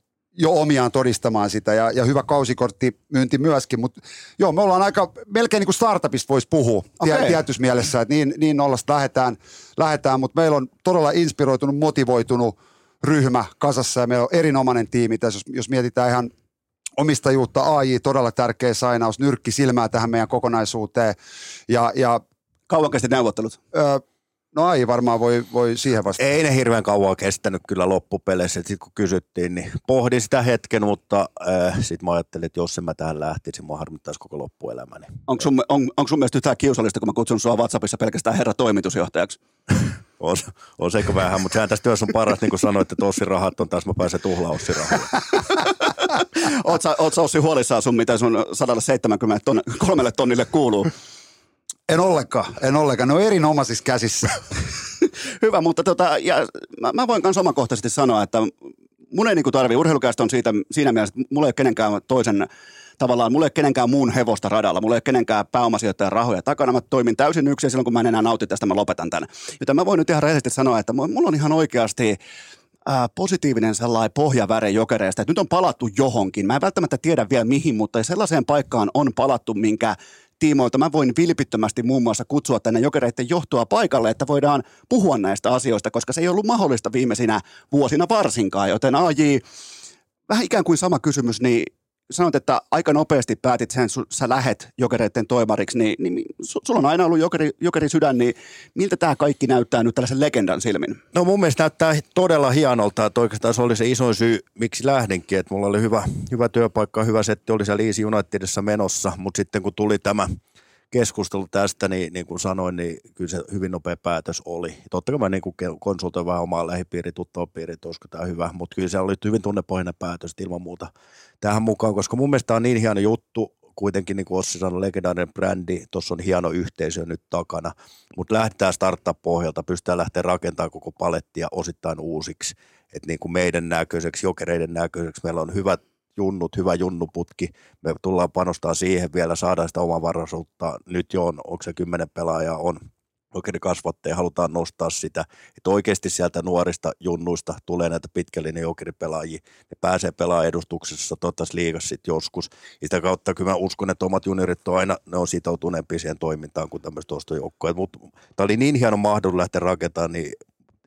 jo omiaan todistamaan sitä ja, ja hyvä kausikorttimyynti myöskin, mutta joo, me ollaan aika, melkein niin kuin startupista voisi puhua okay. Tietyssä mielessä, että niin, niin nollasta lähdetään, lähdetään, mutta meillä on todella inspiroitunut, motivoitunut ryhmä kasassa ja meillä on erinomainen tiimi tässä, jos, jos mietitään ihan omistajuutta, A J, todella tärkeä sainaus, nyrkki silmää tähän meidän kokonaisuuteen ja, ja kauan kesti neuvottelut? Öö, No ei varmaan voi, voi siihen vastata. Ei ne hirveän kauan kestänyt kyllä loppupeleissä. Sitten kun kysyttiin, niin pohdin sitä hetken, mutta äh, sitten mä ajattelin, että jos en mä tähän lähtisin, mua harmittaisi koko loppuelämäni. Onko sun, on, onko sun mielestä yhtään kiusallista, kun mä kutsun sua WhatsAppissa pelkästään herra toimitusjohtajaksi? on, on seikö vähän, mutta sehän tässä työssä on paras, niin kuin sanoit, että Ossin rahat on taas, mä pääsen tuhlaa Ossin rahoja. Oot sä, oot sä Ossi huolissaan sun, mitä sun sata seitsemänkymmentäkolme tonnille kuuluu? En ollenkaan, en ollenkaan. Ne on erinomaisissa käsissä. Hyvä, mutta tota, ja mä, mä voin myös omakohtaisesti sanoa, että mun ei niinku tarvii, urheilukästä on siitä, siinä mielessä, että mulla ei ole kenenkään toisen, tavallaan mulla ei ole kenenkään muun hevosta radalla, mulla ei ole kenenkään pääomasijoittajan rahoja takana, mä toimin täysin yksin ja silloin kun mä en enää nauti tästä, mä lopetan tämän. Joten mä voin nyt ihan rehellisesti sanoa, että mulla on ihan oikeasti Ää, positiivinen sellainen pohjaväre Jokereista, että nyt on palattu johonkin. Mä en välttämättä tiedä vielä mihin, mutta sellaiseen paikkaan on palattu, minkä tiimoilta mä voin vilpittömästi muun muassa kutsua tänne Jokereiden johtoa paikalle, että voidaan puhua näistä asioista, koska se ei ollut mahdollista viimeisinä vuosina varsinkaan, joten A J, vähän ikään kuin sama kysymys, niin sanoit, että aika nopeasti päätit sen, sä lähet Jokereiden toimariksi, niin, niin su, sulla on aina ollut jokeri, jokeri sydän, niin miltä tämä kaikki näyttää nyt tällaisen legendan silmin? No mun mielestä näyttää todella hienolta, että oikeastaan se oli se isoin syy, miksi lähdinkin, että mulla oli hyvä, hyvä työpaikka, hyvä setti, oli siellä Leeds Unitedissa menossa, mutta sitten kun tuli tämä keskustelu tästä, niin, niin kuin sanoin, niin kyllä se hyvin nopea päätös oli. Totta kai mä niin kuin konsultoin vähän omaa lähipiiriä, tuttavapiiriä, että olisiko tämä hyvä, mutta kyllä se oli hyvin tunnepohjainen päätös ilman muuta tähän mukaan, koska mun mielestä tämä on niin hieno juttu, kuitenkin niin kuin Ossi sanoi, legendaarinen brändi, tuossa on hieno yhteisö nyt takana, mutta lähdetään starttaa pohjalta, pystytään lähteä rakentamaan koko palettia osittain uusiksi, että niin kuin meidän näköiseksi, Jokereiden näköiseksi, meillä on hyvät junnut, hyvä junnuputki. Me tullaan panostaa siihen vielä, saadaan sitä omavaraisuutta. Nyt jo on, onko se kymmenen pelaajaa on oikein kasvatteja, halutaan nostaa sitä, että oikeasti sieltä nuorista junnuista tulee näitä pitkällinen jokeripelaajia. Ne pääsee pelaamaan edustuksessa, toivottavasti liigassa sitten joskus. Ja sitä kautta kyllä mä uskon, että omat juniorit on aina, ne on sitoutuneempia siihen toimintaan kuin tämmöistä ostojoukkoja. Mutta tämä oli niin hieno mahdollisuus lähteä rakentamaan, niin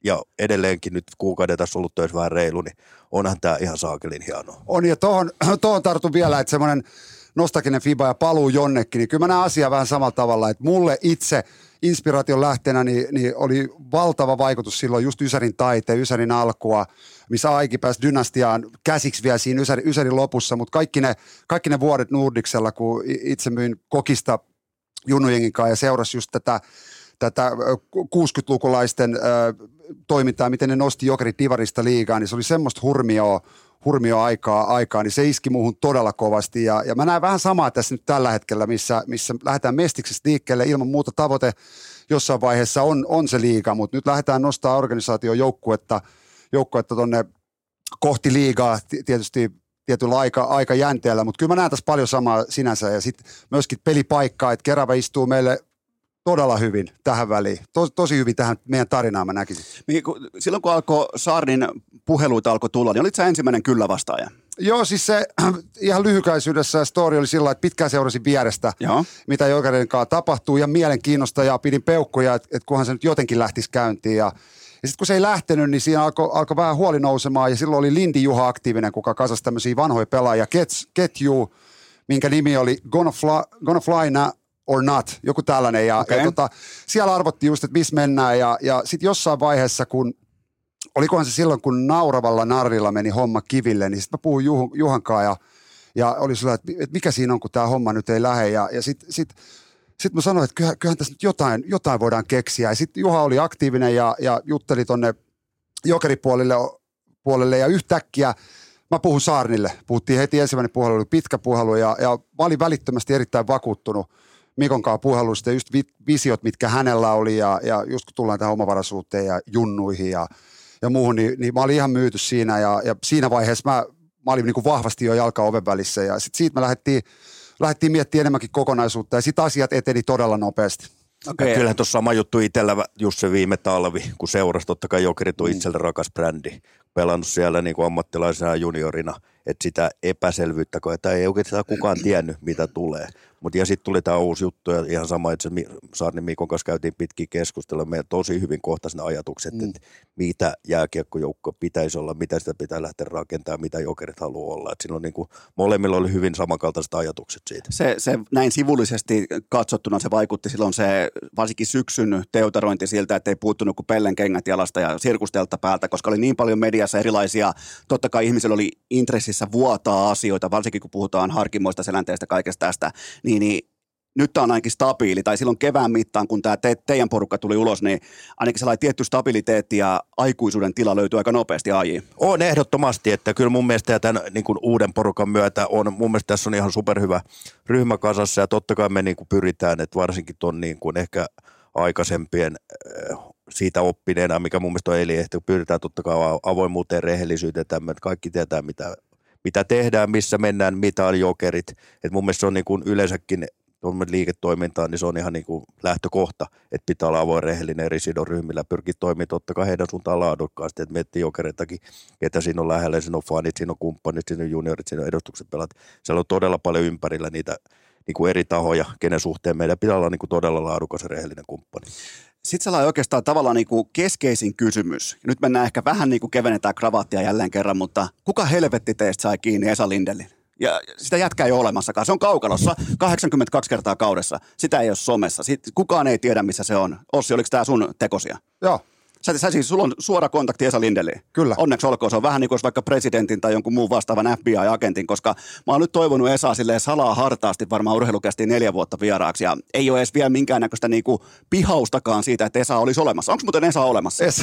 ja edelleenkin nyt kuukauden tässä ollut töissä vähän reilu, niin onhan tämä ihan saakelin hienoa. On, ja tohon, tohon tartun vielä, että semmoinen nostakinen fiba ja paluu jonnekin, niin kyllä mä näen asiaa vähän samalla tavalla, että mulle itse inspiraation lähteenä niin, niin oli valtava vaikutus silloin just Ysärin taiteen, Ysärin alkua, missä Aiki pääsi dynastiaan käsiksi vielä siinä Ysärin, Ysärin lopussa, mutta kaikki ne, kaikki ne vuodet Nordicsella, kun itse myin kokista junnujengin kanssa ja seurasi just tätä, tätä kuusikymmentälukulaisten äh, toimintaa, miten ne nosti Jokerit divarista liigaan, niin se oli semmoista hurmioa, hurmio aikaa, aikaa, niin se iski muuhun todella kovasti. Ja, ja mä näen vähän samaa tässä nyt tällä hetkellä, missä, missä lähdetään mestiksestä liikkeelle. Ilman muuta tavoite jossain vaiheessa on, on se liiga, mutta nyt lähdetään nostaa organisaation joukkuetta, joukkuetta tonne kohti liigaa tietysti tietyllä aika, aikajänteellä, mutta kyllä mä näen tässä paljon samaa sinänsä. Ja sitten myöskin pelipaikkaa, että Kerava istuu meille todella hyvin tähän väliin. Tos, tosi hyvin tähän meidän tarinaan mä näkisin. Silloin kun alkoi Saarnin puheluita alkoi tulla, niin olit sä ensimmäinen kyllä vastaaja? Joo, siis se ihan lyhykäisyydessä story oli sillä, että pitkään seurasin vierestä, Joo. mitä Jokereiden kanssa tapahtuu ja mielenkiinnosta ja pidin peukkuja, että, että kunhan se nyt jotenkin lähtisi käyntiin. Ja, ja sitten kun se ei lähtenyt, niin siinä alkoi alko vähän huoli nousemaan ja silloin oli Lindi Juha aktiivinen, kuka kasasi tämmöisiä vanhoja pelaajia, ketju, minkä nimi oli Gonna Fly, Gonna Fly Now or Not, joku tällainen. Ja, okay. ja tota, siellä arvottiin just, että missä mennään ja, ja sitten jossain vaiheessa, kun olikohan se silloin, kun nauravalla narrilla meni homma kiville, niin sitten mä puhuin Juh, Juhan kanssa ja, ja oli sillä, että, että mikä siinä on, kun tämä homma nyt ei lähde. Ja, ja sitten sit, sit mä sanoin, että kyllähän, kyllähän tässä nyt jotain, jotain voidaan keksiä. Ja sitten Juha oli aktiivinen ja, ja jutteli tonne Jokeripuolelle puolelle, ja yhtäkkiä mä puhun Saarnille. Puhuttiin heti ensimmäinen puhelu, oli pitkä puhelu ja, ja mä olin välittömästi erittäin vakuuttunut Mikon kanssa puheluista, just vi, visiot, mitkä hänellä oli ja, ja just kun tullaan tähän omavaraisuuteen ja junnuihin ja ja muuhun, niin, niin mä olin ihan myyty siinä ja, ja siinä vaiheessa mä, mä olin niin kuin vahvasti jo jalka oven välissä ja sitten siitä me lähdettiin, lähdettiin miettimään enemmänkin kokonaisuutta ja sitten asiat eteni todella nopeasti. Okay. Kyllähän tuossa sama juttu itsellä just se viime talvi, kun seurasi, totta kai Jokerit on itselle rakas brändi, pelannut siellä niin kuin ammattilaisena ja juniorina, että sitä epäselvyyttä, että ei oikeastaan kukaan tiennyt, mitä tulee. Mutta ja sitten tuli tämä uusi juttu ja ihan sama, että Saarnin Mikon kanssa käytiin pitkiä keskustelua. Meidän tosi hyvin kohtaisi ne ajatukset, mm. että mitä jääkiekkojoukko pitäisi olla, mitä sitä pitää lähteä rakentamaan, mitä Jokerit haluaa olla. Et silloin niin kuin, molemmilla oli hyvin samankaltaiset ajatukset siitä. Se, se näin sivullisesti katsottuna se vaikutti silloin se varsinkin syksyn teutarointi siltä, että ei puuttunut kuin pellen kengät jalasta ja sirkustelta päältä, koska oli niin paljon mediassa erilaisia. Totta kai ihmisillä oli intressissä vuotaa asioita, varsinkin kun puhutaan harkimoista, selänteistä, kaikesta tästä. Niin, niin nyt tämä on ainakin stabiili, tai silloin kevään mittaan, kun tämä te, teidän porukka tuli ulos, niin ainakin sellainen tietty stabiliteetti ja aikuisuuden tila löytyy aika nopeasti A J. On ehdottomasti, että kyllä mun mielestä tämän niin kuin uuden porukan myötä on, mun mielestä tässä on ihan superhyvä ryhmä kasassa, ja totta kai me niin kuin pyritään, että varsinkin tuon niin kuin ehkä aikaisempien siitä oppineena, mikä mun mielestä on eli, että pyritään totta kai avoimuuteen, rehellisyyteen, tämmöinen, kaikki tietää mitä, mitä tehdään, missä mennään, mitä on Jokerit, että mun mielestä se on niin kuin yleensäkin liiketoimintaa, niin se on ihan niin kuin lähtökohta, että pitää olla avoin rehellinen eri sidonryhmillä, pyrkii toimimaan totta kai heidän suuntaan laadukkaasti, että miettii Jokeritakin, että siinä on lähellä, siinä on fanit, siinä on kumppanit, siinä on juniorit, siinä on edustukset pelat, siellä on todella paljon ympärillä niitä niin kuin eri tahoja, kenen suhteen meidän pitää olla niin kuin todella laadukas ja rehellinen kumppani. Sitten sellainen oikeastaan tavallaan niin kuin keskeisin kysymys. Nyt mennään ehkä vähän niin kuin kevennetään kravattia jälleen kerran, mutta kuka helvetti teistä sai kiinni Esa Lindelin? Ja sitä jätkää ei ole olemassakaan. Se on kaukalossa kahdeksankymmentäkaksi kertaa kaudessa. Sitä ei ole somessa. Sitten kukaan ei tiedä, missä se on. Ossi, oliko tämä sun tekosia? Joo. Sä, sä siis, sulla on suora kontakti Esa Lindeliin. Kyllä. Onneksi olkoon. Se on vähän niin kuin vaikka presidentin tai jonkun muun vastaavan F B I-agentin, koska mä oon nyt toivonut Esaa silleen salaa hartaasti varmaan urheilukästi neljä vuotta vieraaksi. Ja ei ole edes vielä minkäännäköistä niinku pihaustakaan siitä, että Esa olisi olemassa. Onko muuten Esa olemassa? Esa.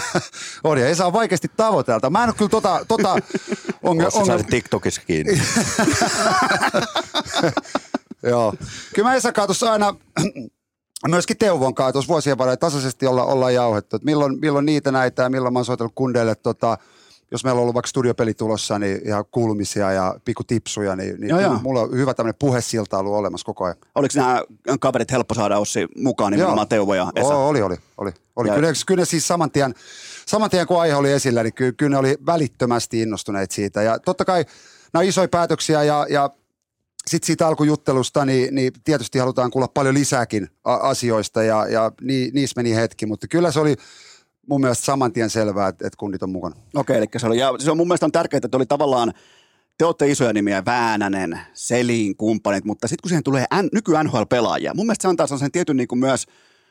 On, ja Esa on vaikeasti tavoitelta. Mä en ole kyllä tota... tota on, on, on, TikTokissa kiinni. Joo. Kyllä mä Esakaan tuossa aina... Myöskin Teuvon kanssa tuossa vuosien varrella tasaisesti olla, ollaan jauhettu, että milloin, milloin niitä näitä ja milloin mä oon soitellut kundeille, tota, jos meillä on ollut vaikka studiopeli tulossa, niin ihan kuulumisia ja pikku tipsuja, niin, niin joo, mulla on hyvä tämmöinen puhesilta ollut olemassa koko ajan. Oliko nämä kaverit helppo saada Ossi mukaan, nimenomaan Teuvo ja Esa? O, oli, oli. oli, oli. Kyllä, kyllä ne siis saman tien, saman tien kun aihe oli esillä, niin kyllä, kyllä ne oli välittömästi innostuneet siitä. Ja totta kai nämä on isoja päätöksiä ja, ja sitten siitä alkujuttelusta, niin, niin tietysti halutaan kuulla paljon lisääkin asioista ja, ja ni, niissä meni hetki, mutta kyllä se oli mun mielestä saman tien selvää, että, että kunnit on mukana. Okei, eli se, oli, ja se on mun mielestä on tärkeää, että oli tavallaan, te olette isoja nimiä, Väänänen, Selin kumppanit, mutta sitten kun siihen tulee N, nyky-N H L-pelaajia, mun mielestä se antaa sen tietyn niin kuin myös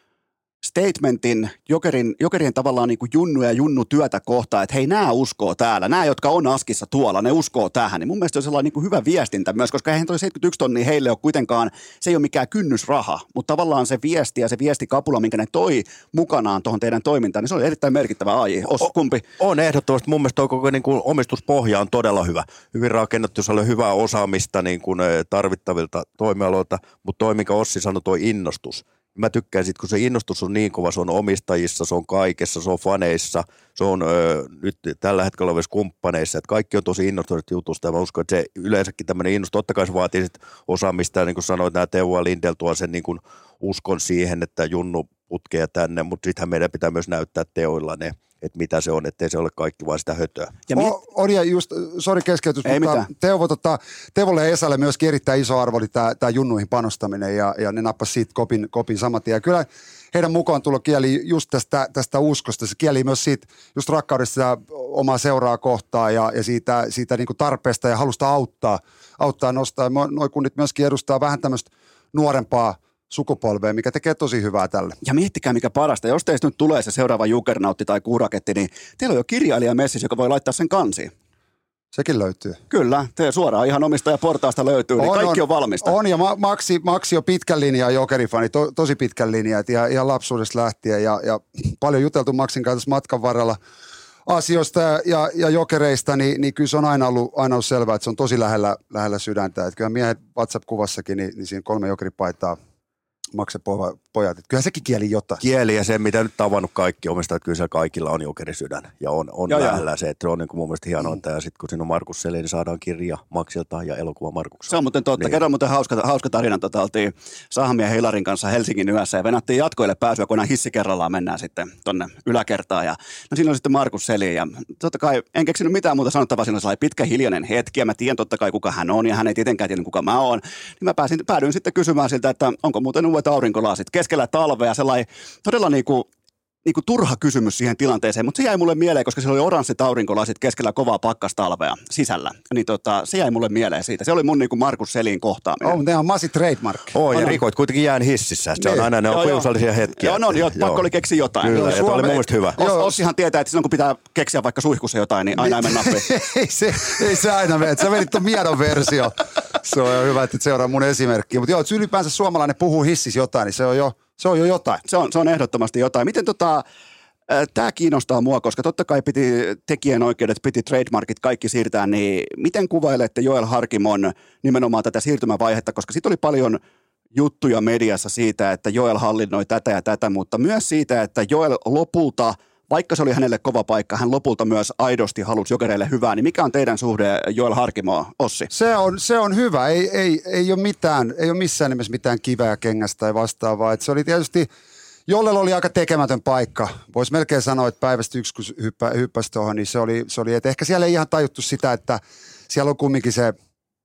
statementin jokerin, jokerien tavallaan niin kuin junnu ja junnu työtä kohtaan, että hei, nämä uskoo täällä, nämä, jotka on askissa tuolla, ne uskoo tähän, niin mun mielestä se on sellainen niin kuin hyvä viestintä myös, koska eihän toi seitsemänkymmentäyksi tonnia heille ole kuitenkaan, se ei ole mikään kynnysraha, mutta tavallaan se viesti ja se viestikapula, minkä ne toi mukanaan tuohon teidän toimintaan, niin se oli erittäin merkittävä A J. Os, kumpi? On ehdottomasti. Mun mielestä tuo koko niin kuin omistuspohja on todella hyvä. Hyvin rakennettu, jos oli hyvää osaamista niin kuin tarvittavilta toimialoilta, mutta toi, minkä Ossi sanoi, toi innostus. Mä tykkään sit, kun se innostus on niin kova, se on omistajissa, se on kaikessa, se on faneissa, se on ö, nyt tällä hetkellä olevissa kumppaneissa, että kaikki on tosi innostuneet jutusta ja mä uskon, että se yleensäkin tämmöinen innostus, totta kai se vaatii sit osaamista ja niin kuin sanoit, nämä Teuvo ja Lindell tuo sen niin kuin uskon siihen, että junnu putkea tänne, mutta sittenhän meidän pitää myös näyttää teoilla ne, että mitä se on, ettei se ole kaikki vaan sitä hötöä. Ja on, on ja just, sori keskeytys, ei mutta mitään. Teuvo, tota, Teuvolle ja Esalle myöskin erittäin iso arvo oli tämä junnuihin panostaminen ja, ja ne nappasi siitä kopin, kopin saman tien. Ja kyllä heidän mukaan tulo kieli just tästä, tästä uskosta, se kieli myös siitä just rakkaudesta omaa seuraa kohtaan ja, ja siitä, siitä niin kuin tarpeesta ja halusta auttaa, auttaa nostaa. Noi kunnit myöskin edustaa vähän tämmöistä nuorempaa sukupolvea, mikä tekee tosi hyvää tälle. Ja miettikää mikä parasta, jos teistä nyt tulee se seuraava jugernautti tai kuuraketti, niin teillä on jo kirjailija messissä, joka voi laittaa sen kansiin. Sekin löytyy. Kyllä, te suoraan ihan omistajaportaasta löytyy, niin on, kaikki on, on valmista. On, ja Maxi, Maxi on pitkän linjan jokerifani, to, tosi pitkän linjan, ja ihan lapsuudesta lähtien, ja, ja paljon juteltu Maxin kanssa matkan varrella asioista ja, ja jokereista, niin, niin kyllä se on aina ollut, aina ollut selvää, että se on tosi lähellä, lähellä sydäntä. Että kyllä miehet WhatsApp-kuvassakin, niin, niin siinä kolme jokeripaitaa makse pojat. Että kyllähän sekin kieli jotain. Kieli ja se, mitä nyt tavannut kaikki omistajat, että kyllä siellä kaikilla on jokerisydän ja on, on Joo, lähellä joo. se, että se on niin kuin mun mielestä hienointa. Mm. Ja sitten kun siinä on Markus Selin, niin saadaan kirja Maxilta ja elokuva Markukselta. Se on muuten totta. Niin. Kerran muuten hauska, hauska tarina. Tota, oltiin Sahamia ja Hilarin kanssa Helsingin yössä ja venattiin jatkoille pääsyä, kun hissi kerrallaan mennään sitten tonne yläkertaan. Ja, no siinä on sitten Markus Selin ja totta kai en keksinyt mitään muuta sanottavaa. Siinä oli pitkä hiljainen hetki ja mä tiedän totta kai kuka hän on ja hän ei tietenkään tiedä kuka mä oon. Niin mä pääsin, päädyin sitten kysymään siltä, että onko muuten uudet aurinkolasit keskellä talvea, sellainen todella niinku, niinku turha kysymys siihen tilanteeseen, mutta se jäi mulle mieleen, koska siellä oli oranssit aurinkolasit keskellä kovaa pakkastalvea sisällä. Niin tota, se jäi mulle mieleen siitä. Se oli mun niinku Markus Selin kohtaaminen. On, ne on masi trademark. Oo, ja on. rikoit kuitenkin jään hississä. Se on Niin. aina, ne on Joo, joo. kiusallisia hetkiä. Joo, no, joo, pakko oli keksiä jotain. Kyllä, Joo, ja tuo oli mun mielestä hyvä. Os, Ossihan tietää, että silloin kun pitää keksiä vaikka suihkussa jotain, niin aina ei mene nappiin. ei, se, ei se aina mene. Sä vedit ton miedon versio. Se on jo hyvä, että seuraa mun esimerkkiä. Mutta joo, että ylipäänsä suomalainen puhuu hississä jotain, niin se on jo, se on jo jotain. Se on, se on ehdottomasti jotain. Miten tota, tämä kiinnostaa mua, koska totta kai piti tekijänoikeudet, piti trademarkit, kaikki siirtää, niin miten kuvailette Joel Harkimon nimenomaan tätä siirtymävaihetta, koska sitten oli paljon juttuja mediassa siitä, että Joel hallinnoi tätä ja tätä, mutta myös siitä, että Joel lopulta, vaikka se oli hänelle kova paikka, hän lopulta myös aidosti halusi Jokereille hyvää, niin mikä on teidän suhde Joel Harkimoon, Ossi? Se on, se on hyvä, ei, ei, ei, ole mitään, ei ole missään nimessä mitään kiveä kengästä tai vastaavaa, että se oli tietysti, Jollella oli aika tekemätön paikka. Voisi melkein sanoa, että päivästä yksi, kun hyppä, hyppäsi tuohon, niin se oli, se oli, että ehkä siellä ei ihan tajuttu sitä, että siellä on kumminkin se,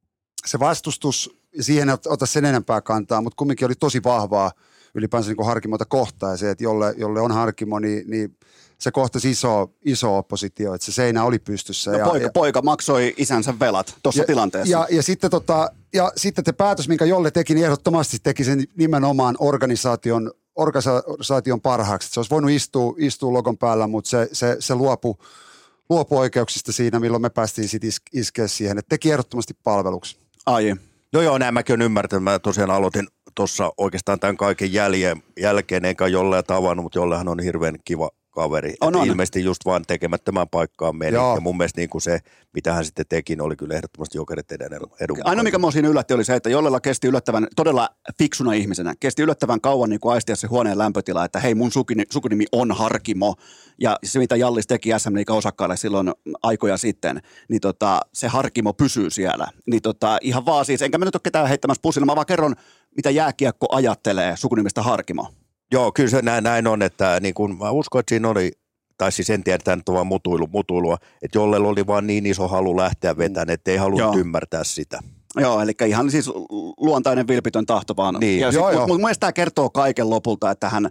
se vastustus, ja siihen ei ota sen enempää kantaa, mutta kumminkin oli tosi vahvaa ylipäänsä niin kuin Harkimota kohtaan, ja se, että jolle, jolle on Harkimo, niin, niin se kohtasi iso, iso oppositio, että se seinä oli pystyssä. No ja, poika, ja, ja, maksoi isänsä velat tuossa tilanteessa. Ja, ja, sitten tota, ja sitten te päätös, minkä Jolle teki, niin ehdottomasti teki sen nimenomaan organisaation organisaation parhaaksi. Se olisi voinut istua, istua logon päällä, mutta se, se, se luopui, luopui oikeuksista siinä, milloin me päästiin sitten is, iskeä siihen. Että teki ehdottomasti palveluksi. Ai. Joo, joo, näin mäkin olen ymmärtänyt. Mä tosiaan aloitin tuossa oikeastaan tämän kaiken jäljen, jälkeen, enkä Jollea tavannut, mutta Jollehan on hirveän kiva kaveri. On, on. Ilmeisesti just vaan tekemättömään paikkaan meni. Joo. Ja mun mielestä niin kuin se, mitä hän sitten teki, niin oli kyllä ehdottomasti Jokerit edun. edun Ainoa, mikä mua siinä yllätti, oli se, että Jollella kesti yllättävän, todella fiksuna ihmisenä, kesti yllättävän kauan niin kuin aistia se huoneen lämpötila, että hei, mun sukini, sukunimi on Harkimo. Ja se, mitä Jallis teki S M-liigan osakkaille silloin aikoja sitten, niin tota, se Harkimo pysyy siellä. Niin tota, ihan vaan siis, enkä mä nyt ole ketään heittämässä pussilla, mä vaan kerron, mitä jääkiekko ajattelee sukunimistä Harkimo. Joo, kyllä se näin, näin on, että niin kun mä uskon, että siinä oli, tai siis en tiedä, että tämä on vaan mutuilu, mutuilua, että Jollella oli vaan niin iso halu lähteä vetämään, että ei halunnut Joo. ymmärtää sitä. Joo, eli ihan siis luontainen vilpitön tahto vaan. Niin. Ja Joo, sit, joo. mut, mun mielestä tämä kertoo kaiken lopulta, että hän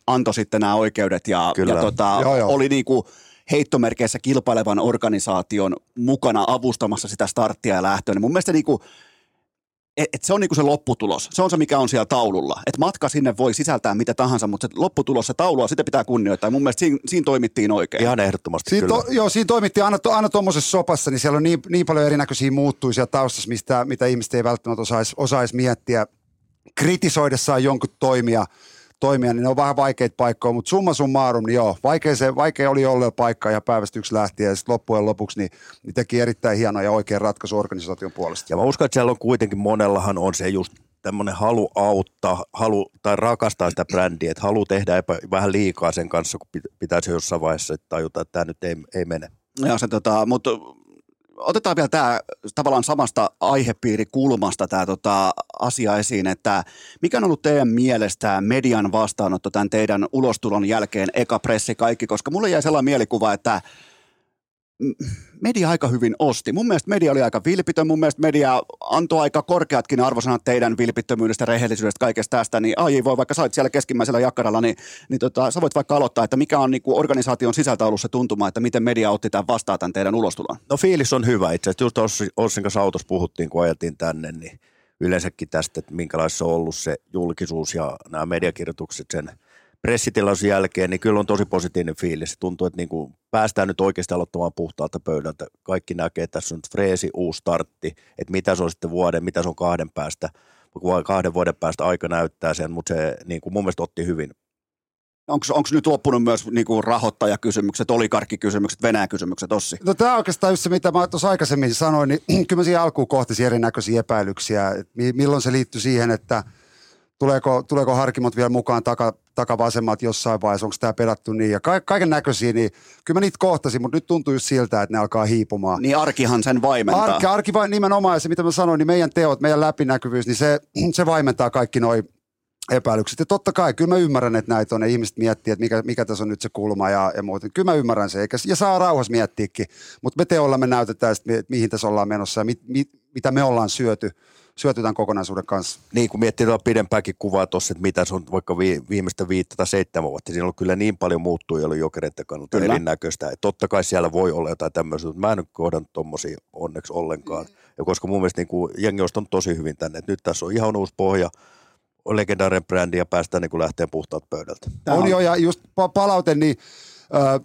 antoi sitten nämä oikeudet ja, ja tota, joo, joo. oli niinku heittomerkeissä kilpailevan organisaation mukana avustamassa sitä starttia ja lähtöä. Niin mun mielestä niinku, et, et se on niinku se lopputulos. Se on se, mikä on siellä taululla. Et matka sinne voi sisältää mitä tahansa, mutta se lopputulos, se taulua, sitä pitää kunnioittaa. Ja mun mielestä siinä, siinä toimittiin oikein. Ihan ehdottomasti Siinä, kyllä. to, joo, siinä toimittiin aina, aina tuommoisessa sopassa, niin siellä on niin, niin paljon erinäköisiä muuttuisia taustassa, mistä, mitä ihmiset ei välttämättä osaisi osais miettiä kritisoidessaan jonkun toimia, toimia, niin ne on vähän vaikeita paikkoja, mutta summa summarum, niin joo, vaikea, se, vaikea oli olla paikka ja päivästä yksi lähtien ja sitten loppujen lopuksi niin, niin teki erittäin hieno ja oikein ratkaisu organisaation puolesta. Ja mä uskon, että siellä on kuitenkin monellahan on se just tämmöinen halu auttaa, halu tai rakastaa sitä brändiä, että halu tehdä epä, vähän liikaa sen kanssa, kun pitäisi jossain vaiheessa tajuta, että tämä nyt ei, ei mene. Ja se, tota, mutta otetaan vielä tämä tavallaan samasta aihepiirikulmasta tämä tota, asia esiin, että mikä on ollut teidän mielestä median vastaanotto tämän teidän ulostulon jälkeen, eka pressi kaikki, koska mulle jäi sellainen mielikuva, että media aika hyvin osti. Mun mielestä media oli aika vilpitön, mun mielestä media antoi aika korkeatkin arvosanat teidän vilpittömyydestä, rehellisyydestä, kaikesta tästä, niin A J voi vaikka sä oot siellä keskimmäisellä jakkaralla, niin, niin tota, sä voit vaikka aloittaa, että mikä on niinku organisaation sisältä ollut se tuntuma, että miten media otti tämän vastaan tämän teidän ulostulon. No fiilis on hyvä itse asiassa. Just Ossin, Ossin kanssa autossa puhuttiin, kun ajeltiin tänne, niin yleensäkin tästä, että minkälaista on ollut se julkisuus ja nämä mediakirjoitukset sen pressitilauksen jälkeen, niin kyllä on tosi positiivinen fiilis. Tuntuu, että niin kuin päästään nyt oikeasti aloittamaan puhtaalta pöydältä. Kaikki näkee, että tässä on nyt freesi, uusi startti, että mitä se on sitten vuoden, mitä se on kahden päästä. Kahden vuoden päästä aika näyttää sen, mutta se niin kuin mun mielestä otti hyvin. Onko nyt loppunut myös niinku rahoittajakysymykset, oligarkkikysymykset, Venäjä-kysymykset, Ossi? No tämä on oikeastaan just se, mitä mä tuossa aikaisemmin sanoin, niin kyllä mä siihen alkuun kohtasin erinäköisiä epäilyksiä, että milloin se liittyy siihen, että tuleeko, tuleeko harkimot vielä mukaan taka, takavasemmat jossain vaiheessa, onko tämä pedattu niin ja ka- kaiken näköisiä, niin kyllä mä niitä kohtasin, mutta nyt tuntuu just siltä, että ne alkaa hiipumaan. Niin arkihan sen vaimentaa. Arki, arki vai, nimenomaan, ja se mitä mä sanoin, niin meidän teot, meidän läpinäkyvyys, niin se, se vaimentaa kaikki noi epäilykset. Ja totta kai, kyllä mä ymmärrän, että näitä on, ne ihmiset miettii, että mikä, mikä tässä on nyt se kulma ja, ja muuta. Kyllä mä ymmärrän se, eikä, ja saa rauhassa miettiäkin, mutta me teolla me näytetään, että mihin tässä ollaan menossa ja mit, mit, mitä me ollaan syöty. syöty tämän kokonaisuuden kanssa. Niin, kun miettii tuota pidempääkin kuvaa tuossa, että mitä se on vaikka vi- viimeistä viittä tai seitsemän vuotta, siinä on kyllä niin paljon muuttuu, jolla Jokereiden kannalta erinäköistä. Että totta kai siellä voi olla jotain tämmöistä, mutta mä en ole kohdannut tommosia onneksi ollenkaan. Ja koska mun mielestä niin kuin, jengi on ostanut tosi hyvin tänne, että nyt tässä on ihan uusi pohja, on legendaarinen brändi ja päästään niin kuin lähteen puhtaalta pöydältä. On, on jo, ja just palaute, niin äh,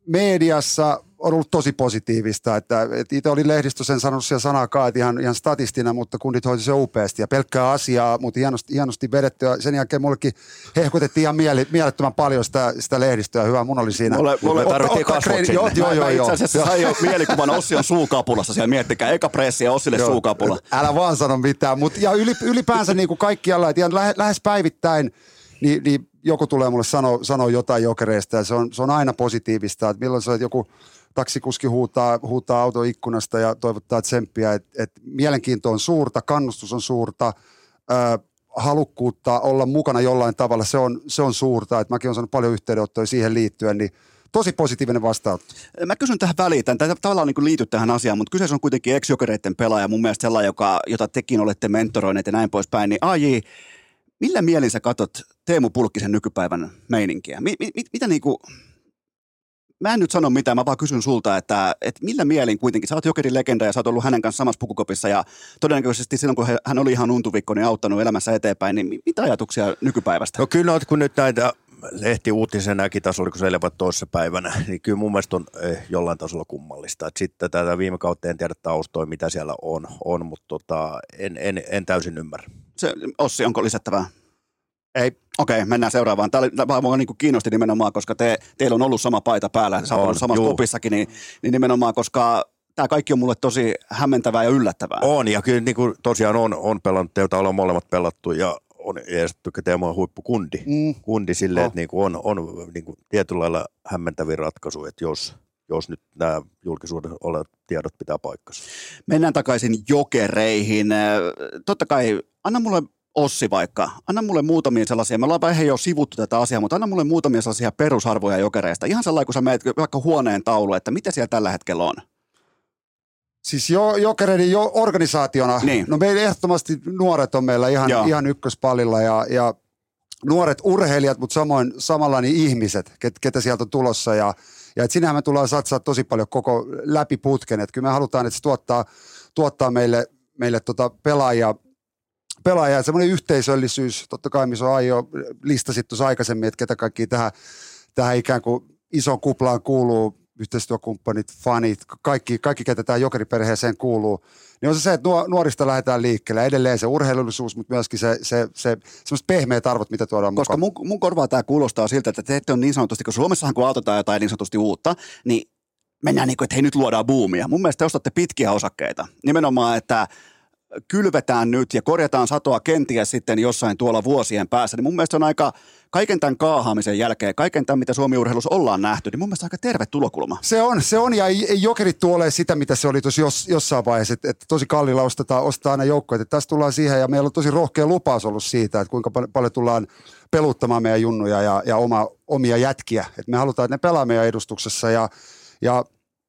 mediassa on ollut tosi positiivista, että, että itse oli lehdistö sen sanonut siellä sanakaan, että ihan, ihan statistina, mutta kundit hoiti se upeasti ja pelkkää asiaa, mutta hienosti, hienosti vedetty ja sen jälkeen mullekin hehkutettiin ihan miele, mielettömän paljon sitä, sitä lehdistöä, hyvä, mun oli siinä. Mulle, mulle tarvittiin kasvot sinne. Joo, joo, joo, joo. Itse asiassa sai jo mielikuvan, Ossi on suukapulassa siellä, miettikää, eka pressi ja Ossille joo, suukapula. Älä vaan sano mitään, mutta ja ylipäänsä niin kuin kaikkialla, että ihan lähes päivittäin, niin, niin joku tulee mulle sanoa, sanoa jotain Jokereista ja se on, se on aina positiivista, että milloin se on joku taksikuski huutaa, huutaa auton ikkunasta ja toivottaa tsemppiä, että et mielenkiinto on suurta, kannustus on suurta, ö, halukkuutta olla mukana jollain tavalla, se on, se on suurta, että mäkin olen saanut paljon yhteydenottoja siihen liittyen, niin tosi positiivinen vastaanotto. Mä kysyn tähän väliin, tämä tavallaan niin liity tähän asiaan, mutta kyseessä on kuitenkin ex-Jokereiden pelaaja, mun mielestä sellainen, joka, jota tekin olette mentoroineet ja näin poispäin, niin A J, millä mielin sä katot Teemu Pulkkisen nykypäivän meininkiä? Mi, mi, mitä niinku... Mä en nyt sano mitään, mä vaan kysyn sulta, että, että millä mielin kuitenkin, sä oot Jokerin legenda ja sä oot ollut hänen kanssa samassa pukukopissa ja todennäköisesti silloin, kun hän oli ihan untuvikko, niin auttanut elämässä eteenpäin, niin mitä ajatuksia nykypäivästä? No kyllä, kun nyt näitä lehtiuutisen näki taas, oliko se elevat toisessa päivänä, niin kyllä mun mielestä on eh, jollain tasolla kummallista. Et sitten tätä viime kautta en tiedä taustoja, mitä siellä on, on mutta tota, en, en, en täysin ymmärrä. Se, Ossi, onko lisättävää? Ei. Okei, mennään seuraavaan. Tämä, oli, tämä mua niin kuin kiinnosti nimenomaan, koska te, teillä on ollut sama paita päällä, sä oot ollut samassa kopissakin, niin, niin nimenomaan, koska tämä kaikki on mulle tosi hämmentävää ja yllättävää. On, ja kyllä niin kuin tosiaan on, on pelannut, teiltä ollaan molemmat pelattu, ja on järjestetty, että Teemu on huippukundi. Mm. Kundi silleen, oh. että niin kuin on, on niin kuin tietyllä lailla hämmentäviä ratkaisuja, että jos, jos nyt nämä julkisuuden olevat tiedot pitää paikkansa. Mennään takaisin Jokereihin. Totta kai, anna mulle Ossi vaikka, anna mulle muutamia sellaisia, me ollaan vähän jo sivuttu tätä asiaa, mutta anna mulle muutamia sellaisia perusarvoja Jokereista. Ihan sellainen, kun sä menet vaikka huoneen taulu, että mitä siellä tällä hetkellä on? Siis jo, Jokereiden jo organisaationa, niin. No meillä ehdottomasti nuoret on meillä ihan, ihan ykköspalilla ja, ja nuoret urheilijat, mutta samoin samalla niin ihmiset, ket, ketä sieltä on tulossa ja, ja et sinähän me tullaan satsaa tosi paljon koko läpi putken, että kyllä me halutaan, että se tuottaa, tuottaa meille, meille tota pelaajia, pelaajia, semmoinen yhteisöllisyys, totta kai missä on Aio listasit tuossa aikaisemmin, että ketä kaikki tähän, tähän ikään kuin isoon kuplaan kuuluu, yhteistyökumppanit, fanit, kaikki, kaikki ketä tähän jokeriperheeseen kuuluu, niin on se se, että nuorista lähdetään liikkeelle. Edelleen se urheilullisuus, mutta myöskin se, se, se semmoiset pehmeät arvot, mitä tuodaan Koska mukaan. mun, mun korvaa tämä kuulostaa siltä, että te ette ole niin sanotusti, kun Suomessahan kun autetaan jotain niin sanotusti uutta, niin mennään niin kuin, että hei nyt luodaan boomia. Mun mielestä te ostatte pitkiä osakkeita. Nimenomaan, että kylvetään nyt ja korjataan satoa kenties sitten jossain tuolla vuosien päässä, niin mun mielestä on aika kaiken tämän kaahaamisen jälkeen, kaiken tämän, mitä Suomi-urheilussa ollaan nähty, niin mun mielestä aika terve tulokulma. Se on, se on, ja ei, ei jokerit tuo ole sitä, mitä se oli tuossa jos, jossain vaiheessa, että, että tosi kalliilla ostetaan, ostetaan aina joukkoja. Tässä tullaan siihen, ja meillä on tosi rohkea lupaus ollut siitä, että kuinka paljon, paljon tullaan peluttamaan meidän junnuja ja, ja oma, omia jätkiä. Että me halutaan, että ne pelaa meidän edustuksessa, ja, ja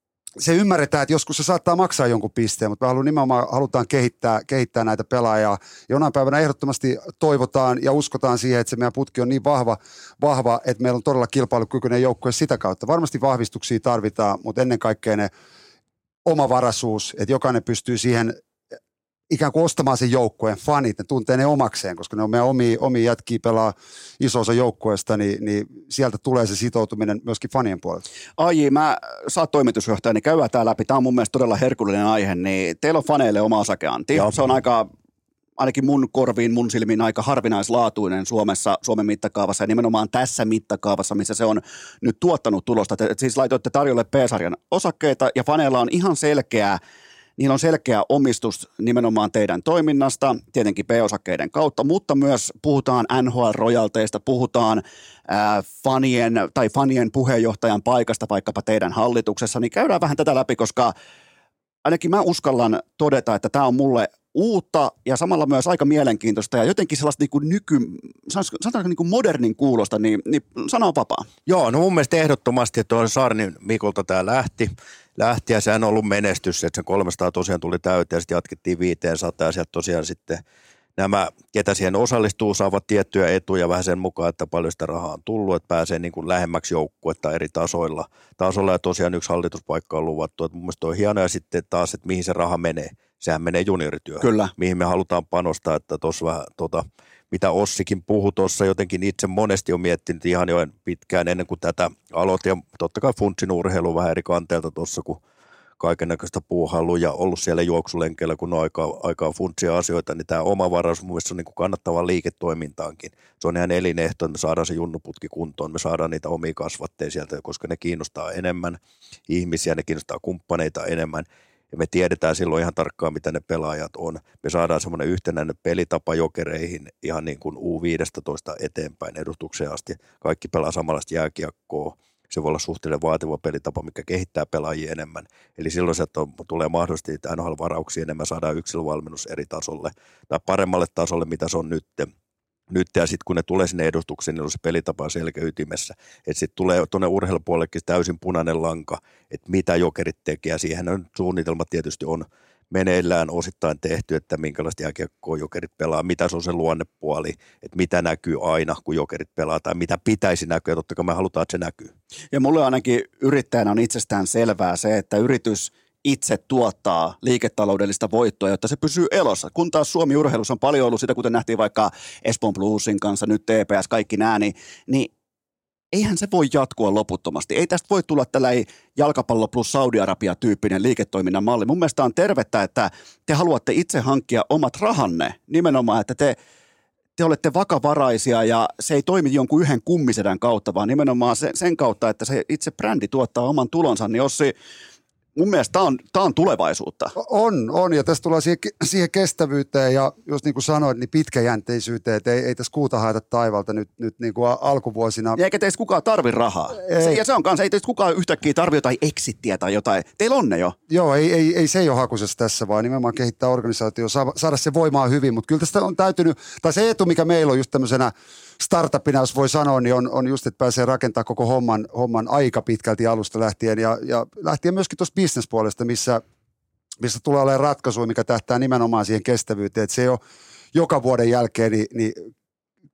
se ymmärretään, että joskus se saattaa maksaa jonkun pisteen, mutta me halutaan nimenomaan halutaan kehittää, kehittää näitä pelaajia. Jonain päivänä ehdottomasti toivotaan ja uskotaan siihen, että se meidän putki on niin vahva, vahva että meillä on todella kilpailukykyinen joukkue sitä kautta. Varmasti vahvistuksia tarvitaan, mutta ennen kaikkea ne omavaraisuus, että jokainen pystyy siihen ikään kuin ostamaan sen joukkueen fanit, ne tuntee ne omakseen, koska ne on meidän omia, omia jätkiä pelaa iso osa joukkueesta, niin, niin sieltä tulee se sitoutuminen myöskin fanien puolelta. Ai, mä sä oot toimitusjohtaja, niin käydään tää läpi. Tää on mun mielestä todella herkullinen aihe, niin teillä on faneille oma osakeanti. Joo. Se on aika, ainakin mun korviin, mun silmiin aika harvinaislaatuinen Suomessa, Suomen mittakaavassa ja nimenomaan tässä mittakaavassa, missä se on nyt tuottanut tulosta. Te, siis laitoitte tarjolle P-sarjan osakkeita ja faneilla on ihan selkeä Niillä on selkeä omistus nimenomaan teidän toiminnasta, tietenkin P-osakkeiden kautta, mutta myös puhutaan N H L-rojalteista, puhutaan ää, fanien tai fanien puheenjohtajan paikasta vaikkapa teidän hallituksessa, niin käydään vähän tätä läpi, koska ainakin mä uskallan todeta, että tämä on mulle uutta ja samalla myös aika mielenkiintoista ja jotenkin sellaista niin kuin nyky, sanotaanko niin kuin modernin kuulosta, niin, niin sana on vapaa. Joo, no mun mielestä ehdottomasti, että tuolla Saarnin Mikolta tämä lähti. Lähti ja sehän on ollut menestys, että sen kolmesataa tosiaan tuli täyteen ja sitten jatkettiin viisisataa ja sieltä tosiaan sitten nämä, ketä siihen osallistuu, saavat tiettyjä etuja vähän sen mukaan, että paljon sitä rahaa on tullut, että pääsee niin kuin lähemmäksi joukkuetta eri tasoilla. tasoilla ja tosiaan yksi hallituspaikka on luvattu, että mun mielestä on hienoa ja sitten taas, että mihin se raha menee. Sehän menee juniorityöhön, Kyllä. Mihin me halutaan panostaa, että tuossa vähän tota, mitä Ossikin puhui tuossa, jotenkin itse monesti on miettinyt ihan jo pitkään ennen kuin tätä aloitin. Ja totta kai funtsin urheilu vähän eri kanteelta tuossa, kun kaiken näköistä puuhailua ja ollut siellä juoksulenkeillä, kun on aikaa, aikaa funtsia asioita, niin tämä omavaraisuus mun mielestä on niin kuin kannattavaa liiketoimintaankin. Se on ihan elinehto, että me saadaan se junnuputki kuntoon, me saadaan niitä omia kasvatteja sieltä, koska ne kiinnostaa enemmän ihmisiä, ne kiinnostaa kumppaneita enemmän. Ja me tiedetään silloin ihan tarkkaan, mitä ne pelaajat on. Me saadaan semmoinen yhtenäinen pelitapa jokereihin ihan niin kuin U viisitoista eteenpäin edustukseen asti. Kaikki pelaa samanlaista jääkiekkoa. Se voi olla suhteellisen vaativa pelitapa, mikä kehittää pelaajia enemmän. Eli silloin se, että tulee mahdollisesti N H L-varauksia enemmän, saadaan yksilövalmennus eri tasolle tai paremmalle tasolle, mitä se on nyt. Nyt ja sitten kun ne tulee sinne edustukseen, niin on se pelitapa selkeä ytimessä. Että sitten tulee tuonne urheilupuolellekin täysin punainen lanka, että mitä jokerit tekee. Ja siihen on suunnitelma tietysti on meneillään osittain tehty, että minkälaista jääkiekkoa jokerit pelaa, mitä se on se luonnepuoli, että mitä näkyy aina, kun jokerit pelaa, tai mitä pitäisi näkyä, totta kai me halutaan, että se näkyy. Ja mulle ainakin yrittäjänä on itsestään selvää se, että yritys itse tuottaa liiketaloudellista voittoa, jotta se pysyy elossa. Kun taas Suomi-urheilussa on paljon ollut sitä, kuten nähtiin vaikka Espoon Bluesin kanssa, nyt T P S, kaikki nämä, niin, niin eihän se voi jatkua loputtomasti. Ei tästä voi tulla tällainen jalkapallo plus Saudi-Arabia-tyyppinen liiketoiminnan malli. Mun mielestä on tervettä, että te haluatte itse hankkia omat rahanne. Nimenomaan, että te, te olette vakavaraisia ja se ei toimi jonkun yhden kummisedän kautta, vaan nimenomaan sen, sen kautta, että se itse brändi tuottaa oman tulonsa. Niin Ossi, mun mielestä tämä on, tämä on tulevaisuutta. On, on, ja tässä tullaan siihen, siihen kestävyyteen ja just niin kuin sanoit, niin pitkäjänteisyyteen, että ei, ei tässä kuuta haeta taivalta nyt, nyt niin kuin alkuvuosina. Ja eikä teistä kukaan tarvi rahaa. Se, ja se on kanssa, ei teistä kukaan yhtäkkiä tarvi jotain exittiä tai jotain. Teillä on ne jo. Joo, ei, ei, ei se ei ole hakusessa tässä, vaan nimenomaan kehittää organisaatio, saada se voimaa hyvin, mutta kyllä tästä on täytynyt, tai se etu, mikä meillä on just tämmöisenä startupina, jos voi sanoa, niin on, on just, että pääsee rakentamaan koko homman, homman aika pitkälti alusta lähtien ja, ja lähtien myöskin tuosta bisnespuolesta, missä, missä tulee olemaan ratkaisuja, mikä tähtää nimenomaan siihen kestävyyteen, että se ei ole joka vuoden jälkeen niin, niin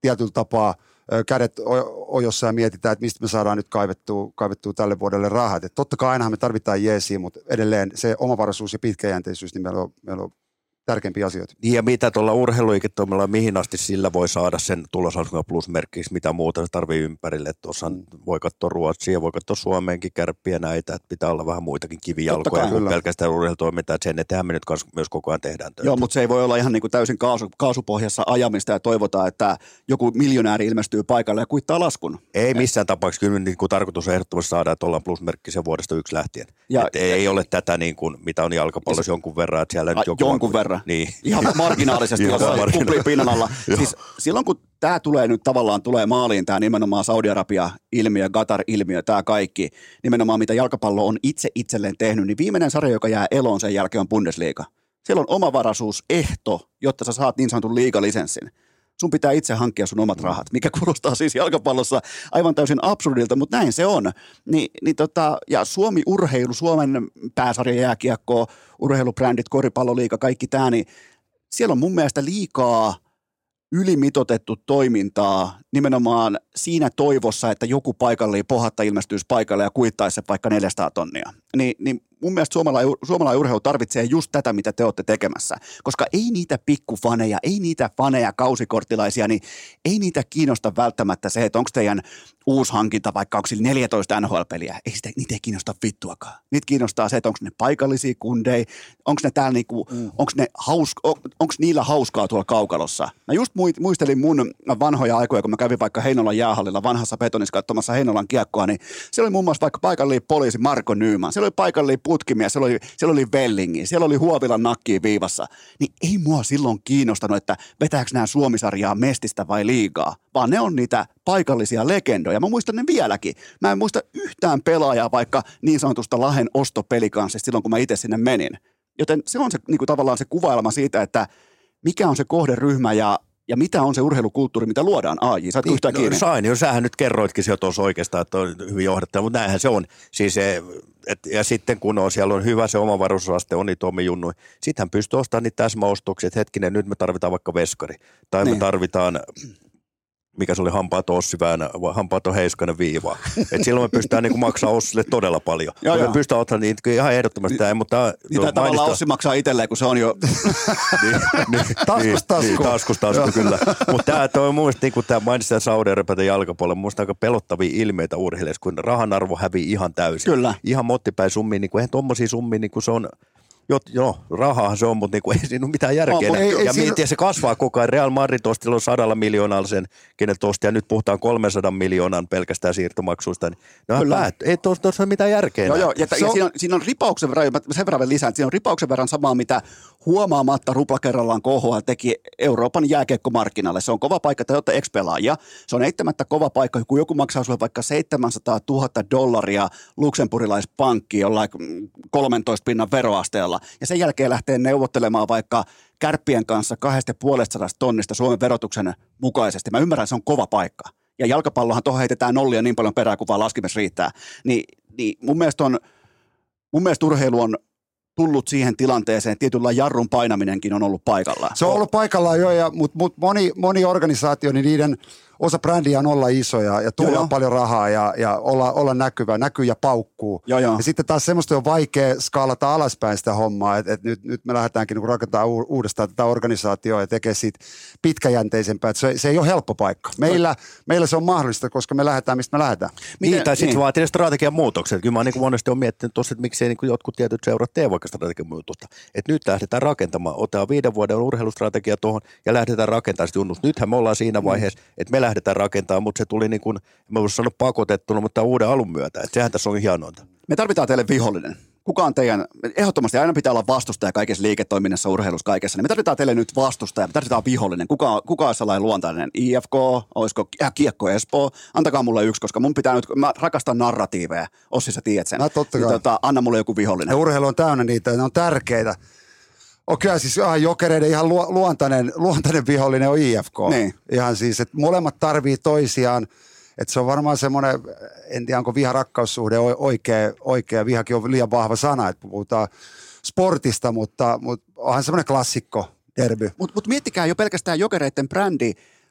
tietyllä tapaa kädet ojossa ja mietitään, että mistä me saadaan nyt kaivettua, kaivettua tälle vuodelle rahat. Et totta kai ainahan me tarvitaan jeesiä, mutta edelleen se omavaraisuus ja pitkäjänteisyys, niin meillä on, meillä on tärkeimpiä asioita. Ja mitä tuolla urheiluliiketoiminnalla, mihin asti sillä voi saada sen tuloslaskunnan plusmerkkiksi, mitä muuta se tarvii ympärille. Tuossa mm. voi katsoa Ruotsia, voi katsoa Suomeenkin kärppiä näitä, että pitää olla vähän muitakin kivijalkoja kuin pelkästään urheilutoimintaa, että sen eteen me nyt myös koko ajan tehdään töitä. Joo, mutta se ei voi olla ihan niin kuin täysin kaasu, kaasupohjassa ajamista ja toivotaan, että joku miljonääri ilmestyy paikalle ja kuittaa laskun. Ei missään tapauksessa, kyllä niin kuin tarkoitus on ehdottomasti saada, että ollaan plusmerkkisen vuodesta yksi lähtien. Ja, ei, ja, ei ole tätä niin kuin, mitä on jalkapallossa jonkun verran, että siellä a, nyt joku jonkun verran. Niin. Ihan marginaalisesti jossain kuplin pinnan alla. Siis silloin kun tämä tulee nyt tavallaan tulee maaliin, tämä nimenomaan Saudi-Arabia-ilmiö, Qatar-ilmiö, tämä kaikki, nimenomaan mitä jalkapallo on itse itselleen tehnyt, niin viimeinen sarja, joka jää eloon sen jälkeen on Bundesliga. Siellä on omavaraisuusehto, jotta sä saat niin sanotun liigalisenssin. Sun pitää itse hankkia sun omat rahat, mikä kuulostaa siis jalkapallossa aivan täysin absurdilta, mutta näin se on. Ni, niin tota, ja Suomi-urheilu, Suomen pääsarja, jääkiekko, urheilubrändit, koripalloliiga, kaikki tämä, niin siellä on mun mielestä liikaa ylimitotettu toimintaa nimenomaan siinä toivossa, että joku paikalle pohatta ilmestyisi paikalle ja kuittaisi se vaikka neljäsataa tonnia. Ni, niin mun mielestä suomalainen, suomalainen urheilu tarvitsee just tätä, mitä te olette tekemässä, koska ei niitä pikkufaneja, ei niitä faneja, kausikorttilaisia, niin ei niitä kiinnosta välttämättä se, että onko teidän uusi hankinta, vaikka onko sillä neljätoista N H L-peliä, ei sitä, niitä ei kiinnosta vittuakaan. Niitä kiinnostaa se, että onko ne paikallisia kundeja, onko ne täällä niinku, mm. onko ne hauska, on, onko niillä hauskaa tuolla kaukalossa. Mä just muistelin mun vanhoja aikoja, kun mä kävin vaikka Heinolan jäähallilla vanhassa betonissa katsomassa Heinolan kiekkoa, niin siellä oli muun muassa vaikka paikallinen poliisi Marko Nyman, siellä oli paikallinen putkimies, siellä oli, siellä oli Vellingi, siellä oli Huovilan nakkiin viivassa, niin ei mua silloin kiinnostanut, että vetääkö nämä Suomi-sarjaa mestistä vai liigaa, vaan ne on niitä paikallisia legendoja. Mä muistan ne vieläkin. Mä en muista yhtään pelaajaa vaikka niin sanotusta Lahden ostopelikanssista silloin, kun mä itse sinne menin. Joten se on se niin kuin tavallaan se kuvailma siitä, että mikä on se kohderyhmä ja Ja mitä on se urheilukulttuuri, mitä luodaan? A J, saatko yhtään kiinni? No, sain, jo sähän nyt kerroitkin se tuossa oikeastaan, että on hyvin johdettava, mutta näinhän se on. Siis, et, ja sitten kun on, siellä on hyvä se omavaraisuusaste, on niitä Tommi Junnu, sittenhän pystyy ostamaan niitä täsmäostoksia, että hetkinen, nyt me tarvitaan vaikka veskari. Tai niin. me tarvitaan, mikä se oli, Hampaato Ossi Väänä, Hampaato Heiskanen viivaa. Että silloin me pystytään niin maksaa Ossille todella paljon. Joo, me pystytään ottamaan niitä ihan ehdottomasti. Ni, mutta niitä tavallaan Ossi maksaa itselleen, kun se on jo niin, niin, taskustasku. Niin, taskustasku kyllä. Mutta tämä on mun mielestä, niin kun tämä mainitsi Saudi-Arabian jalkapallon, mun aika pelottavia ilmeitä urheilijassa, kun rahan arvo hävii ihan täysin. Kyllä. Ihan mottipäin summiin, niin eihän tommosia summia, niin se on... Jo, joo, rahaa se on, mutta niinku, ei siinä ole mitään järkeä. No, ei, ja ei, miettiä, siinä... se kasvaa koko ajan. Real Madrid osti silloin sadalla miljoonalla sen, kenet osti, ja nyt puhutaan kolmesataa miljoonan pelkästään siirtomaksuista. Niin, no, päät, ei tuossa ole mitään järkeä. Joo, joo, ja, ja on... siinä, on, siinä on ripauksen verran, sen verran lisään, että siinä on ripauksen verran samaa, mitä huomaamatta rupla kerrallaan K H L teki Euroopan jääkiekkomarkkinalle. Se on kova paikka, te olette ex-pelaajia. Se on eittämättä kova paikka, kun joku maksaa sulle vaikka seitsemänsataa tuhatta dollaria luksemburilaispankkiin jollain kolmentoista pinnan veroasteella. Ja sen jälkeen lähtee neuvottelemaan vaikka Kärppien kanssa kahdestapuolesta tonnista Suomen verotuksen mukaisesti. Mä ymmärrän, että se on kova paikka. Ja jalkapallohan tuohon heitetään nollia niin paljon perään, kuin vaan laskimessa riittää. Ni, niin mun mielestä, on, mun mielestä urheilu on tullut siihen tilanteeseen, että tietyllä jarrun painaminenkin on ollut paikallaan. Se on ollut paikallaan jo, ja, mutta mut moni, moni organisaatio, niin niiden osa brändiä on olla isoja ja tulla joo, paljon rahaa ja, ja olla, olla näkyvä, näkyy ja paukkuu. Joo, joo. Ja sitten taas semmoista on vaikea skaalata alaspäin sitä hommaa, että et nyt, nyt me lähdetäänkin niin rakentamaan uudestaan tätä organisaatioa ja tekee siitä pitkäjänteisempää. Se, se ei ole helppo paikka. Meillä, meillä se on mahdollista, koska me lähdetään, mistä me lähdetään. Niin, tai sitten niin. vaatii strategian muutokset. Kyllä mä niin monesti olen miettinyt tuossa, että miksei niin jotkut tietyt seurat tee vaikka strategian muutosta. Että nyt lähdetään rakentamaan, otetaan viiden vuoden urheilustrategia tuohon ja lähdetään rakentamaan sitä junnus. Nythän me ollaan siinä vaiheessa, mm. että me lähdetään rakentamaan, mutta se tuli niin kuin, mä voisin sanoa pakotettuna, mutta uuden alun myötä. Että sehän tässä on hienointa. Me tarvitaan teille vihollinen. Kuka on teidän, ehdottomasti aina pitää olla vastustaja kaikessa liiketoiminnassa, urheilussa, kaikessa. Niin me tarvitaan teille nyt vastustaja, me tarvitaan vihollinen. Kuka, kuka on sellainen luontainen? I F K, olisiko äh, Kiekko Espoo? Antakaa mulle yksi, koska mun pitää nyt, mä rakastan narratiiveja. Ossi, sä tiedät sen. No, totta kai. Niin, tota, anna mulle joku vihollinen. Ja urheilu on täynnä niitä, ne on tärkeitä. Okei, siis ihan jokereiden ihan luontainen, luontainen vihollinen on I F K. Niin. Ihan siis, että molemmat tarvii toisiaan. Että se on varmaan semmoinen, en tiedä onko viha-rakkaussuhde oikea, oikea, vihakin on liian vahva sana, että puhutaan sportista, mutta, mutta onhan semmoinen klassikko derby. Mutta mut miettikää jo pelkästään jokereiden brändi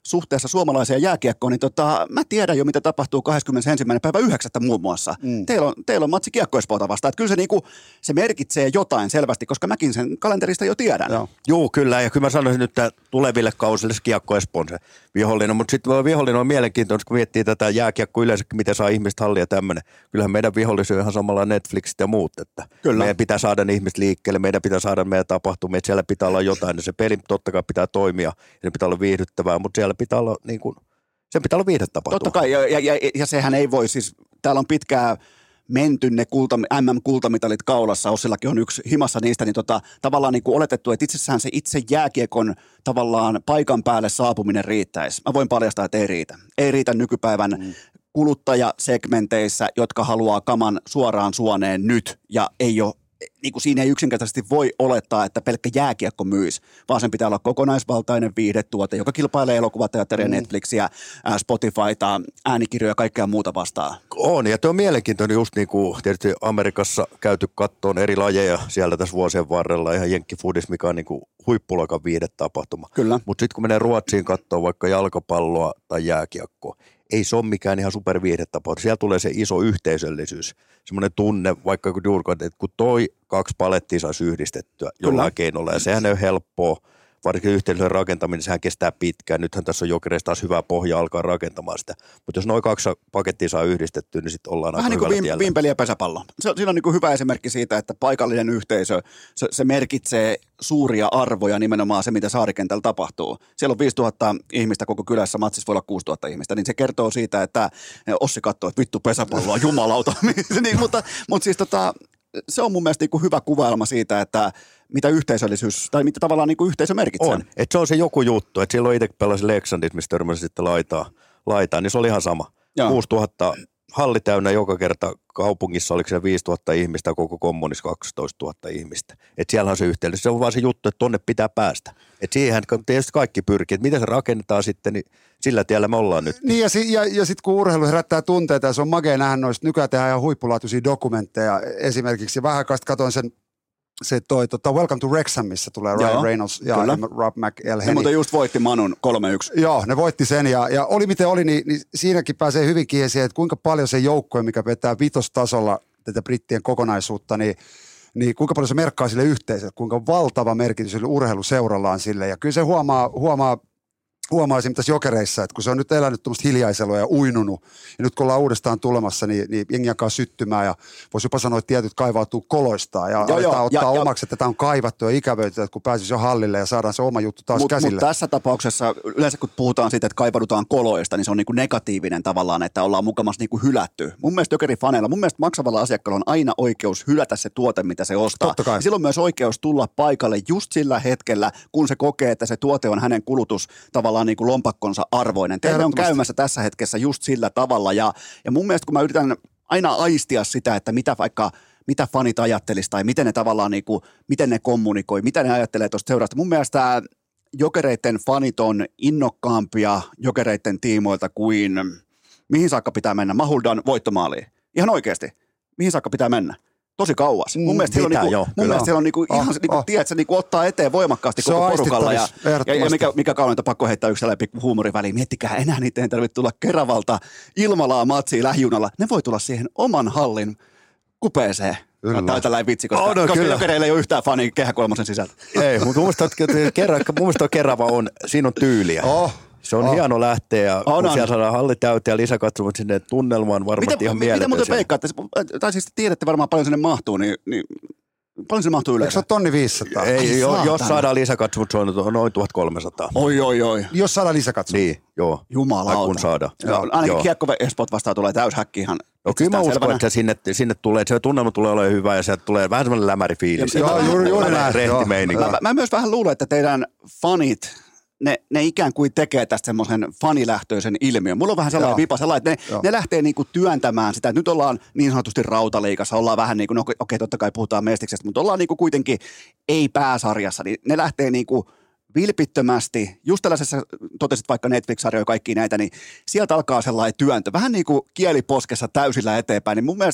suhteessa suomalaiseen jääkiekkoon, niin tota, mä tiedän jo, mitä tapahtuu kahdeskymmenesensimmäinen päivä yhdeksättä muun muassa. Mm. Teillä on, teillä on matsi Kiekko Espoota vastaan. Että kyllä se, niinku, se merkitsee jotain selvästi, koska mäkin sen kalenterista jo tiedän. Joo, Joo kyllä. Ja kyllä mä sanoisin nyt, että tuleville kausille Kiekko Espoon se vihollinen. Mutta sitten vihollinen on mielenkiintoista, kun miettii tätä jääkiekko yleensäkin, miten saa ihmistä hallia tämmöinen. Kyllähän meidän vihollisia on ihan samalla Netflixit ja muut. Että meidän pitää saada ne ihmiset liikkeelle, meidän pitää saada meidän tapahtumia, että siellä pitää olla jotain. Ja se peli totta kai pitää toimia ja se pitää olla viihdyttävää, mutta siellä pitää olla niin kuin, sen pitää olla viihdetapahtuma. Totta kai, ja, ja, ja, ja sehän ei voi siis, täällä on pitkää menty ne kulta, M M-kultamitalit kaulassa, Ossillakin on yksi himassa niistä, niin tota, tavallaan niin kuin oletettu, että itsessään se itse jääkiekon tavallaan paikan päälle saapuminen riittäisi. Mä voin paljastaa, että ei riitä. Ei riitä nykypäivän mm. kuluttajasegmenteissä, jotka haluaa kaman suoraan suoneen nyt ja ei ole, niin kuin siinä ei yksinkertaisesti voi olettaa, että pelkkä jääkiekko myisi, vaan sen pitää olla kokonaisvaltainen viihdetuote, joka kilpailee elokuvateatteria, mm. Netflixiä, Spotifyta, äänikirjoja ja kaikkea muuta vastaan. On, ja tuo on mielenkiintoinen just niin kuin tietysti Amerikassa käyty kattoon eri lajeja siellä tässä vuosien varrella, ihan jenkkifudis, mikä on niin kuin huippuluokan viihdetapahtuma. Kyllä. Mutta sitten kun menee Ruotsiin kattoon vaikka jalkapalloa tai jääkiekkoa, ei se ole mikään ihan superviihdetapahtuma. Siellä tulee se iso yhteisöllisyys, semmoinen tunne, vaikka kun Jurko, että kun toi kaksi palettia saisi yhdistettyä jollain keinolla, ja sehän ei ole helppoa, varsinkin yhteisön rakentaminen, sehän kestää pitkään. Nythän tässä on Jokereissa taas hyvä pohja alkaa rakentamaan sitä, mutta jos noin kaksi pakettia saa yhdistettyä, niin sitten ollaan vähän aika niin hyvällä tiellä. Vähän niin kuin vimpeli ja pesäpallo. Se, siinä on niin kuin hyvä esimerkki siitä, että paikallinen yhteisö, se, se merkitsee suuria arvoja nimenomaan se, mitä Saarikentällä tapahtuu. Siellä on viisituhatta ihmistä koko kylässä, matsissa voi olla kuusituhatta ihmistä, niin se kertoo siitä, että Ossi katsoo, että vittu pesäpalloa, jumalauta. niin, mutta, mutta siis tota, se on mun mielestä niin kuin hyvä kuvailma siitä, että mitä yhteisöllisyys, tai mitä tavallaan niin kuin yhteisö merkitsee. On, että se on se joku juttu, että silloin itse pelasin Leksandissa, mistä törmäsin sitten laitaa, laitaa, niin se oli ihan sama. kuusituhatta halli täynnä joka kerta kaupungissa, oliko se viisituhatta ihmistä, koko kommunissa kaksitoistatuhatta ihmistä. Että siellä on se yhteys. Se on vaan se juttu, että tonne pitää päästä. Että siihen tietysti kaikki pyrkii, että miten se rakennetaan sitten, niin sillä tiellä me ollaan nyt. Niin ja, si- ja, ja sitten kun urheilu herättää tunteita, ja se on makea nähdä noista, nykyään tehdään ihan huippulaatuisia dokumentteja. Esimerkiksi vähän aikaa katsoin sen, se toi, tota, Welcome to Wrexham, missä tulee Ryan Joo, Reynolds ja kyllä. Rob McElhenney. Ne muuten just voitti Manun kolme yksi. Joo, ne voitti sen ja, ja oli miten oli, niin, niin siinäkin pääsee hyvin kiinni siihen, että kuinka paljon se joukkue, mikä vetää vitostasolla tätä brittien kokonaisuutta, niin, niin kuinka paljon se merkkaa sille yhteisölle, kuinka valtava merkitys sille urheiluseuralla on sille. Ja kyllä se huomaa, huomaa Huomaa esimerkiksi Jokereissa, että kun se on nyt elänyt tuommoista hiljaiselua ja uinunut, ja nyt kun ollaan uudestaan tulemassa, niin, niin jengi alkaa syttymään, ja voisi jopa sanoa, että tietyt kaivautuu koloistaan, ja joo, aletaan ottaa ja, omaksi, että tämä on kaivattu ja ikävöity, että kun pääsisi jo hallille ja saadaan se oma juttu taas mut, käsille. Mutta tässä tapauksessa, yleensä kun puhutaan siitä, että kaivaudutaan koloista, niin se on niinku negatiivinen tavallaan, että ollaan mukamassa niinku hylätty. Mun mielestä Jokerifaneilla, mun mielestä maksavalla asiakkaalla on aina oikeus hylätä se tuote, mitä se ostaa. Totta kai. Ja silloin myös oikeus tulla paikalle just sillä hetkellä, kun se kokee, että se tuote on hänen kulutus tavallaan niin kuin lompakkonsa arvoinen. Teille on käymässä tässä hetkessä just sillä tavalla ja, ja mun mielestä kun mä yritän aina aistia sitä, että mitä vaikka mitä fanit ajattelisi tai miten ne tavallaan niin kuin, miten ne kommunikoi, mitä ne ajattelee tuosta seurasta. Mun mielestä Jokereiden fanit on innokkaampia Jokereiden tiimoilta kuin mihin saakka pitää mennä. Mahuldan voittomaaliin. Ihan oikeasti. Mihin saakka pitää mennä? Tosi kauas. Mun mielestä siellä on, niinku, jo, mun mielestä siellä on niinku oh, ihan, niinku, oh. tiedät, se niinku ottaa eteen voimakkaasti se koko porukalla. Ja, ja, ja mikä, mikä kauneita, pakko heittää yksi sellainen pikku huumoriväliin. Miettikää, enää niitä ei tarvitse tulla Keravalta Ilmalaa matsiin lähijunalla. Ne voi tulla siihen oman hallin kupeeseen. Tämä on tällainen vitsi, koska, oh, no, koska Jokereilla ei ole yhtään fania Kehä kolmosen sisältä. Ei, mutta mun mielestä Kerava on, siinä on tyyliä. Oh. Se on oh. hieno lähteä ja oh, kun no. siellä saadaan halli täyteen ja lisäkatsomut sinne tunnelmaan varmasti mitä, ihan mieletön. Mitä muuten veikkaatte? Tai siis tiedätte varmaan paljon sinne mahtuu, niin, niin paljon sinne mahtuu yleensä? Eikö se ole tonni viisisataa? Ei, Ai, jo, jos saadaan lisäkatsomut, se on noin tuhatkolmesataa. Oi, oi, oi. Jos saadaan lisäkatsomut? Niin, joo. Jumalauta. Kun saadaan. Joo, ainakin Kiekko Espot vastaan tulee täyshäkki ihan. No kyllä mä uskon, selvänä. Että sinne, sinne tulee, että se tunnelma tulee olemaan hyvä ja sieltä tulee vähän semmoinen lämärifiilis. Joo, juuri, juuri näin. Rehtimeininki. Mä, mä myös vähän luulen, että teidän fanit, ne, ne ikään kuin tekee tästä semmoisen fanilähtöisen ilmiön. Mulla on vähän sellainen vipa, sellainen, että ne, ne lähtee niinku työntämään sitä, että nyt ollaan niin sanotusti rautaliigassa, ollaan vähän niin kuin, no okei, okay, totta kai puhutaan mestiksestä, mutta ollaan niinku kuitenkin ei pääsarjassa, niin ne lähtee niinku vilpittömästi, just tällaisessa, totesit vaikka Netflix-sarjoja ja kaikki näitä, niin sieltä alkaa sellainen työntö, vähän niin kuin kieliposkessa täysillä eteenpäin, niin mun mielestä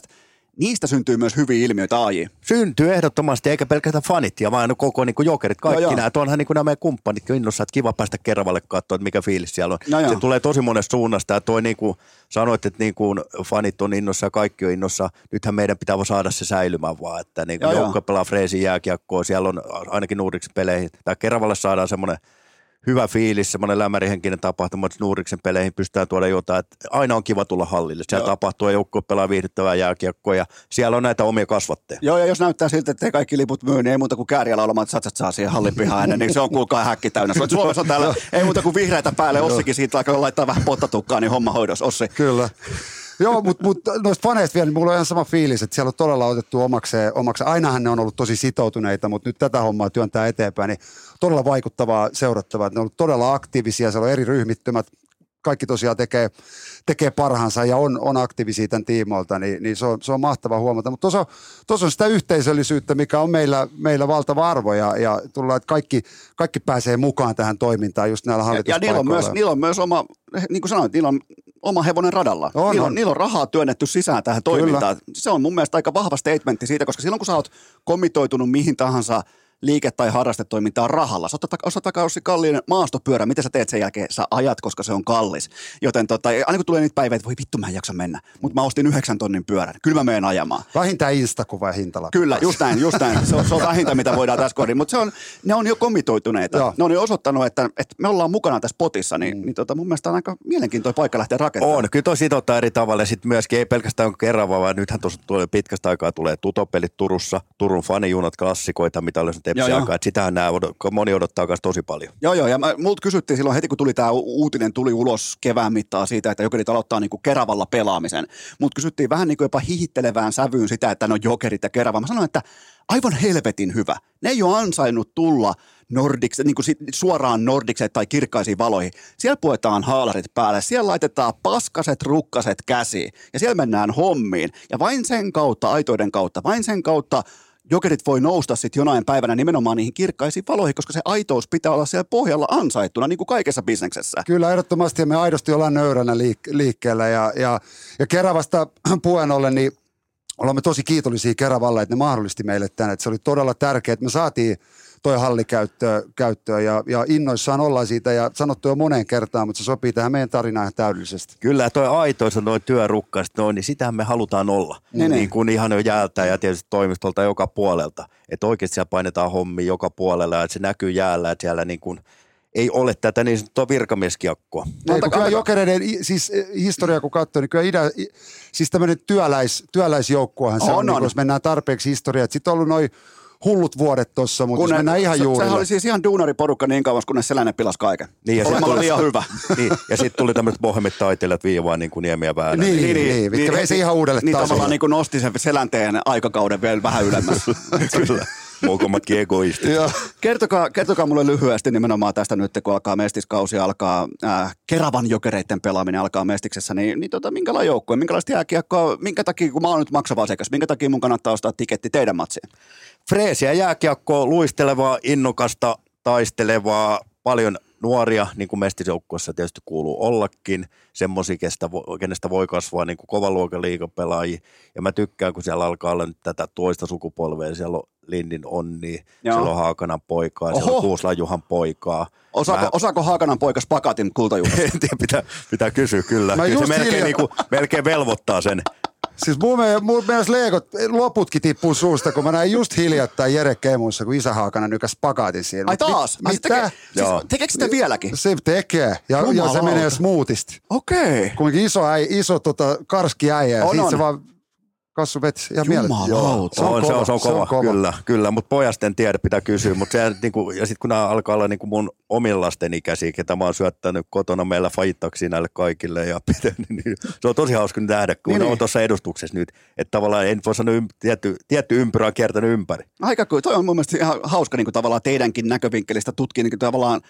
niistä syntyy myös hyviä ilmiöitä A J. Syntyy ehdottomasti, eikä pelkästään fanit, ja vaan koko niin kuin jokerit, kaikki joo, joo. nämä. Onhan niin kuin nämä meidän kumppanit innossa, että kiva päästä Keravalle katsoa, että mikä fiilis siellä on. No, se joo. tulee tosi monesta suunnasta, ja toi niin kuin sanoit, että niin kuin fanit on innossa ja kaikki on innossa. Nythän meidän pitää saada se säilymään vaan, että niin kuin joukko pelaa freesin jääkiekkoa, siellä on ainakin Nuudiksen peleihin. Tai Keravalle saadaan semmoinen hyvä fiilis, semmoinen lämärihenkinen tapahtuma, että Nuudiksen peleihin pystytään tuoda jotain. Että aina on kiva tulla hallille. Siellä Joo. tapahtuu ja joukko pelaa viihdyttävää jääkiekkoa ja siellä on näitä omia kasvatteja. Joo, ja jos näyttää siltä, että ei kaikki liput myy, niin ei muuta kuin kääriä olemaan, että satsat saa siihen hallin pihaan ennen, niin se on kuulkaa häkki täynnä. Suomessa on täällä, ei muuta kuin vihreitä päälle, Ossikin siitä alkaa laittaa vähän pottatukkaa, niin homma hoidos, Ossi. Kyllä. Joo, mutta mut, noista faneista vielä, niin mulla on ihan sama fiilis, että siellä on todella otettu omakseen. omakseen. Ainahan ne on ollut tosi sitoutuneita, mutta nyt tätä hommaa työntää eteenpäin, niin todella vaikuttavaa seurattavaa. Ne on ollut todella aktiivisia, siellä on eri ryhmittymät, kaikki tosiaan tekee, tekee parhaansa ja on, on aktiivisia tämän tiimoilta, niin, niin se, on, se on mahtavaa huomata. Mutta tuossa on, on sitä yhteisöllisyyttä, mikä on meillä, meillä valtava arvo ja, ja tullaan, että kaikki, kaikki pääsee mukaan tähän toimintaan just näillä hallituspaikoilla. Ja, ja niillä, on myös, niillä on myös oma, niin kuin sanoit, niillä on oma hevonen radalla. On, niillä, on, on. niillä on rahaa työnnetty sisään tähän toimintaan. Kyllä. Se on mun mielestä aika vahva statementti siitä, koska silloin kun sä oot kommitoitunut mihin tahansa liike- tai harrastetoimintaa rahalla. Sä ostat Ossi kalliin maastopyörä, mitä sä teet sen jälkeen? Sä ajat, koska se on kallis. Joten tota, aina kun tulee niitä päiviä, että voi vittu mä en jaksa mennä, mutta mä ostin yhdeksän tonnin pyörän. Kyllä mä menen ajamaan. Vähintään Instakuva ja hintalappu. Kyllä, just näin, just näin. Se on, se on vähintä, mitä voidaan tässä kohdin. Mutta ne on jo kommitoituneita. Joo. Ne on jo osoittanut, että, että me ollaan mukana tässä potissa, niin, mm. niin tota, mun mielestä on aika mielenkiintoinen paikka lähteä rakentamaan. On, kyllä toi sitouttaa eri tavalla ja sitten myöskin ei pelkästään Kerava, vaan nythän tuossa pitkästä aikaa tulee tutopelit Turussa, Turun fanijunat, klassikoita, mitä olisi tepsi aikaa, että sitähän nämä odot, moni odottaa myös tosi paljon. Joo, joo, ja mä, multa kysyttiin silloin heti, kun tuli tämä uutinen, tuli ulos kevään mittaan siitä, että Jokerit aloittaa niinku Keravalla pelaamisen. Multa kysyttiin vähän niinku jopa hihittelevään sävyyn sitä, että ne on Jokerit ja Kerava. Mä sanoin, että aivan helvetin hyvä. Ne ei ole ansainnut tulla Nordikse, niin kuin suoraan Nordikseen tai kirkkaisiin valoihin. Siellä puetaan haalarit päälle, siellä laitetaan paskaset rukkaset käsiin ja siellä mennään hommiin. Ja vain sen kautta, aitoiden kautta, vain sen kautta Jokerit voi nousta sitten jonain päivänä nimenomaan niihin kirkkaisiin valoihin, koska se aitous pitää olla siellä pohjalla ansaittuna, niin kuin kaikessa bisneksessä. Kyllä, ehdottomasti me aidosti ollaan nöyränä liik- liikkeellä ja, ja, ja Keravasta puheen ollen, niin olemme tosi kiitollisia Keravalle, että ne mahdollisti meille tänne. Että se oli todella tärkeää, että me saatiin toi halli käyttöön, käyttöön ja, ja innoissaan ollaan siitä ja sanottu jo moneen kertaan, mutta se sopii tähän meidän tarinaan ihan täydellisesti. Kyllä, toi aitois on noin työrukkaiset, noin, niin sitähän me halutaan olla. Mm. Niin kuin ihan jo jäältä ja tietysti toimistolta joka puolelta. Että oikeasti siellä painetaan hommia joka puolella ja että se näkyy jäällä, että siellä niin kuin ei ole tätä niin sanottua virkamieskiekkoa. Ei, kun kyllä Jokereiden siis historia kun katsoo, niin kyllä idä, siis tämmöinen työläis, työläisjoukkuahan se on, on, niin, jos mennään tarpeeksi historiaa. Sitten on ollut noin hullut vuodet tossa, mutta kun jos mennään ihan juurille. Sehän oli siis ihan duunariporukka niin kauan, kunnes Selänen pilasi kaiken. Niin, ja Olemalla tuli, liian hyvä. Niin, ja sitten tuli tämmöiset bohemit taiteilijat viivaan niin kuin Niemiä väänä. Niin, niin, niin, niin, vei se ihan uudelle niin, tasolle. Niin tavallaan niin kuin nosti sen Selänteen aikakauden vielä vähän ylemmäs. Kyllä. Muokommatkin egoistit. kertokaa, kertokaa mulle lyhyesti nimenomaan tästä nyt, kun alkaa mestiskausi, alkaa äh, Keravan Jokereiden pelaaminen alkaa mestiksessä, niin, niin tota, minkälainen joukkue, minkälaista jääkiekkoa, minkä takia, kun mä oon nyt maksava asiakas, minkä takia mun kannattaa ostaa tiketti teidän matsiin? Freesiä jääkiekkoa, luistelevaa, innokasta, taistelevaa, paljon nuoria, niin kuin mestisjoukkueessa tietysti kuuluu ollakin, semmoisia, kenestä voi kasvaa niin kuin kovan luokan liigapelaajia. Ja mä tykkään, kun siellä alkaa olla nyt tätä toista sukupolvea, siellä on Lindin Onni, Joo. siellä on Haakanan poikaa, Oho. siellä on Kuuslan Juhan poikaa. Osaako, mä... osaako Haakanan poika Spagatin kultajuhlasta? En tiedä, pitää, pitää kysyä kyllä. Mä kyllä se melkein, hilja... niin kuin, melkein velvoittaa sen. Siis mun mielestä leekot, loputkin tippuu suusta, kun mä näin just hiljattain Jere Kemussa, kun isä Haakana nykäs Spagatin siinä. Ai taas? Mit, mitä? Tekee, siis, tekeekö sitä vieläkin? Se tekee, ja, ja se menee smoothisti. Okei. Okay. Kuitenkin iso, äi, iso tota, karski äijä, ja siitä se vaan kassu veti ihan mielettä. Se on, se on, se on kova, kova. kyllä, kyllä. Mutta pojasta en tiedä, pitää kysyä. Mut se, niinku, ja sitten kun nämä alkaa olla niinku mun omin lasten ikäisiä, ketä mä oon syöttänyt kotona meillä faittaksi näille kaikille, ja niin, se on tosi hauska nähdä, kun niin, ne on tuossa edustuksessa nyt. Että tavallaan en voi sanoa, tietty, tietty ympyrä on kiertänyt ympäri. Aika kyllä, toi on mun mielestä ihan hauska niin kuin tavallaan teidänkin näkövinkkelistä tutkia niin kuin tavallaan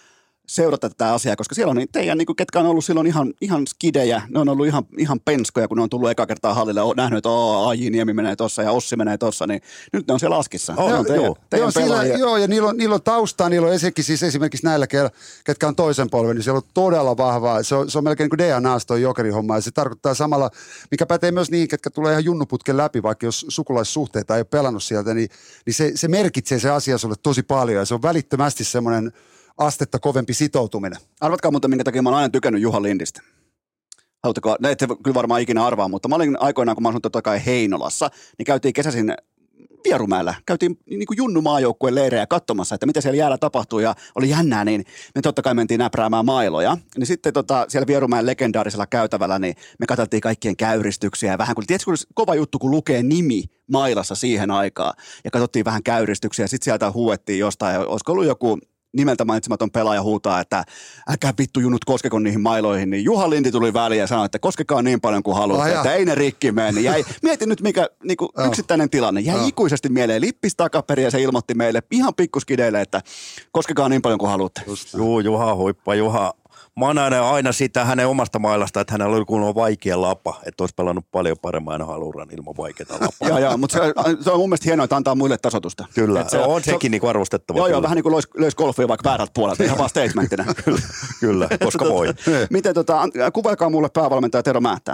seurata tätä asiaa, koska siellä on niin teidän, niin kuin, ketkä on ollut silloin ihan, ihan skidejä, ne on ollut ihan, ihan penskoja, kun ne on tullut eka kertaa hallille, on nähnyt, että A J Niemi menee tossa ja Ossi menee tossa, niin nyt ne on siellä Askissa. Oh, on teidän, joo. teidän Joo, sillä, pelaajia. joo, ja niillä on, niillä on taustaa, niillä on esimerkiksi, siis esimerkiksi näillä, ketkä on toisen polven, niin siellä on todella vahvaa, se on, se on melkein niin kuin D N A:sta toi jokerihomma, ja se tarkoittaa samalla, mikä pätee myös niin, ketkä tulee ihan junnuputken läpi, vaikka jos sukulaissuhteita ei ole pelannut sieltä, niin, niin se, se merkitsee se asia sulle tosi paljon, ja se on välittömästi semmoinen astetta kovempi sitoutuminen. Arvatkaa muuten, minkä takia mä oon aina tykännyt Juha Lindistä. Haluatteko, ne ette kyllä varmaan ikinä arvaa, mutta mä olin aikoinaan, kun mä asun totta kai Heinolassa, niin käytiin kesäisin Vierumäellä. Käytiin niin kuin Junnu maajoukkueen leirejä katsomassa, että mitä siellä jäällä tapahtuu ja oli jännää, niin me totta kai mentiin näpräämään mailoja. Niin sitten tota, siellä Vierumäen legendaarisella käytävällä, niin me katsottiin kaikkien käyristyksiä ja vähän kuin, tiedätkö, kova juttu, kun lukee nimi mailassa siihen aikaan ja katsottiin vähän käyristyksiä ja sitten sieltä huuettiin jostain, olisiko ollut joku nimeltä mainitsematon pelaaja huutaa, että älkää vittu junut koskeko niihin mailoihin, niin Juha Linti tuli väliin ja sanoi, että koskekaa niin paljon kuin haluatte, että ei ne rikki mene. Niin jäi, mieti nyt mikä niinku, yksittäinen tilanne, jäi ikuisesti mieleen, lippis takaperin ja se ilmoitti meille ihan pikkuskideille, että koskekaa niin paljon kuin haluatte. Juu, Juha huippa, Juha. Mä oon aina, aina sitä hänen omasta mailasta, että hänellä oli kuulemma vaikea lapa, että olisi pelannut paljon paremmin haluuran ilman vaikeaa lapaa. Joo, joo, mutta se, se on mun mielestä hienoa, että antaa muille tasotusta. Kyllä, se, on se, sekin niinku arvostettava. Joo, kyllä. joo, vähän niin kuin löisi löis golfia vaikka väärältä puolelta, ihan vaan statementtina. kyllä, kyllä, koska voi. Miten tota, kuvailkaa mulle päävalmentaja Tero Määhtää.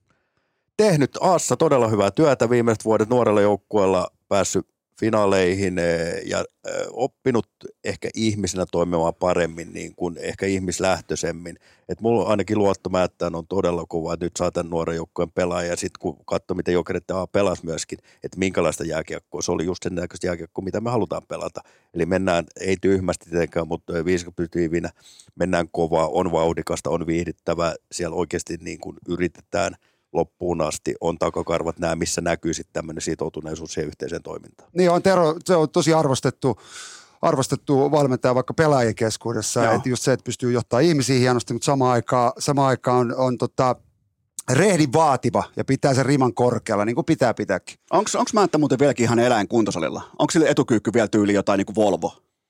Tehnyt Aassa todella hyvää työtä viimeiset vuodet nuorella joukkueella, päässyt finaaleihin ja oppinut ehkä ihmisenä toimimaan paremmin, niin kuin ehkä ihmislähtöisemmin. Että mulla ainakin luotto Määttään on todella kova, että nyt saa tämän nuoren joukkueen pelaajan ja sitten kun katsoo, miten Jokerit A pelasi myöskin, että minkälaista jääkiekkoa, se oli just sen näköistä jääkiekkoa, mitä me halutaan pelata. Eli mennään, ei tyhmästi tietenkään, mutta viisikymmentä mennään kovaa, on vauhdikasta, on viihdyttävää, siellä oikeasti niin kuin yritetään loppuun asti, on takakarvat nämä, missä näkyy sitten tämmöinen sitoutuneisuus siihen yhteiseen toimintaan. Niin on Tero, se on tosi arvostettu, arvostettu valmentaja vaikka pelaajien keskuudessa, että just se, että pystyy johtaa ihmisiä hienosti, mutta samaan aikaan, samaan aikaan on, on tota, rehdin vaativa ja pitää sen riman korkealla, niin kuin pitää pitääkin. Onko Määttä muuten vieläkin ihan eläinkuntosalilla? Onko sille etukyykky vielä tyyli jotain niin kuin Volvo?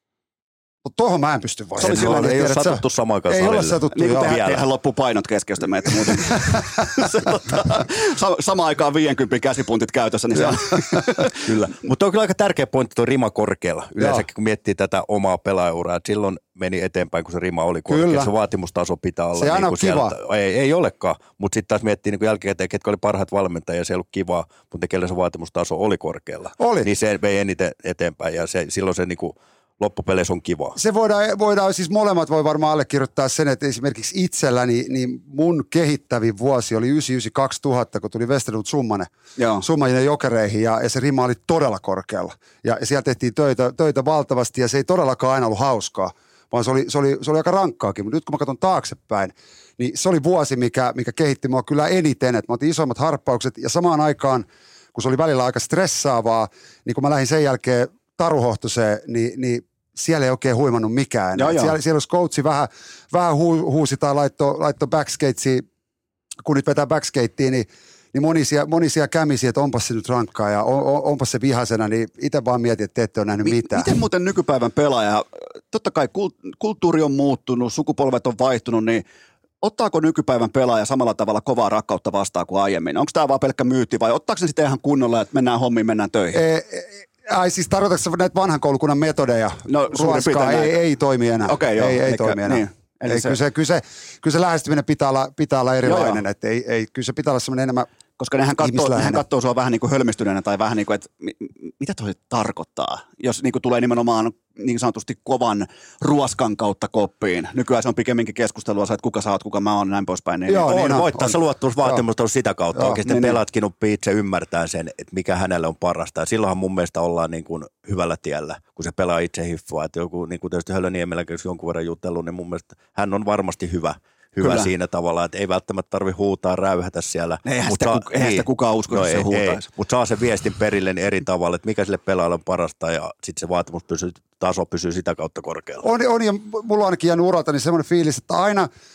Mutta tuohon mä en pysty Se oli silleen, ei ole satuttu samaan aikaan Ei salille. ole satuttu, niin joo. tehdään, tehdään loppuu painot keskeistä meitä muuten. se, tota, sa- samaan aikaan viisikymmentä käsipuntit käytössä. Niin se on. Kyllä, mutta on kyllä aika tärkeä pointti tuo rima korkealla. Yleensäkin kun miettii tätä omaa pelaajauraa, että silloin meni eteenpäin, kun se rima oli korkea. Kyllä. Se vaatimustaso pitää olla. Se niin aina on kiva. Sieltä, ei, ei olekaan, mutta sitten taas miettii niin jälkikäteen, ketkä oli parhaat valmentajia, se ei ollut kivaa, mutta kelle se vaatimustaso oli korkealla. Oli. Niin se vei eniten eteenpäin ja se, silloin se niin kuin loppupeleissä on kiva. Se voidaan, voidaan, siis molemmat voi varmaan allekirjoittaa sen, että esimerkiksi itselläni, niin mun kehittävin vuosi oli yhdeksänkymmentäyhdeksän kaksituhatta, kun tuli Westerud Summanen, Summanen Jokereihin ja, ja se rima oli todella korkealla. Ja, ja siellä tehtiin töitä, töitä valtavasti ja se ei todellakaan aina ollut hauskaa, vaan se oli, se oli, se oli aika rankkaakin. Mutta nyt kun mä katson taaksepäin, niin se oli vuosi, mikä, mikä kehitti mua kyllä eniten, että mä otin isommat harppaukset ja samaan aikaan, kun se oli välillä aika stressaavaa, niin kun mä lähdin sen jälkeen Taruhohtoseen, niin, niin siellä ei oikein huimannut mikään. Joo, siellä, siellä jos coachi vähän, vähän hu, huusi tai laittoi laitto backskatesiin, kun nyt vetää backskatea, niin, niin monisia, monisia kämisiä, että onpas se nyt rankkaa ja on, on, onpas se vihasena, niin itse vaan mietin, että te ette ole nähnyt Mi- mitään. Miten muuten nykypäivän pelaaja, totta kai kulttuuri on muuttunut, sukupolvet on vaihtunut, niin ottaako nykypäivän pelaaja samalla tavalla kovaa rakkautta vastaan kuin aiemmin? Onko tämä vaan pelkkä myytti vai ottaako se sitten ihan kunnolla, että mennään hommiin, mennään töihin? E, e, Ai siis tarkoitatko näitä vanhan koulukunnan metodeja? No Ruoskaa ei, ei toimi enää. Okei, joo. Ei, ei Eikä, toimi enää. Niin. Ei, se, kyllä, se, kyllä, se, kyllä se lähestyminen pitää olla, pitää olla erilainen. Että ei, ei, kyllä se pitää olla semmoinen enemmän koska nehän katsoo, nehän katsoo sua vähän niin kuin hölmistyneenä tai vähän niin kuin, että mitä toi tarkoittaa, jos niin kuin tulee nimenomaan niin sanotusti kovan ruoskan kautta koppiin. Nykyään se on pikemminkin keskustelua, että kuka sä oot, kuka mä oon, näin poispäin. Niin Joo, niin, niin on, voittaa se luottamusvaatimus on sitä kautta. Joo. Oikeasti niin, pelatkin oppii itse ymmärtää sen, että mikä hänelle on parasta. Ja silloinhan mun mielestä ollaan niin kuin hyvällä tiellä, kun se pelaa itse hiffua. Että joku, niin kuin tietysti Hölöniemelläkin, jos jonkun verran jutellut, niin mun mielestä hän on varmasti hyvä. Hyvä Kyllä. siinä tavalla, että ei välttämättä tarvitse huutaa, räyhätä siellä. Eihän sitä, saa, eihän niin, sitä kukaan usko, no, että se huutaisi. Mutta saa sen viestin perille niin eri tavalla, että mikä sille pelaajalle on parasta ja sitten se vaatimus pysyy, taso pysyy sitä kautta korkealla. On, on ja mulla on ainakin jäänyt uralta niin semmoinen fiilis, että aina,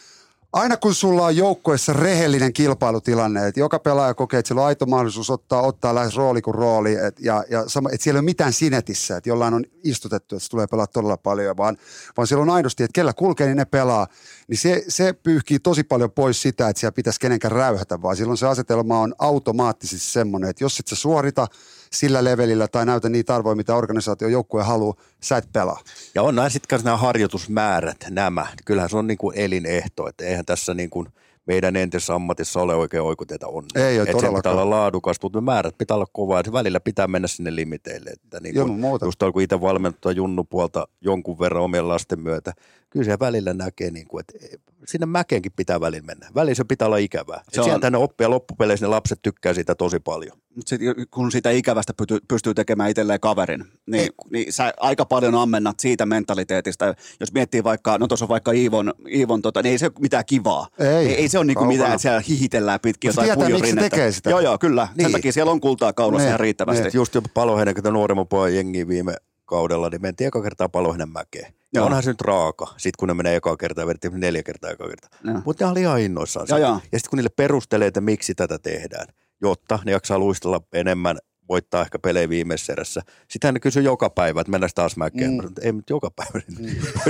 Aina kun sulla on joukkueessa rehellinen kilpailutilanne, että joka pelaaja kokee, että sillä on aito mahdollisuus ottaa, ottaa lähes rooli kuin rooli, et, ja, ja sama, että siellä ei ole mitään sinetissä, että jollain on istutettu, että se tulee pelaa todella paljon, vaan, vaan siellä on aidosti, että kellä kulkee, niin ne pelaa, niin se, se pyyhkii tosi paljon pois sitä, että siellä pitäisi kenenkään räyhätä, vaan silloin se asetelma on automaattisesti semmoinen, että jos et sä suorita sillä levelillä tai näytä niitä arvoja, mitä organisaatio joukkue haluaa, sä et pelaa. Ja on nämä sitten nämä harjoitusmäärät, nämä. Kyllähän se on niin kuin elinehto, että eihän tässä niin kuin meidän entisessä ammatissa ole oikein oikotietä onnea. Ei ole todellakaan. Se pitää olla laadukas, mutta määrät pitää olla kovaa ja se välillä pitää mennä sinne limiteille. Että niin kuin, just kun itse valmentaa junnupuolta jonkun verran omien lasten myötä, kyllä se välillä näkee, niin kuin, että sinne mäkeenkin pitää välillä mennä. Välillä se pitää olla ikävää. On... Sieltä ne oppii ja loppupeleissä ne lapset tykkää siitä tosi paljon. Sitten kun sitä ikävästä pystyy tekemään itselleen kaverin, niin, niin sä aika paljon ammennat siitä mentaliteetista. Jos miettii vaikka, no tuossa on vaikka Iivon, Iivon tota, niin ei se ole mitään kivaa. Ei, ei, ei se ole niinku mitään, että siellä hihitellään pitkin jotain puijurinnettä. Tekee sitä. Joo, joo, kyllä. Niin. Sen takia siellä on kultaa kaulassa ihan riittävästi. Niin. Just Paloheinän, kun nuoremman pojan jengiä viime kaudella, niin mentiin eka kertaa Paloheinän mäkeen. Ja onhan se nyt raaka, sit kun ne menee eka kertaa, vedettiin neljä kertaa eka kertaa. Mutta ne oli ihan innoissaan. Ja, ja. ja sitten kun niille perustelee, että miksi tätä tehdään, jotta ne jaksaa luistella enemmän, voittaa ehkä pelejä viimeisessä erässä. Sitten ne kysyy joka päivä, että mennään taas mäkeen. Mm. Ei nyt joka päivä. Mm.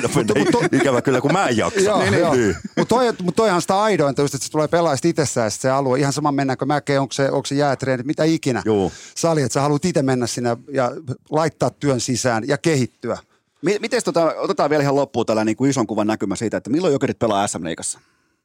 Ikävä kyllä, kun mä en jaksa. Joo, niin, joo. Niin. Mutta toi, mut toihan sitä aidointa, just, että se tulee pelaa itsessään se alue. Ihan sama mennäänkö mäkeen, onko se, onko se jäätreenit, mitä ikinä. Joo. Sali, että sä haluat itse mennä sinne ja laittaa työn sisään ja kehittyä. Miten tota, otetaan vielä ihan loppuun tällä niin kuin ison kuvan näkymä siitä, että milloin Jokerit pelaa S M-liigassa?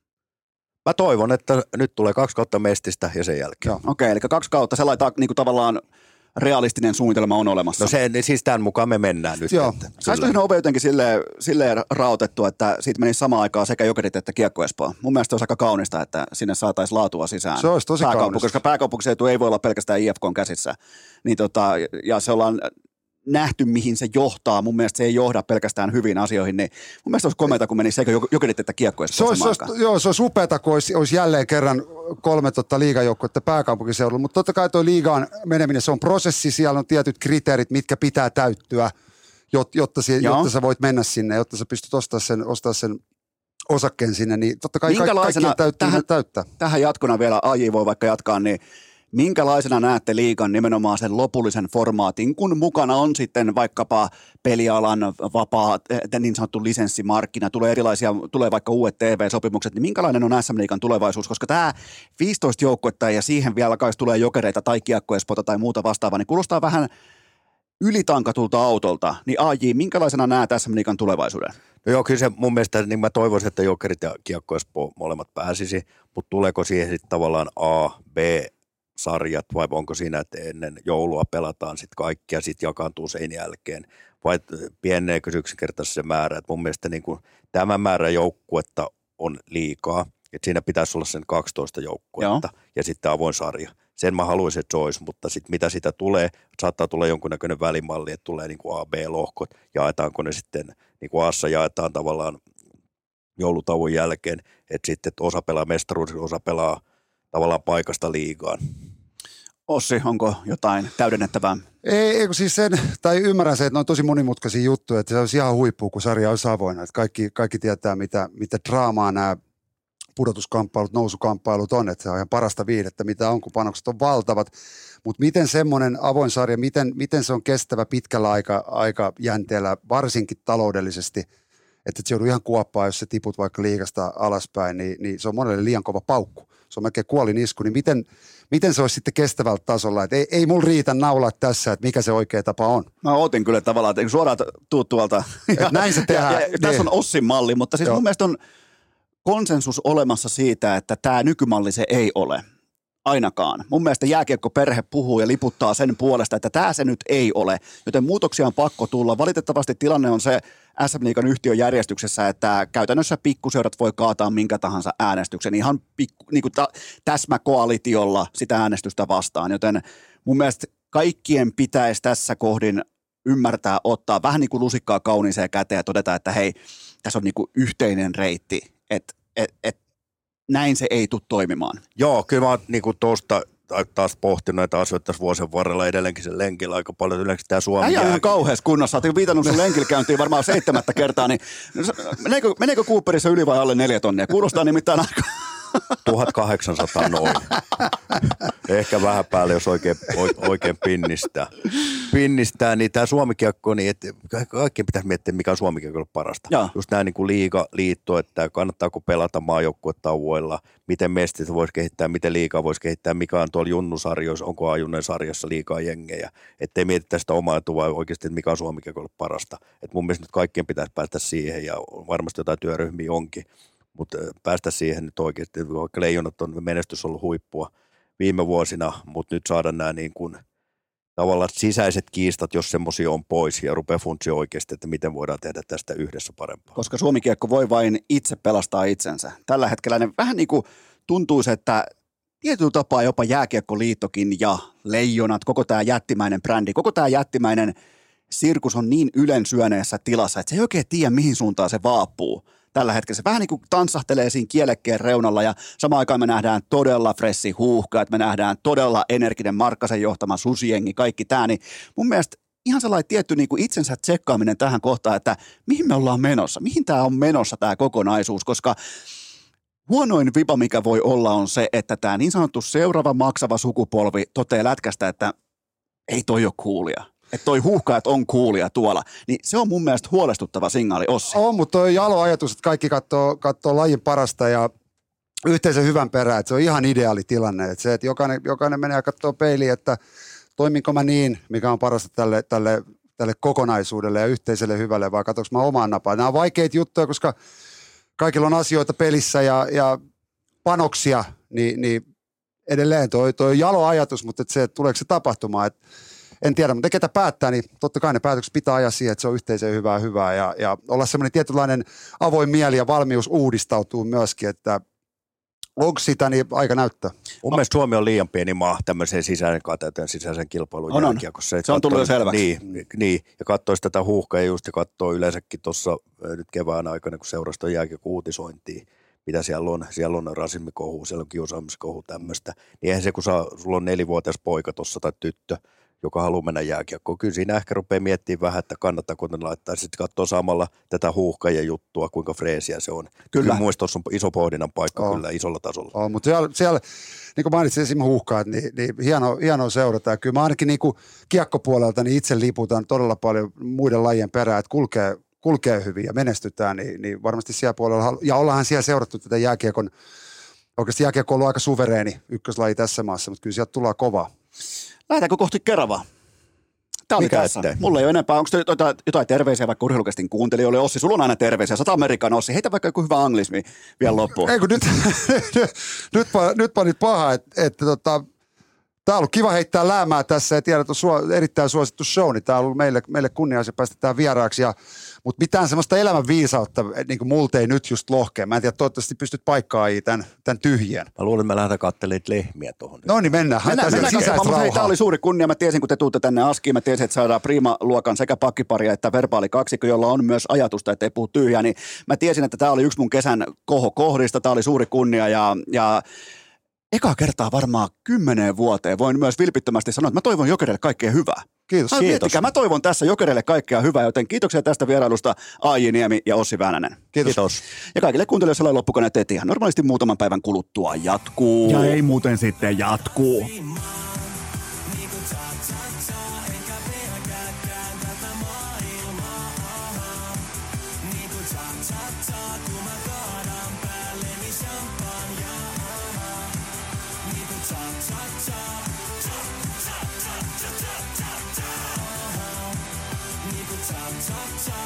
Mä toivon, että nyt tulee kaksi kautta mestistä ja sen jälkeen. Okei, okay, eli kaksi kautta, sellainen niin kuin tavallaan realistinen suunnitelma on olemassa. No se, siis tämän mukaan me mennään nyt. Joo. Saisiko sen Ove jotenkin silleen, silleen raotettu, että siitä menisi samaan aikaan sekä Jokerit että Kiekko Espoo? Mun mielestä se olisi aika kaunista, että sinne saataisiin laatua sisään. Se olisi tosi kaunista. Koska pääkaupunkiseutu ei voi olla pelkästään I F K:n käsissä. Niin tota, ja se ollaan nähty, mihin se johtaa. Mun mielestä se ei johda pelkästään hyviin asioihin, niin mun mielestä olisi komeata, kun menisi sekä Jokerit että Kiekko Espoo se olisi, Joo, se olisi upeata, kun olisi, olisi jälleen kerran kolme totta liigajoukkuetta pääkaupunkiseudulla, mutta totta kai tuo liigaan meneminen, se on prosessi, siellä on tietyt kriteerit, mitkä pitää täyttyä, jotta, jotta, si, jotta sä voit mennä sinne, jotta sä pystyt ostamaan sen, ostaa sen osakkeen sinne, niin totta kai kaikkien täytyy tähän, täyttää. Tähän jatkona vielä, A J voi vaikka jatkaa, niin minkälaisena näette liigan nimenomaan sen lopullisen formaatin, kun mukana on sitten vaikkapa pelialan vapaa niin sanottu lisenssimarkkina, tulee erilaisia, tulee vaikka uudet T V-sopimukset, niin minkälainen on S M-liigan tulevaisuus, koska tämä viisitoista joukkuetta ja siihen vielä kai tulee Jokereita tai Kiekko Espoota tai muuta vastaavaa, niin kuulostaa vähän ylitankatulta autolta, niin A J, minkälaisena näet S M-liigan tulevaisuuden? No joo, kyllä se mun mielestä, niin mä toivoisin, että Jokerit ja Kiekko Espoo molemmat pääsisi, mutta tuleeko siihen sitten tavallaan A, B, sarjat vai onko siinä, että ennen joulua pelataan sitten kaikki ja sitten jakaantuu sen jälkeen vai pieneekö yksinkertaisesti se määrä, että mun mielestä niin kuin tämä määrä joukkuetta on liikaa, että siinä pitäisi olla sen kaksitoista joukkuetta Joo. ja sitten avoin sarja. Sen mä haluaisin, että se olisi, mutta sitten mitä sitä tulee, saattaa tulla jonkunnäköinen välimalli, että tulee niin kuin A, B-lohkot, jaetaanko ne sitten, niin kuin A:ssa jaetaan tavallaan joulutauon jälkeen, että sitten että osa pelaa mestaruudessa, osa pelaa tavallaan paikasta liigaan. Ossi, onko jotain täydennettävää? Ei, ei siis sen, tai ymmärrän se, että ne on tosi monimutkaisia juttuja, että se olisi ihan huippua, kun sarja olisi avoinna. Että kaikki, kaikki tietää, mitä, mitä draamaa nämä pudotuskamppailut, nousukamppailut on, että se on ihan parasta viihdettä, mitä on, kun panokset on valtavat. Mutta miten semmoinen avoin sarja, miten, miten se on kestävä pitkällä aika, aikajänteellä, varsinkin taloudellisesti, että se joudut ihan kuoppaan, jos se tiput vaikka liigasta alaspäin, niin, niin se on monelle liian kova paukku. Se on melkein kuolinisku, niin miten, miten se olisi sitten kestävällä tasolla? Että ei, ei mulla riitä naulaa tässä, että mikä se oikea tapa on. Mä ootin kyllä tavallaan, että suoraan tuu tuolta. Ja, näin se tehdään. Ja, ja, tässä on Ossin malli, mutta siis Joo. mun mielestä on konsensus olemassa siitä, että tämä nykymalli se ei ole. Ainakaan. Mun mielestä jääkiekkoperhe puhuu ja liputtaa sen puolesta, että tämä se nyt ei ole, joten muutoksia on pakko tulla. Valitettavasti tilanne on se S M-liigan yhtiöjärjestyksessä, että käytännössä pikkuseurat voi kaataa minkä tahansa äänestyksen ihan pikku, niin kuin ta, täsmäkoalitiolla sitä äänestystä vastaan, joten mun mielestä kaikkien pitäisi tässä kohdin ymmärtää ottaa vähän niin kuin lusikkaa kauniiseen käteen ja todeta, että hei, tässä on niin kuin yhteinen reitti, että et, et, näin se ei tule toimimaan. Joo, kyllä mä oon niinku tuosta taas pohtinut näitä asioita tässä vuosien varrella edelleenkin sen lenkillä aika paljon. Yleensä tämä Suomi Äijä on ihan kauheassa kunnossa. Olet viitannut sun lenkillä käyntiin varmaan seitsemättä kertaa, niin meneekö, meneekö Cooperissa yli vai alle neljä tonnia? Kuulostaa nimittäin aika. tuhatkahdeksansataa noin. Ehkä vähän päälle, jos oikein, oikein pinnistää. Pinnistää, niin tämä Suomi-kiekko, niin että kaikkien pitäisi miettiä, mikä on Suomi-kiekolle parasta. Ja. Just nämä niin kuin liiga, liitto, että kannattaako pelata maajoukkuetauoilla, miten mestit voisi kehittää, miten liigaa voisi kehittää, mikä on tuolla junnusarjoissa, onko ajunnen sarjassa liikaa jengejä. Että ei mietitä sitä omaa etua, vaan oikeasti, että mikä on Suomi-kiekolle parasta. Et mun mielestä nyt kaikkien pitäisi päästä siihen, ja varmasti jotain työryhmiä onkin. Mutta päästä siihen nyt oikeasti, vaikka Leijonat on menestys ollut huippua viime vuosina, mutta nyt saada nämä niin kuin tavallaan sisäiset kiistat, jos semmoisia on pois ja rupeaa funtsia oikeasti, että miten voidaan tehdä tästä yhdessä parempaa. Koska Suomi-kiekko voi vain itse pelastaa itsensä. Tällä hetkellä ne vähän niin kuin tuntuisi, että tietyllä tapaa jopa Jääkiekkoliittokin ja Leijonat, koko tämä jättimäinen brändi, koko tämä jättimäinen sirkus on niin ylensyöneessä tilassa, että se ei oikein tiedä, mihin suuntaan se vaapuu. Tällä hetkellä se vähän niin kuin tanssahtelee siinä kielekkeen reunalla ja samaan aikaan me nähdään todella fressi huuhka, että me nähdään todella energinen Markkasen johtama susijengi, kaikki tämä, niin mun mielestä ihan sellainen tietty niin kuin itsensä tsekkaaminen tähän kohtaan, että mihin me ollaan menossa, mihin tämä on menossa tämä kokonaisuus, koska huonoin vipa, mikä voi olla, on se, että tämä niin sanottu seuraava maksava sukupolvi toteaa lätkästä, että ei toi ole coolia. Että toi huuhkaat on coolia tuolla, niin se on mun mielestä huolestuttava signaali, Ossi. On, mutta toi jalo ajatus, että kaikki katsoo, katsoo lajin parasta ja yhteisen hyvän perään, että se on ihan ideaali tilanne. Että se, että jokainen, jokainen menee ja katsoo peiliin, että toiminko mä niin, mikä on parasta tälle, tälle, tälle kokonaisuudelle ja yhteiselle hyvälle, vai katsoinko mä omaan napaan. Nämä on vaikeita juttuja, koska kaikilla on asioita pelissä ja, ja panoksia, niin, niin edelleen toi, toi jalo ajatus, mutta että se, että tuleeko se tapahtumaan, että en tiedä, mutta ketä päättää, niin totta kai ne päätökset pitää ajaa siihen, että se on yhteiseen hyvää hyvää ja, ja olla semmoinen tietynlainen avoin mieli ja valmius uudistautuu myöskin, että onko sitä, niin aika näyttää. Mun no. mielestä Suomi on liian pieni maa tämmöiseen sisäisen kateuden sisäisen kilpailun on, jälkeen. On. Se, se on tullut jo selväksi. Niin, niin, ja katsoisi tätä huuhkaa ja just ja katsoo yleensäkin tuossa nyt kevään aikana, kun seurasta on jääkiekko uutisointia, mitä siellä on. Siellä on rasismikohu, siellä on kiusaamiskohu tämmöistä. Niin eihän se, kun saa, sulla on nelivuotias poika tuossa tai tyttö, joka haluaa mennä jääkiekkoon. Kyllä siinä ehkä rupeaa miettimään vähän, että kannattaako ne laittaa. Sitten katsoo samalla tätä huuhkajien juttua, kuinka freesiä se on. Kyllä. Kyllä mun mielestä tuossa on iso pohdinnan paikka oh. kyllä isolla tasolla. Oh, mutta siellä, siellä, niin kuin mainitsin esimerkiksi huuhkaat, niin, niin hienoa, hienoa seurata. Ja kyllä mä ainakin niin kuin kiekkopuolelta niin itse liputan todella paljon muiden lajien perään, että kulkee, kulkee hyvin ja menestytään, niin, niin varmasti siellä puolella. Ja ollaanhan siellä seurattu tätä jääkiekon, oikeasti jääkiekko on ollut aika suvereeni ykköslaji tässä maassa, mutta kyllä sieltä tulee kovaa. Lähdetäänkö kohti Keravaa? Tämä oli Mikä tässä. ettei? Mulla ei ole enempää. Onko jotain, jotain terveisiä vaikka urheilukästin kuuntelijoille? Ossi, sulla on aina terveisiä. Sata Amerikan Ossi. Heitä vaikka joku hyvä anglismi vielä loppuun. Ei kun nyt, nyt, nyt panit paha, että, että tota, tämä on ollut kiva heittää läämää tässä ja tiedät, että on suo, erittäin suosittu show, niin tämä on ollut meille, meille kunnia, että päästetään vieraaksi. Ja, mutta mitään semmoista elämän viisautta, niin kuin multa ei nyt just lohkea. Mä en tiedä, toivottavasti pystyt paikkaamaan tämän, tämän tyhjän. Mä luulen, että mä lähdetään katselemaan lehmiä tuohon. No niin, mennään. Mennään, mennään katsomaan. Hei, tämä oli suuri kunnia. Mä tiesin, kun te tuutte tänne Askiin, mä tiesin, että saadaan Prima-luokan sekä pakkiparia että verbaalikaksikko, jolla on myös ajatusta, että ei puhu tyhjää. Niin mä tiesin, että tämä oli yksi mun kesän kohokohdista. Tämä oli suuri kunnia ja... ja eka kertaa varmaan kymmeneen vuoteen voin myös vilpittömästi sanoa, että mä toivon Jokerille kaikkea hyvää. Kiitos. Kiitos. Miettikää, mä toivon tässä Jokerille kaikkea hyvää, joten kiitoksia tästä vierailusta A J Niemi ja Ossi Väänänen. Kiitos. Kiitos. Ja kaikille kuuntelijoille sellainen loppukoneet, että ihan normaalisti muutaman päivän kuluttua jatkuu. Ja ei muuten sitten jatkuu. Cha cha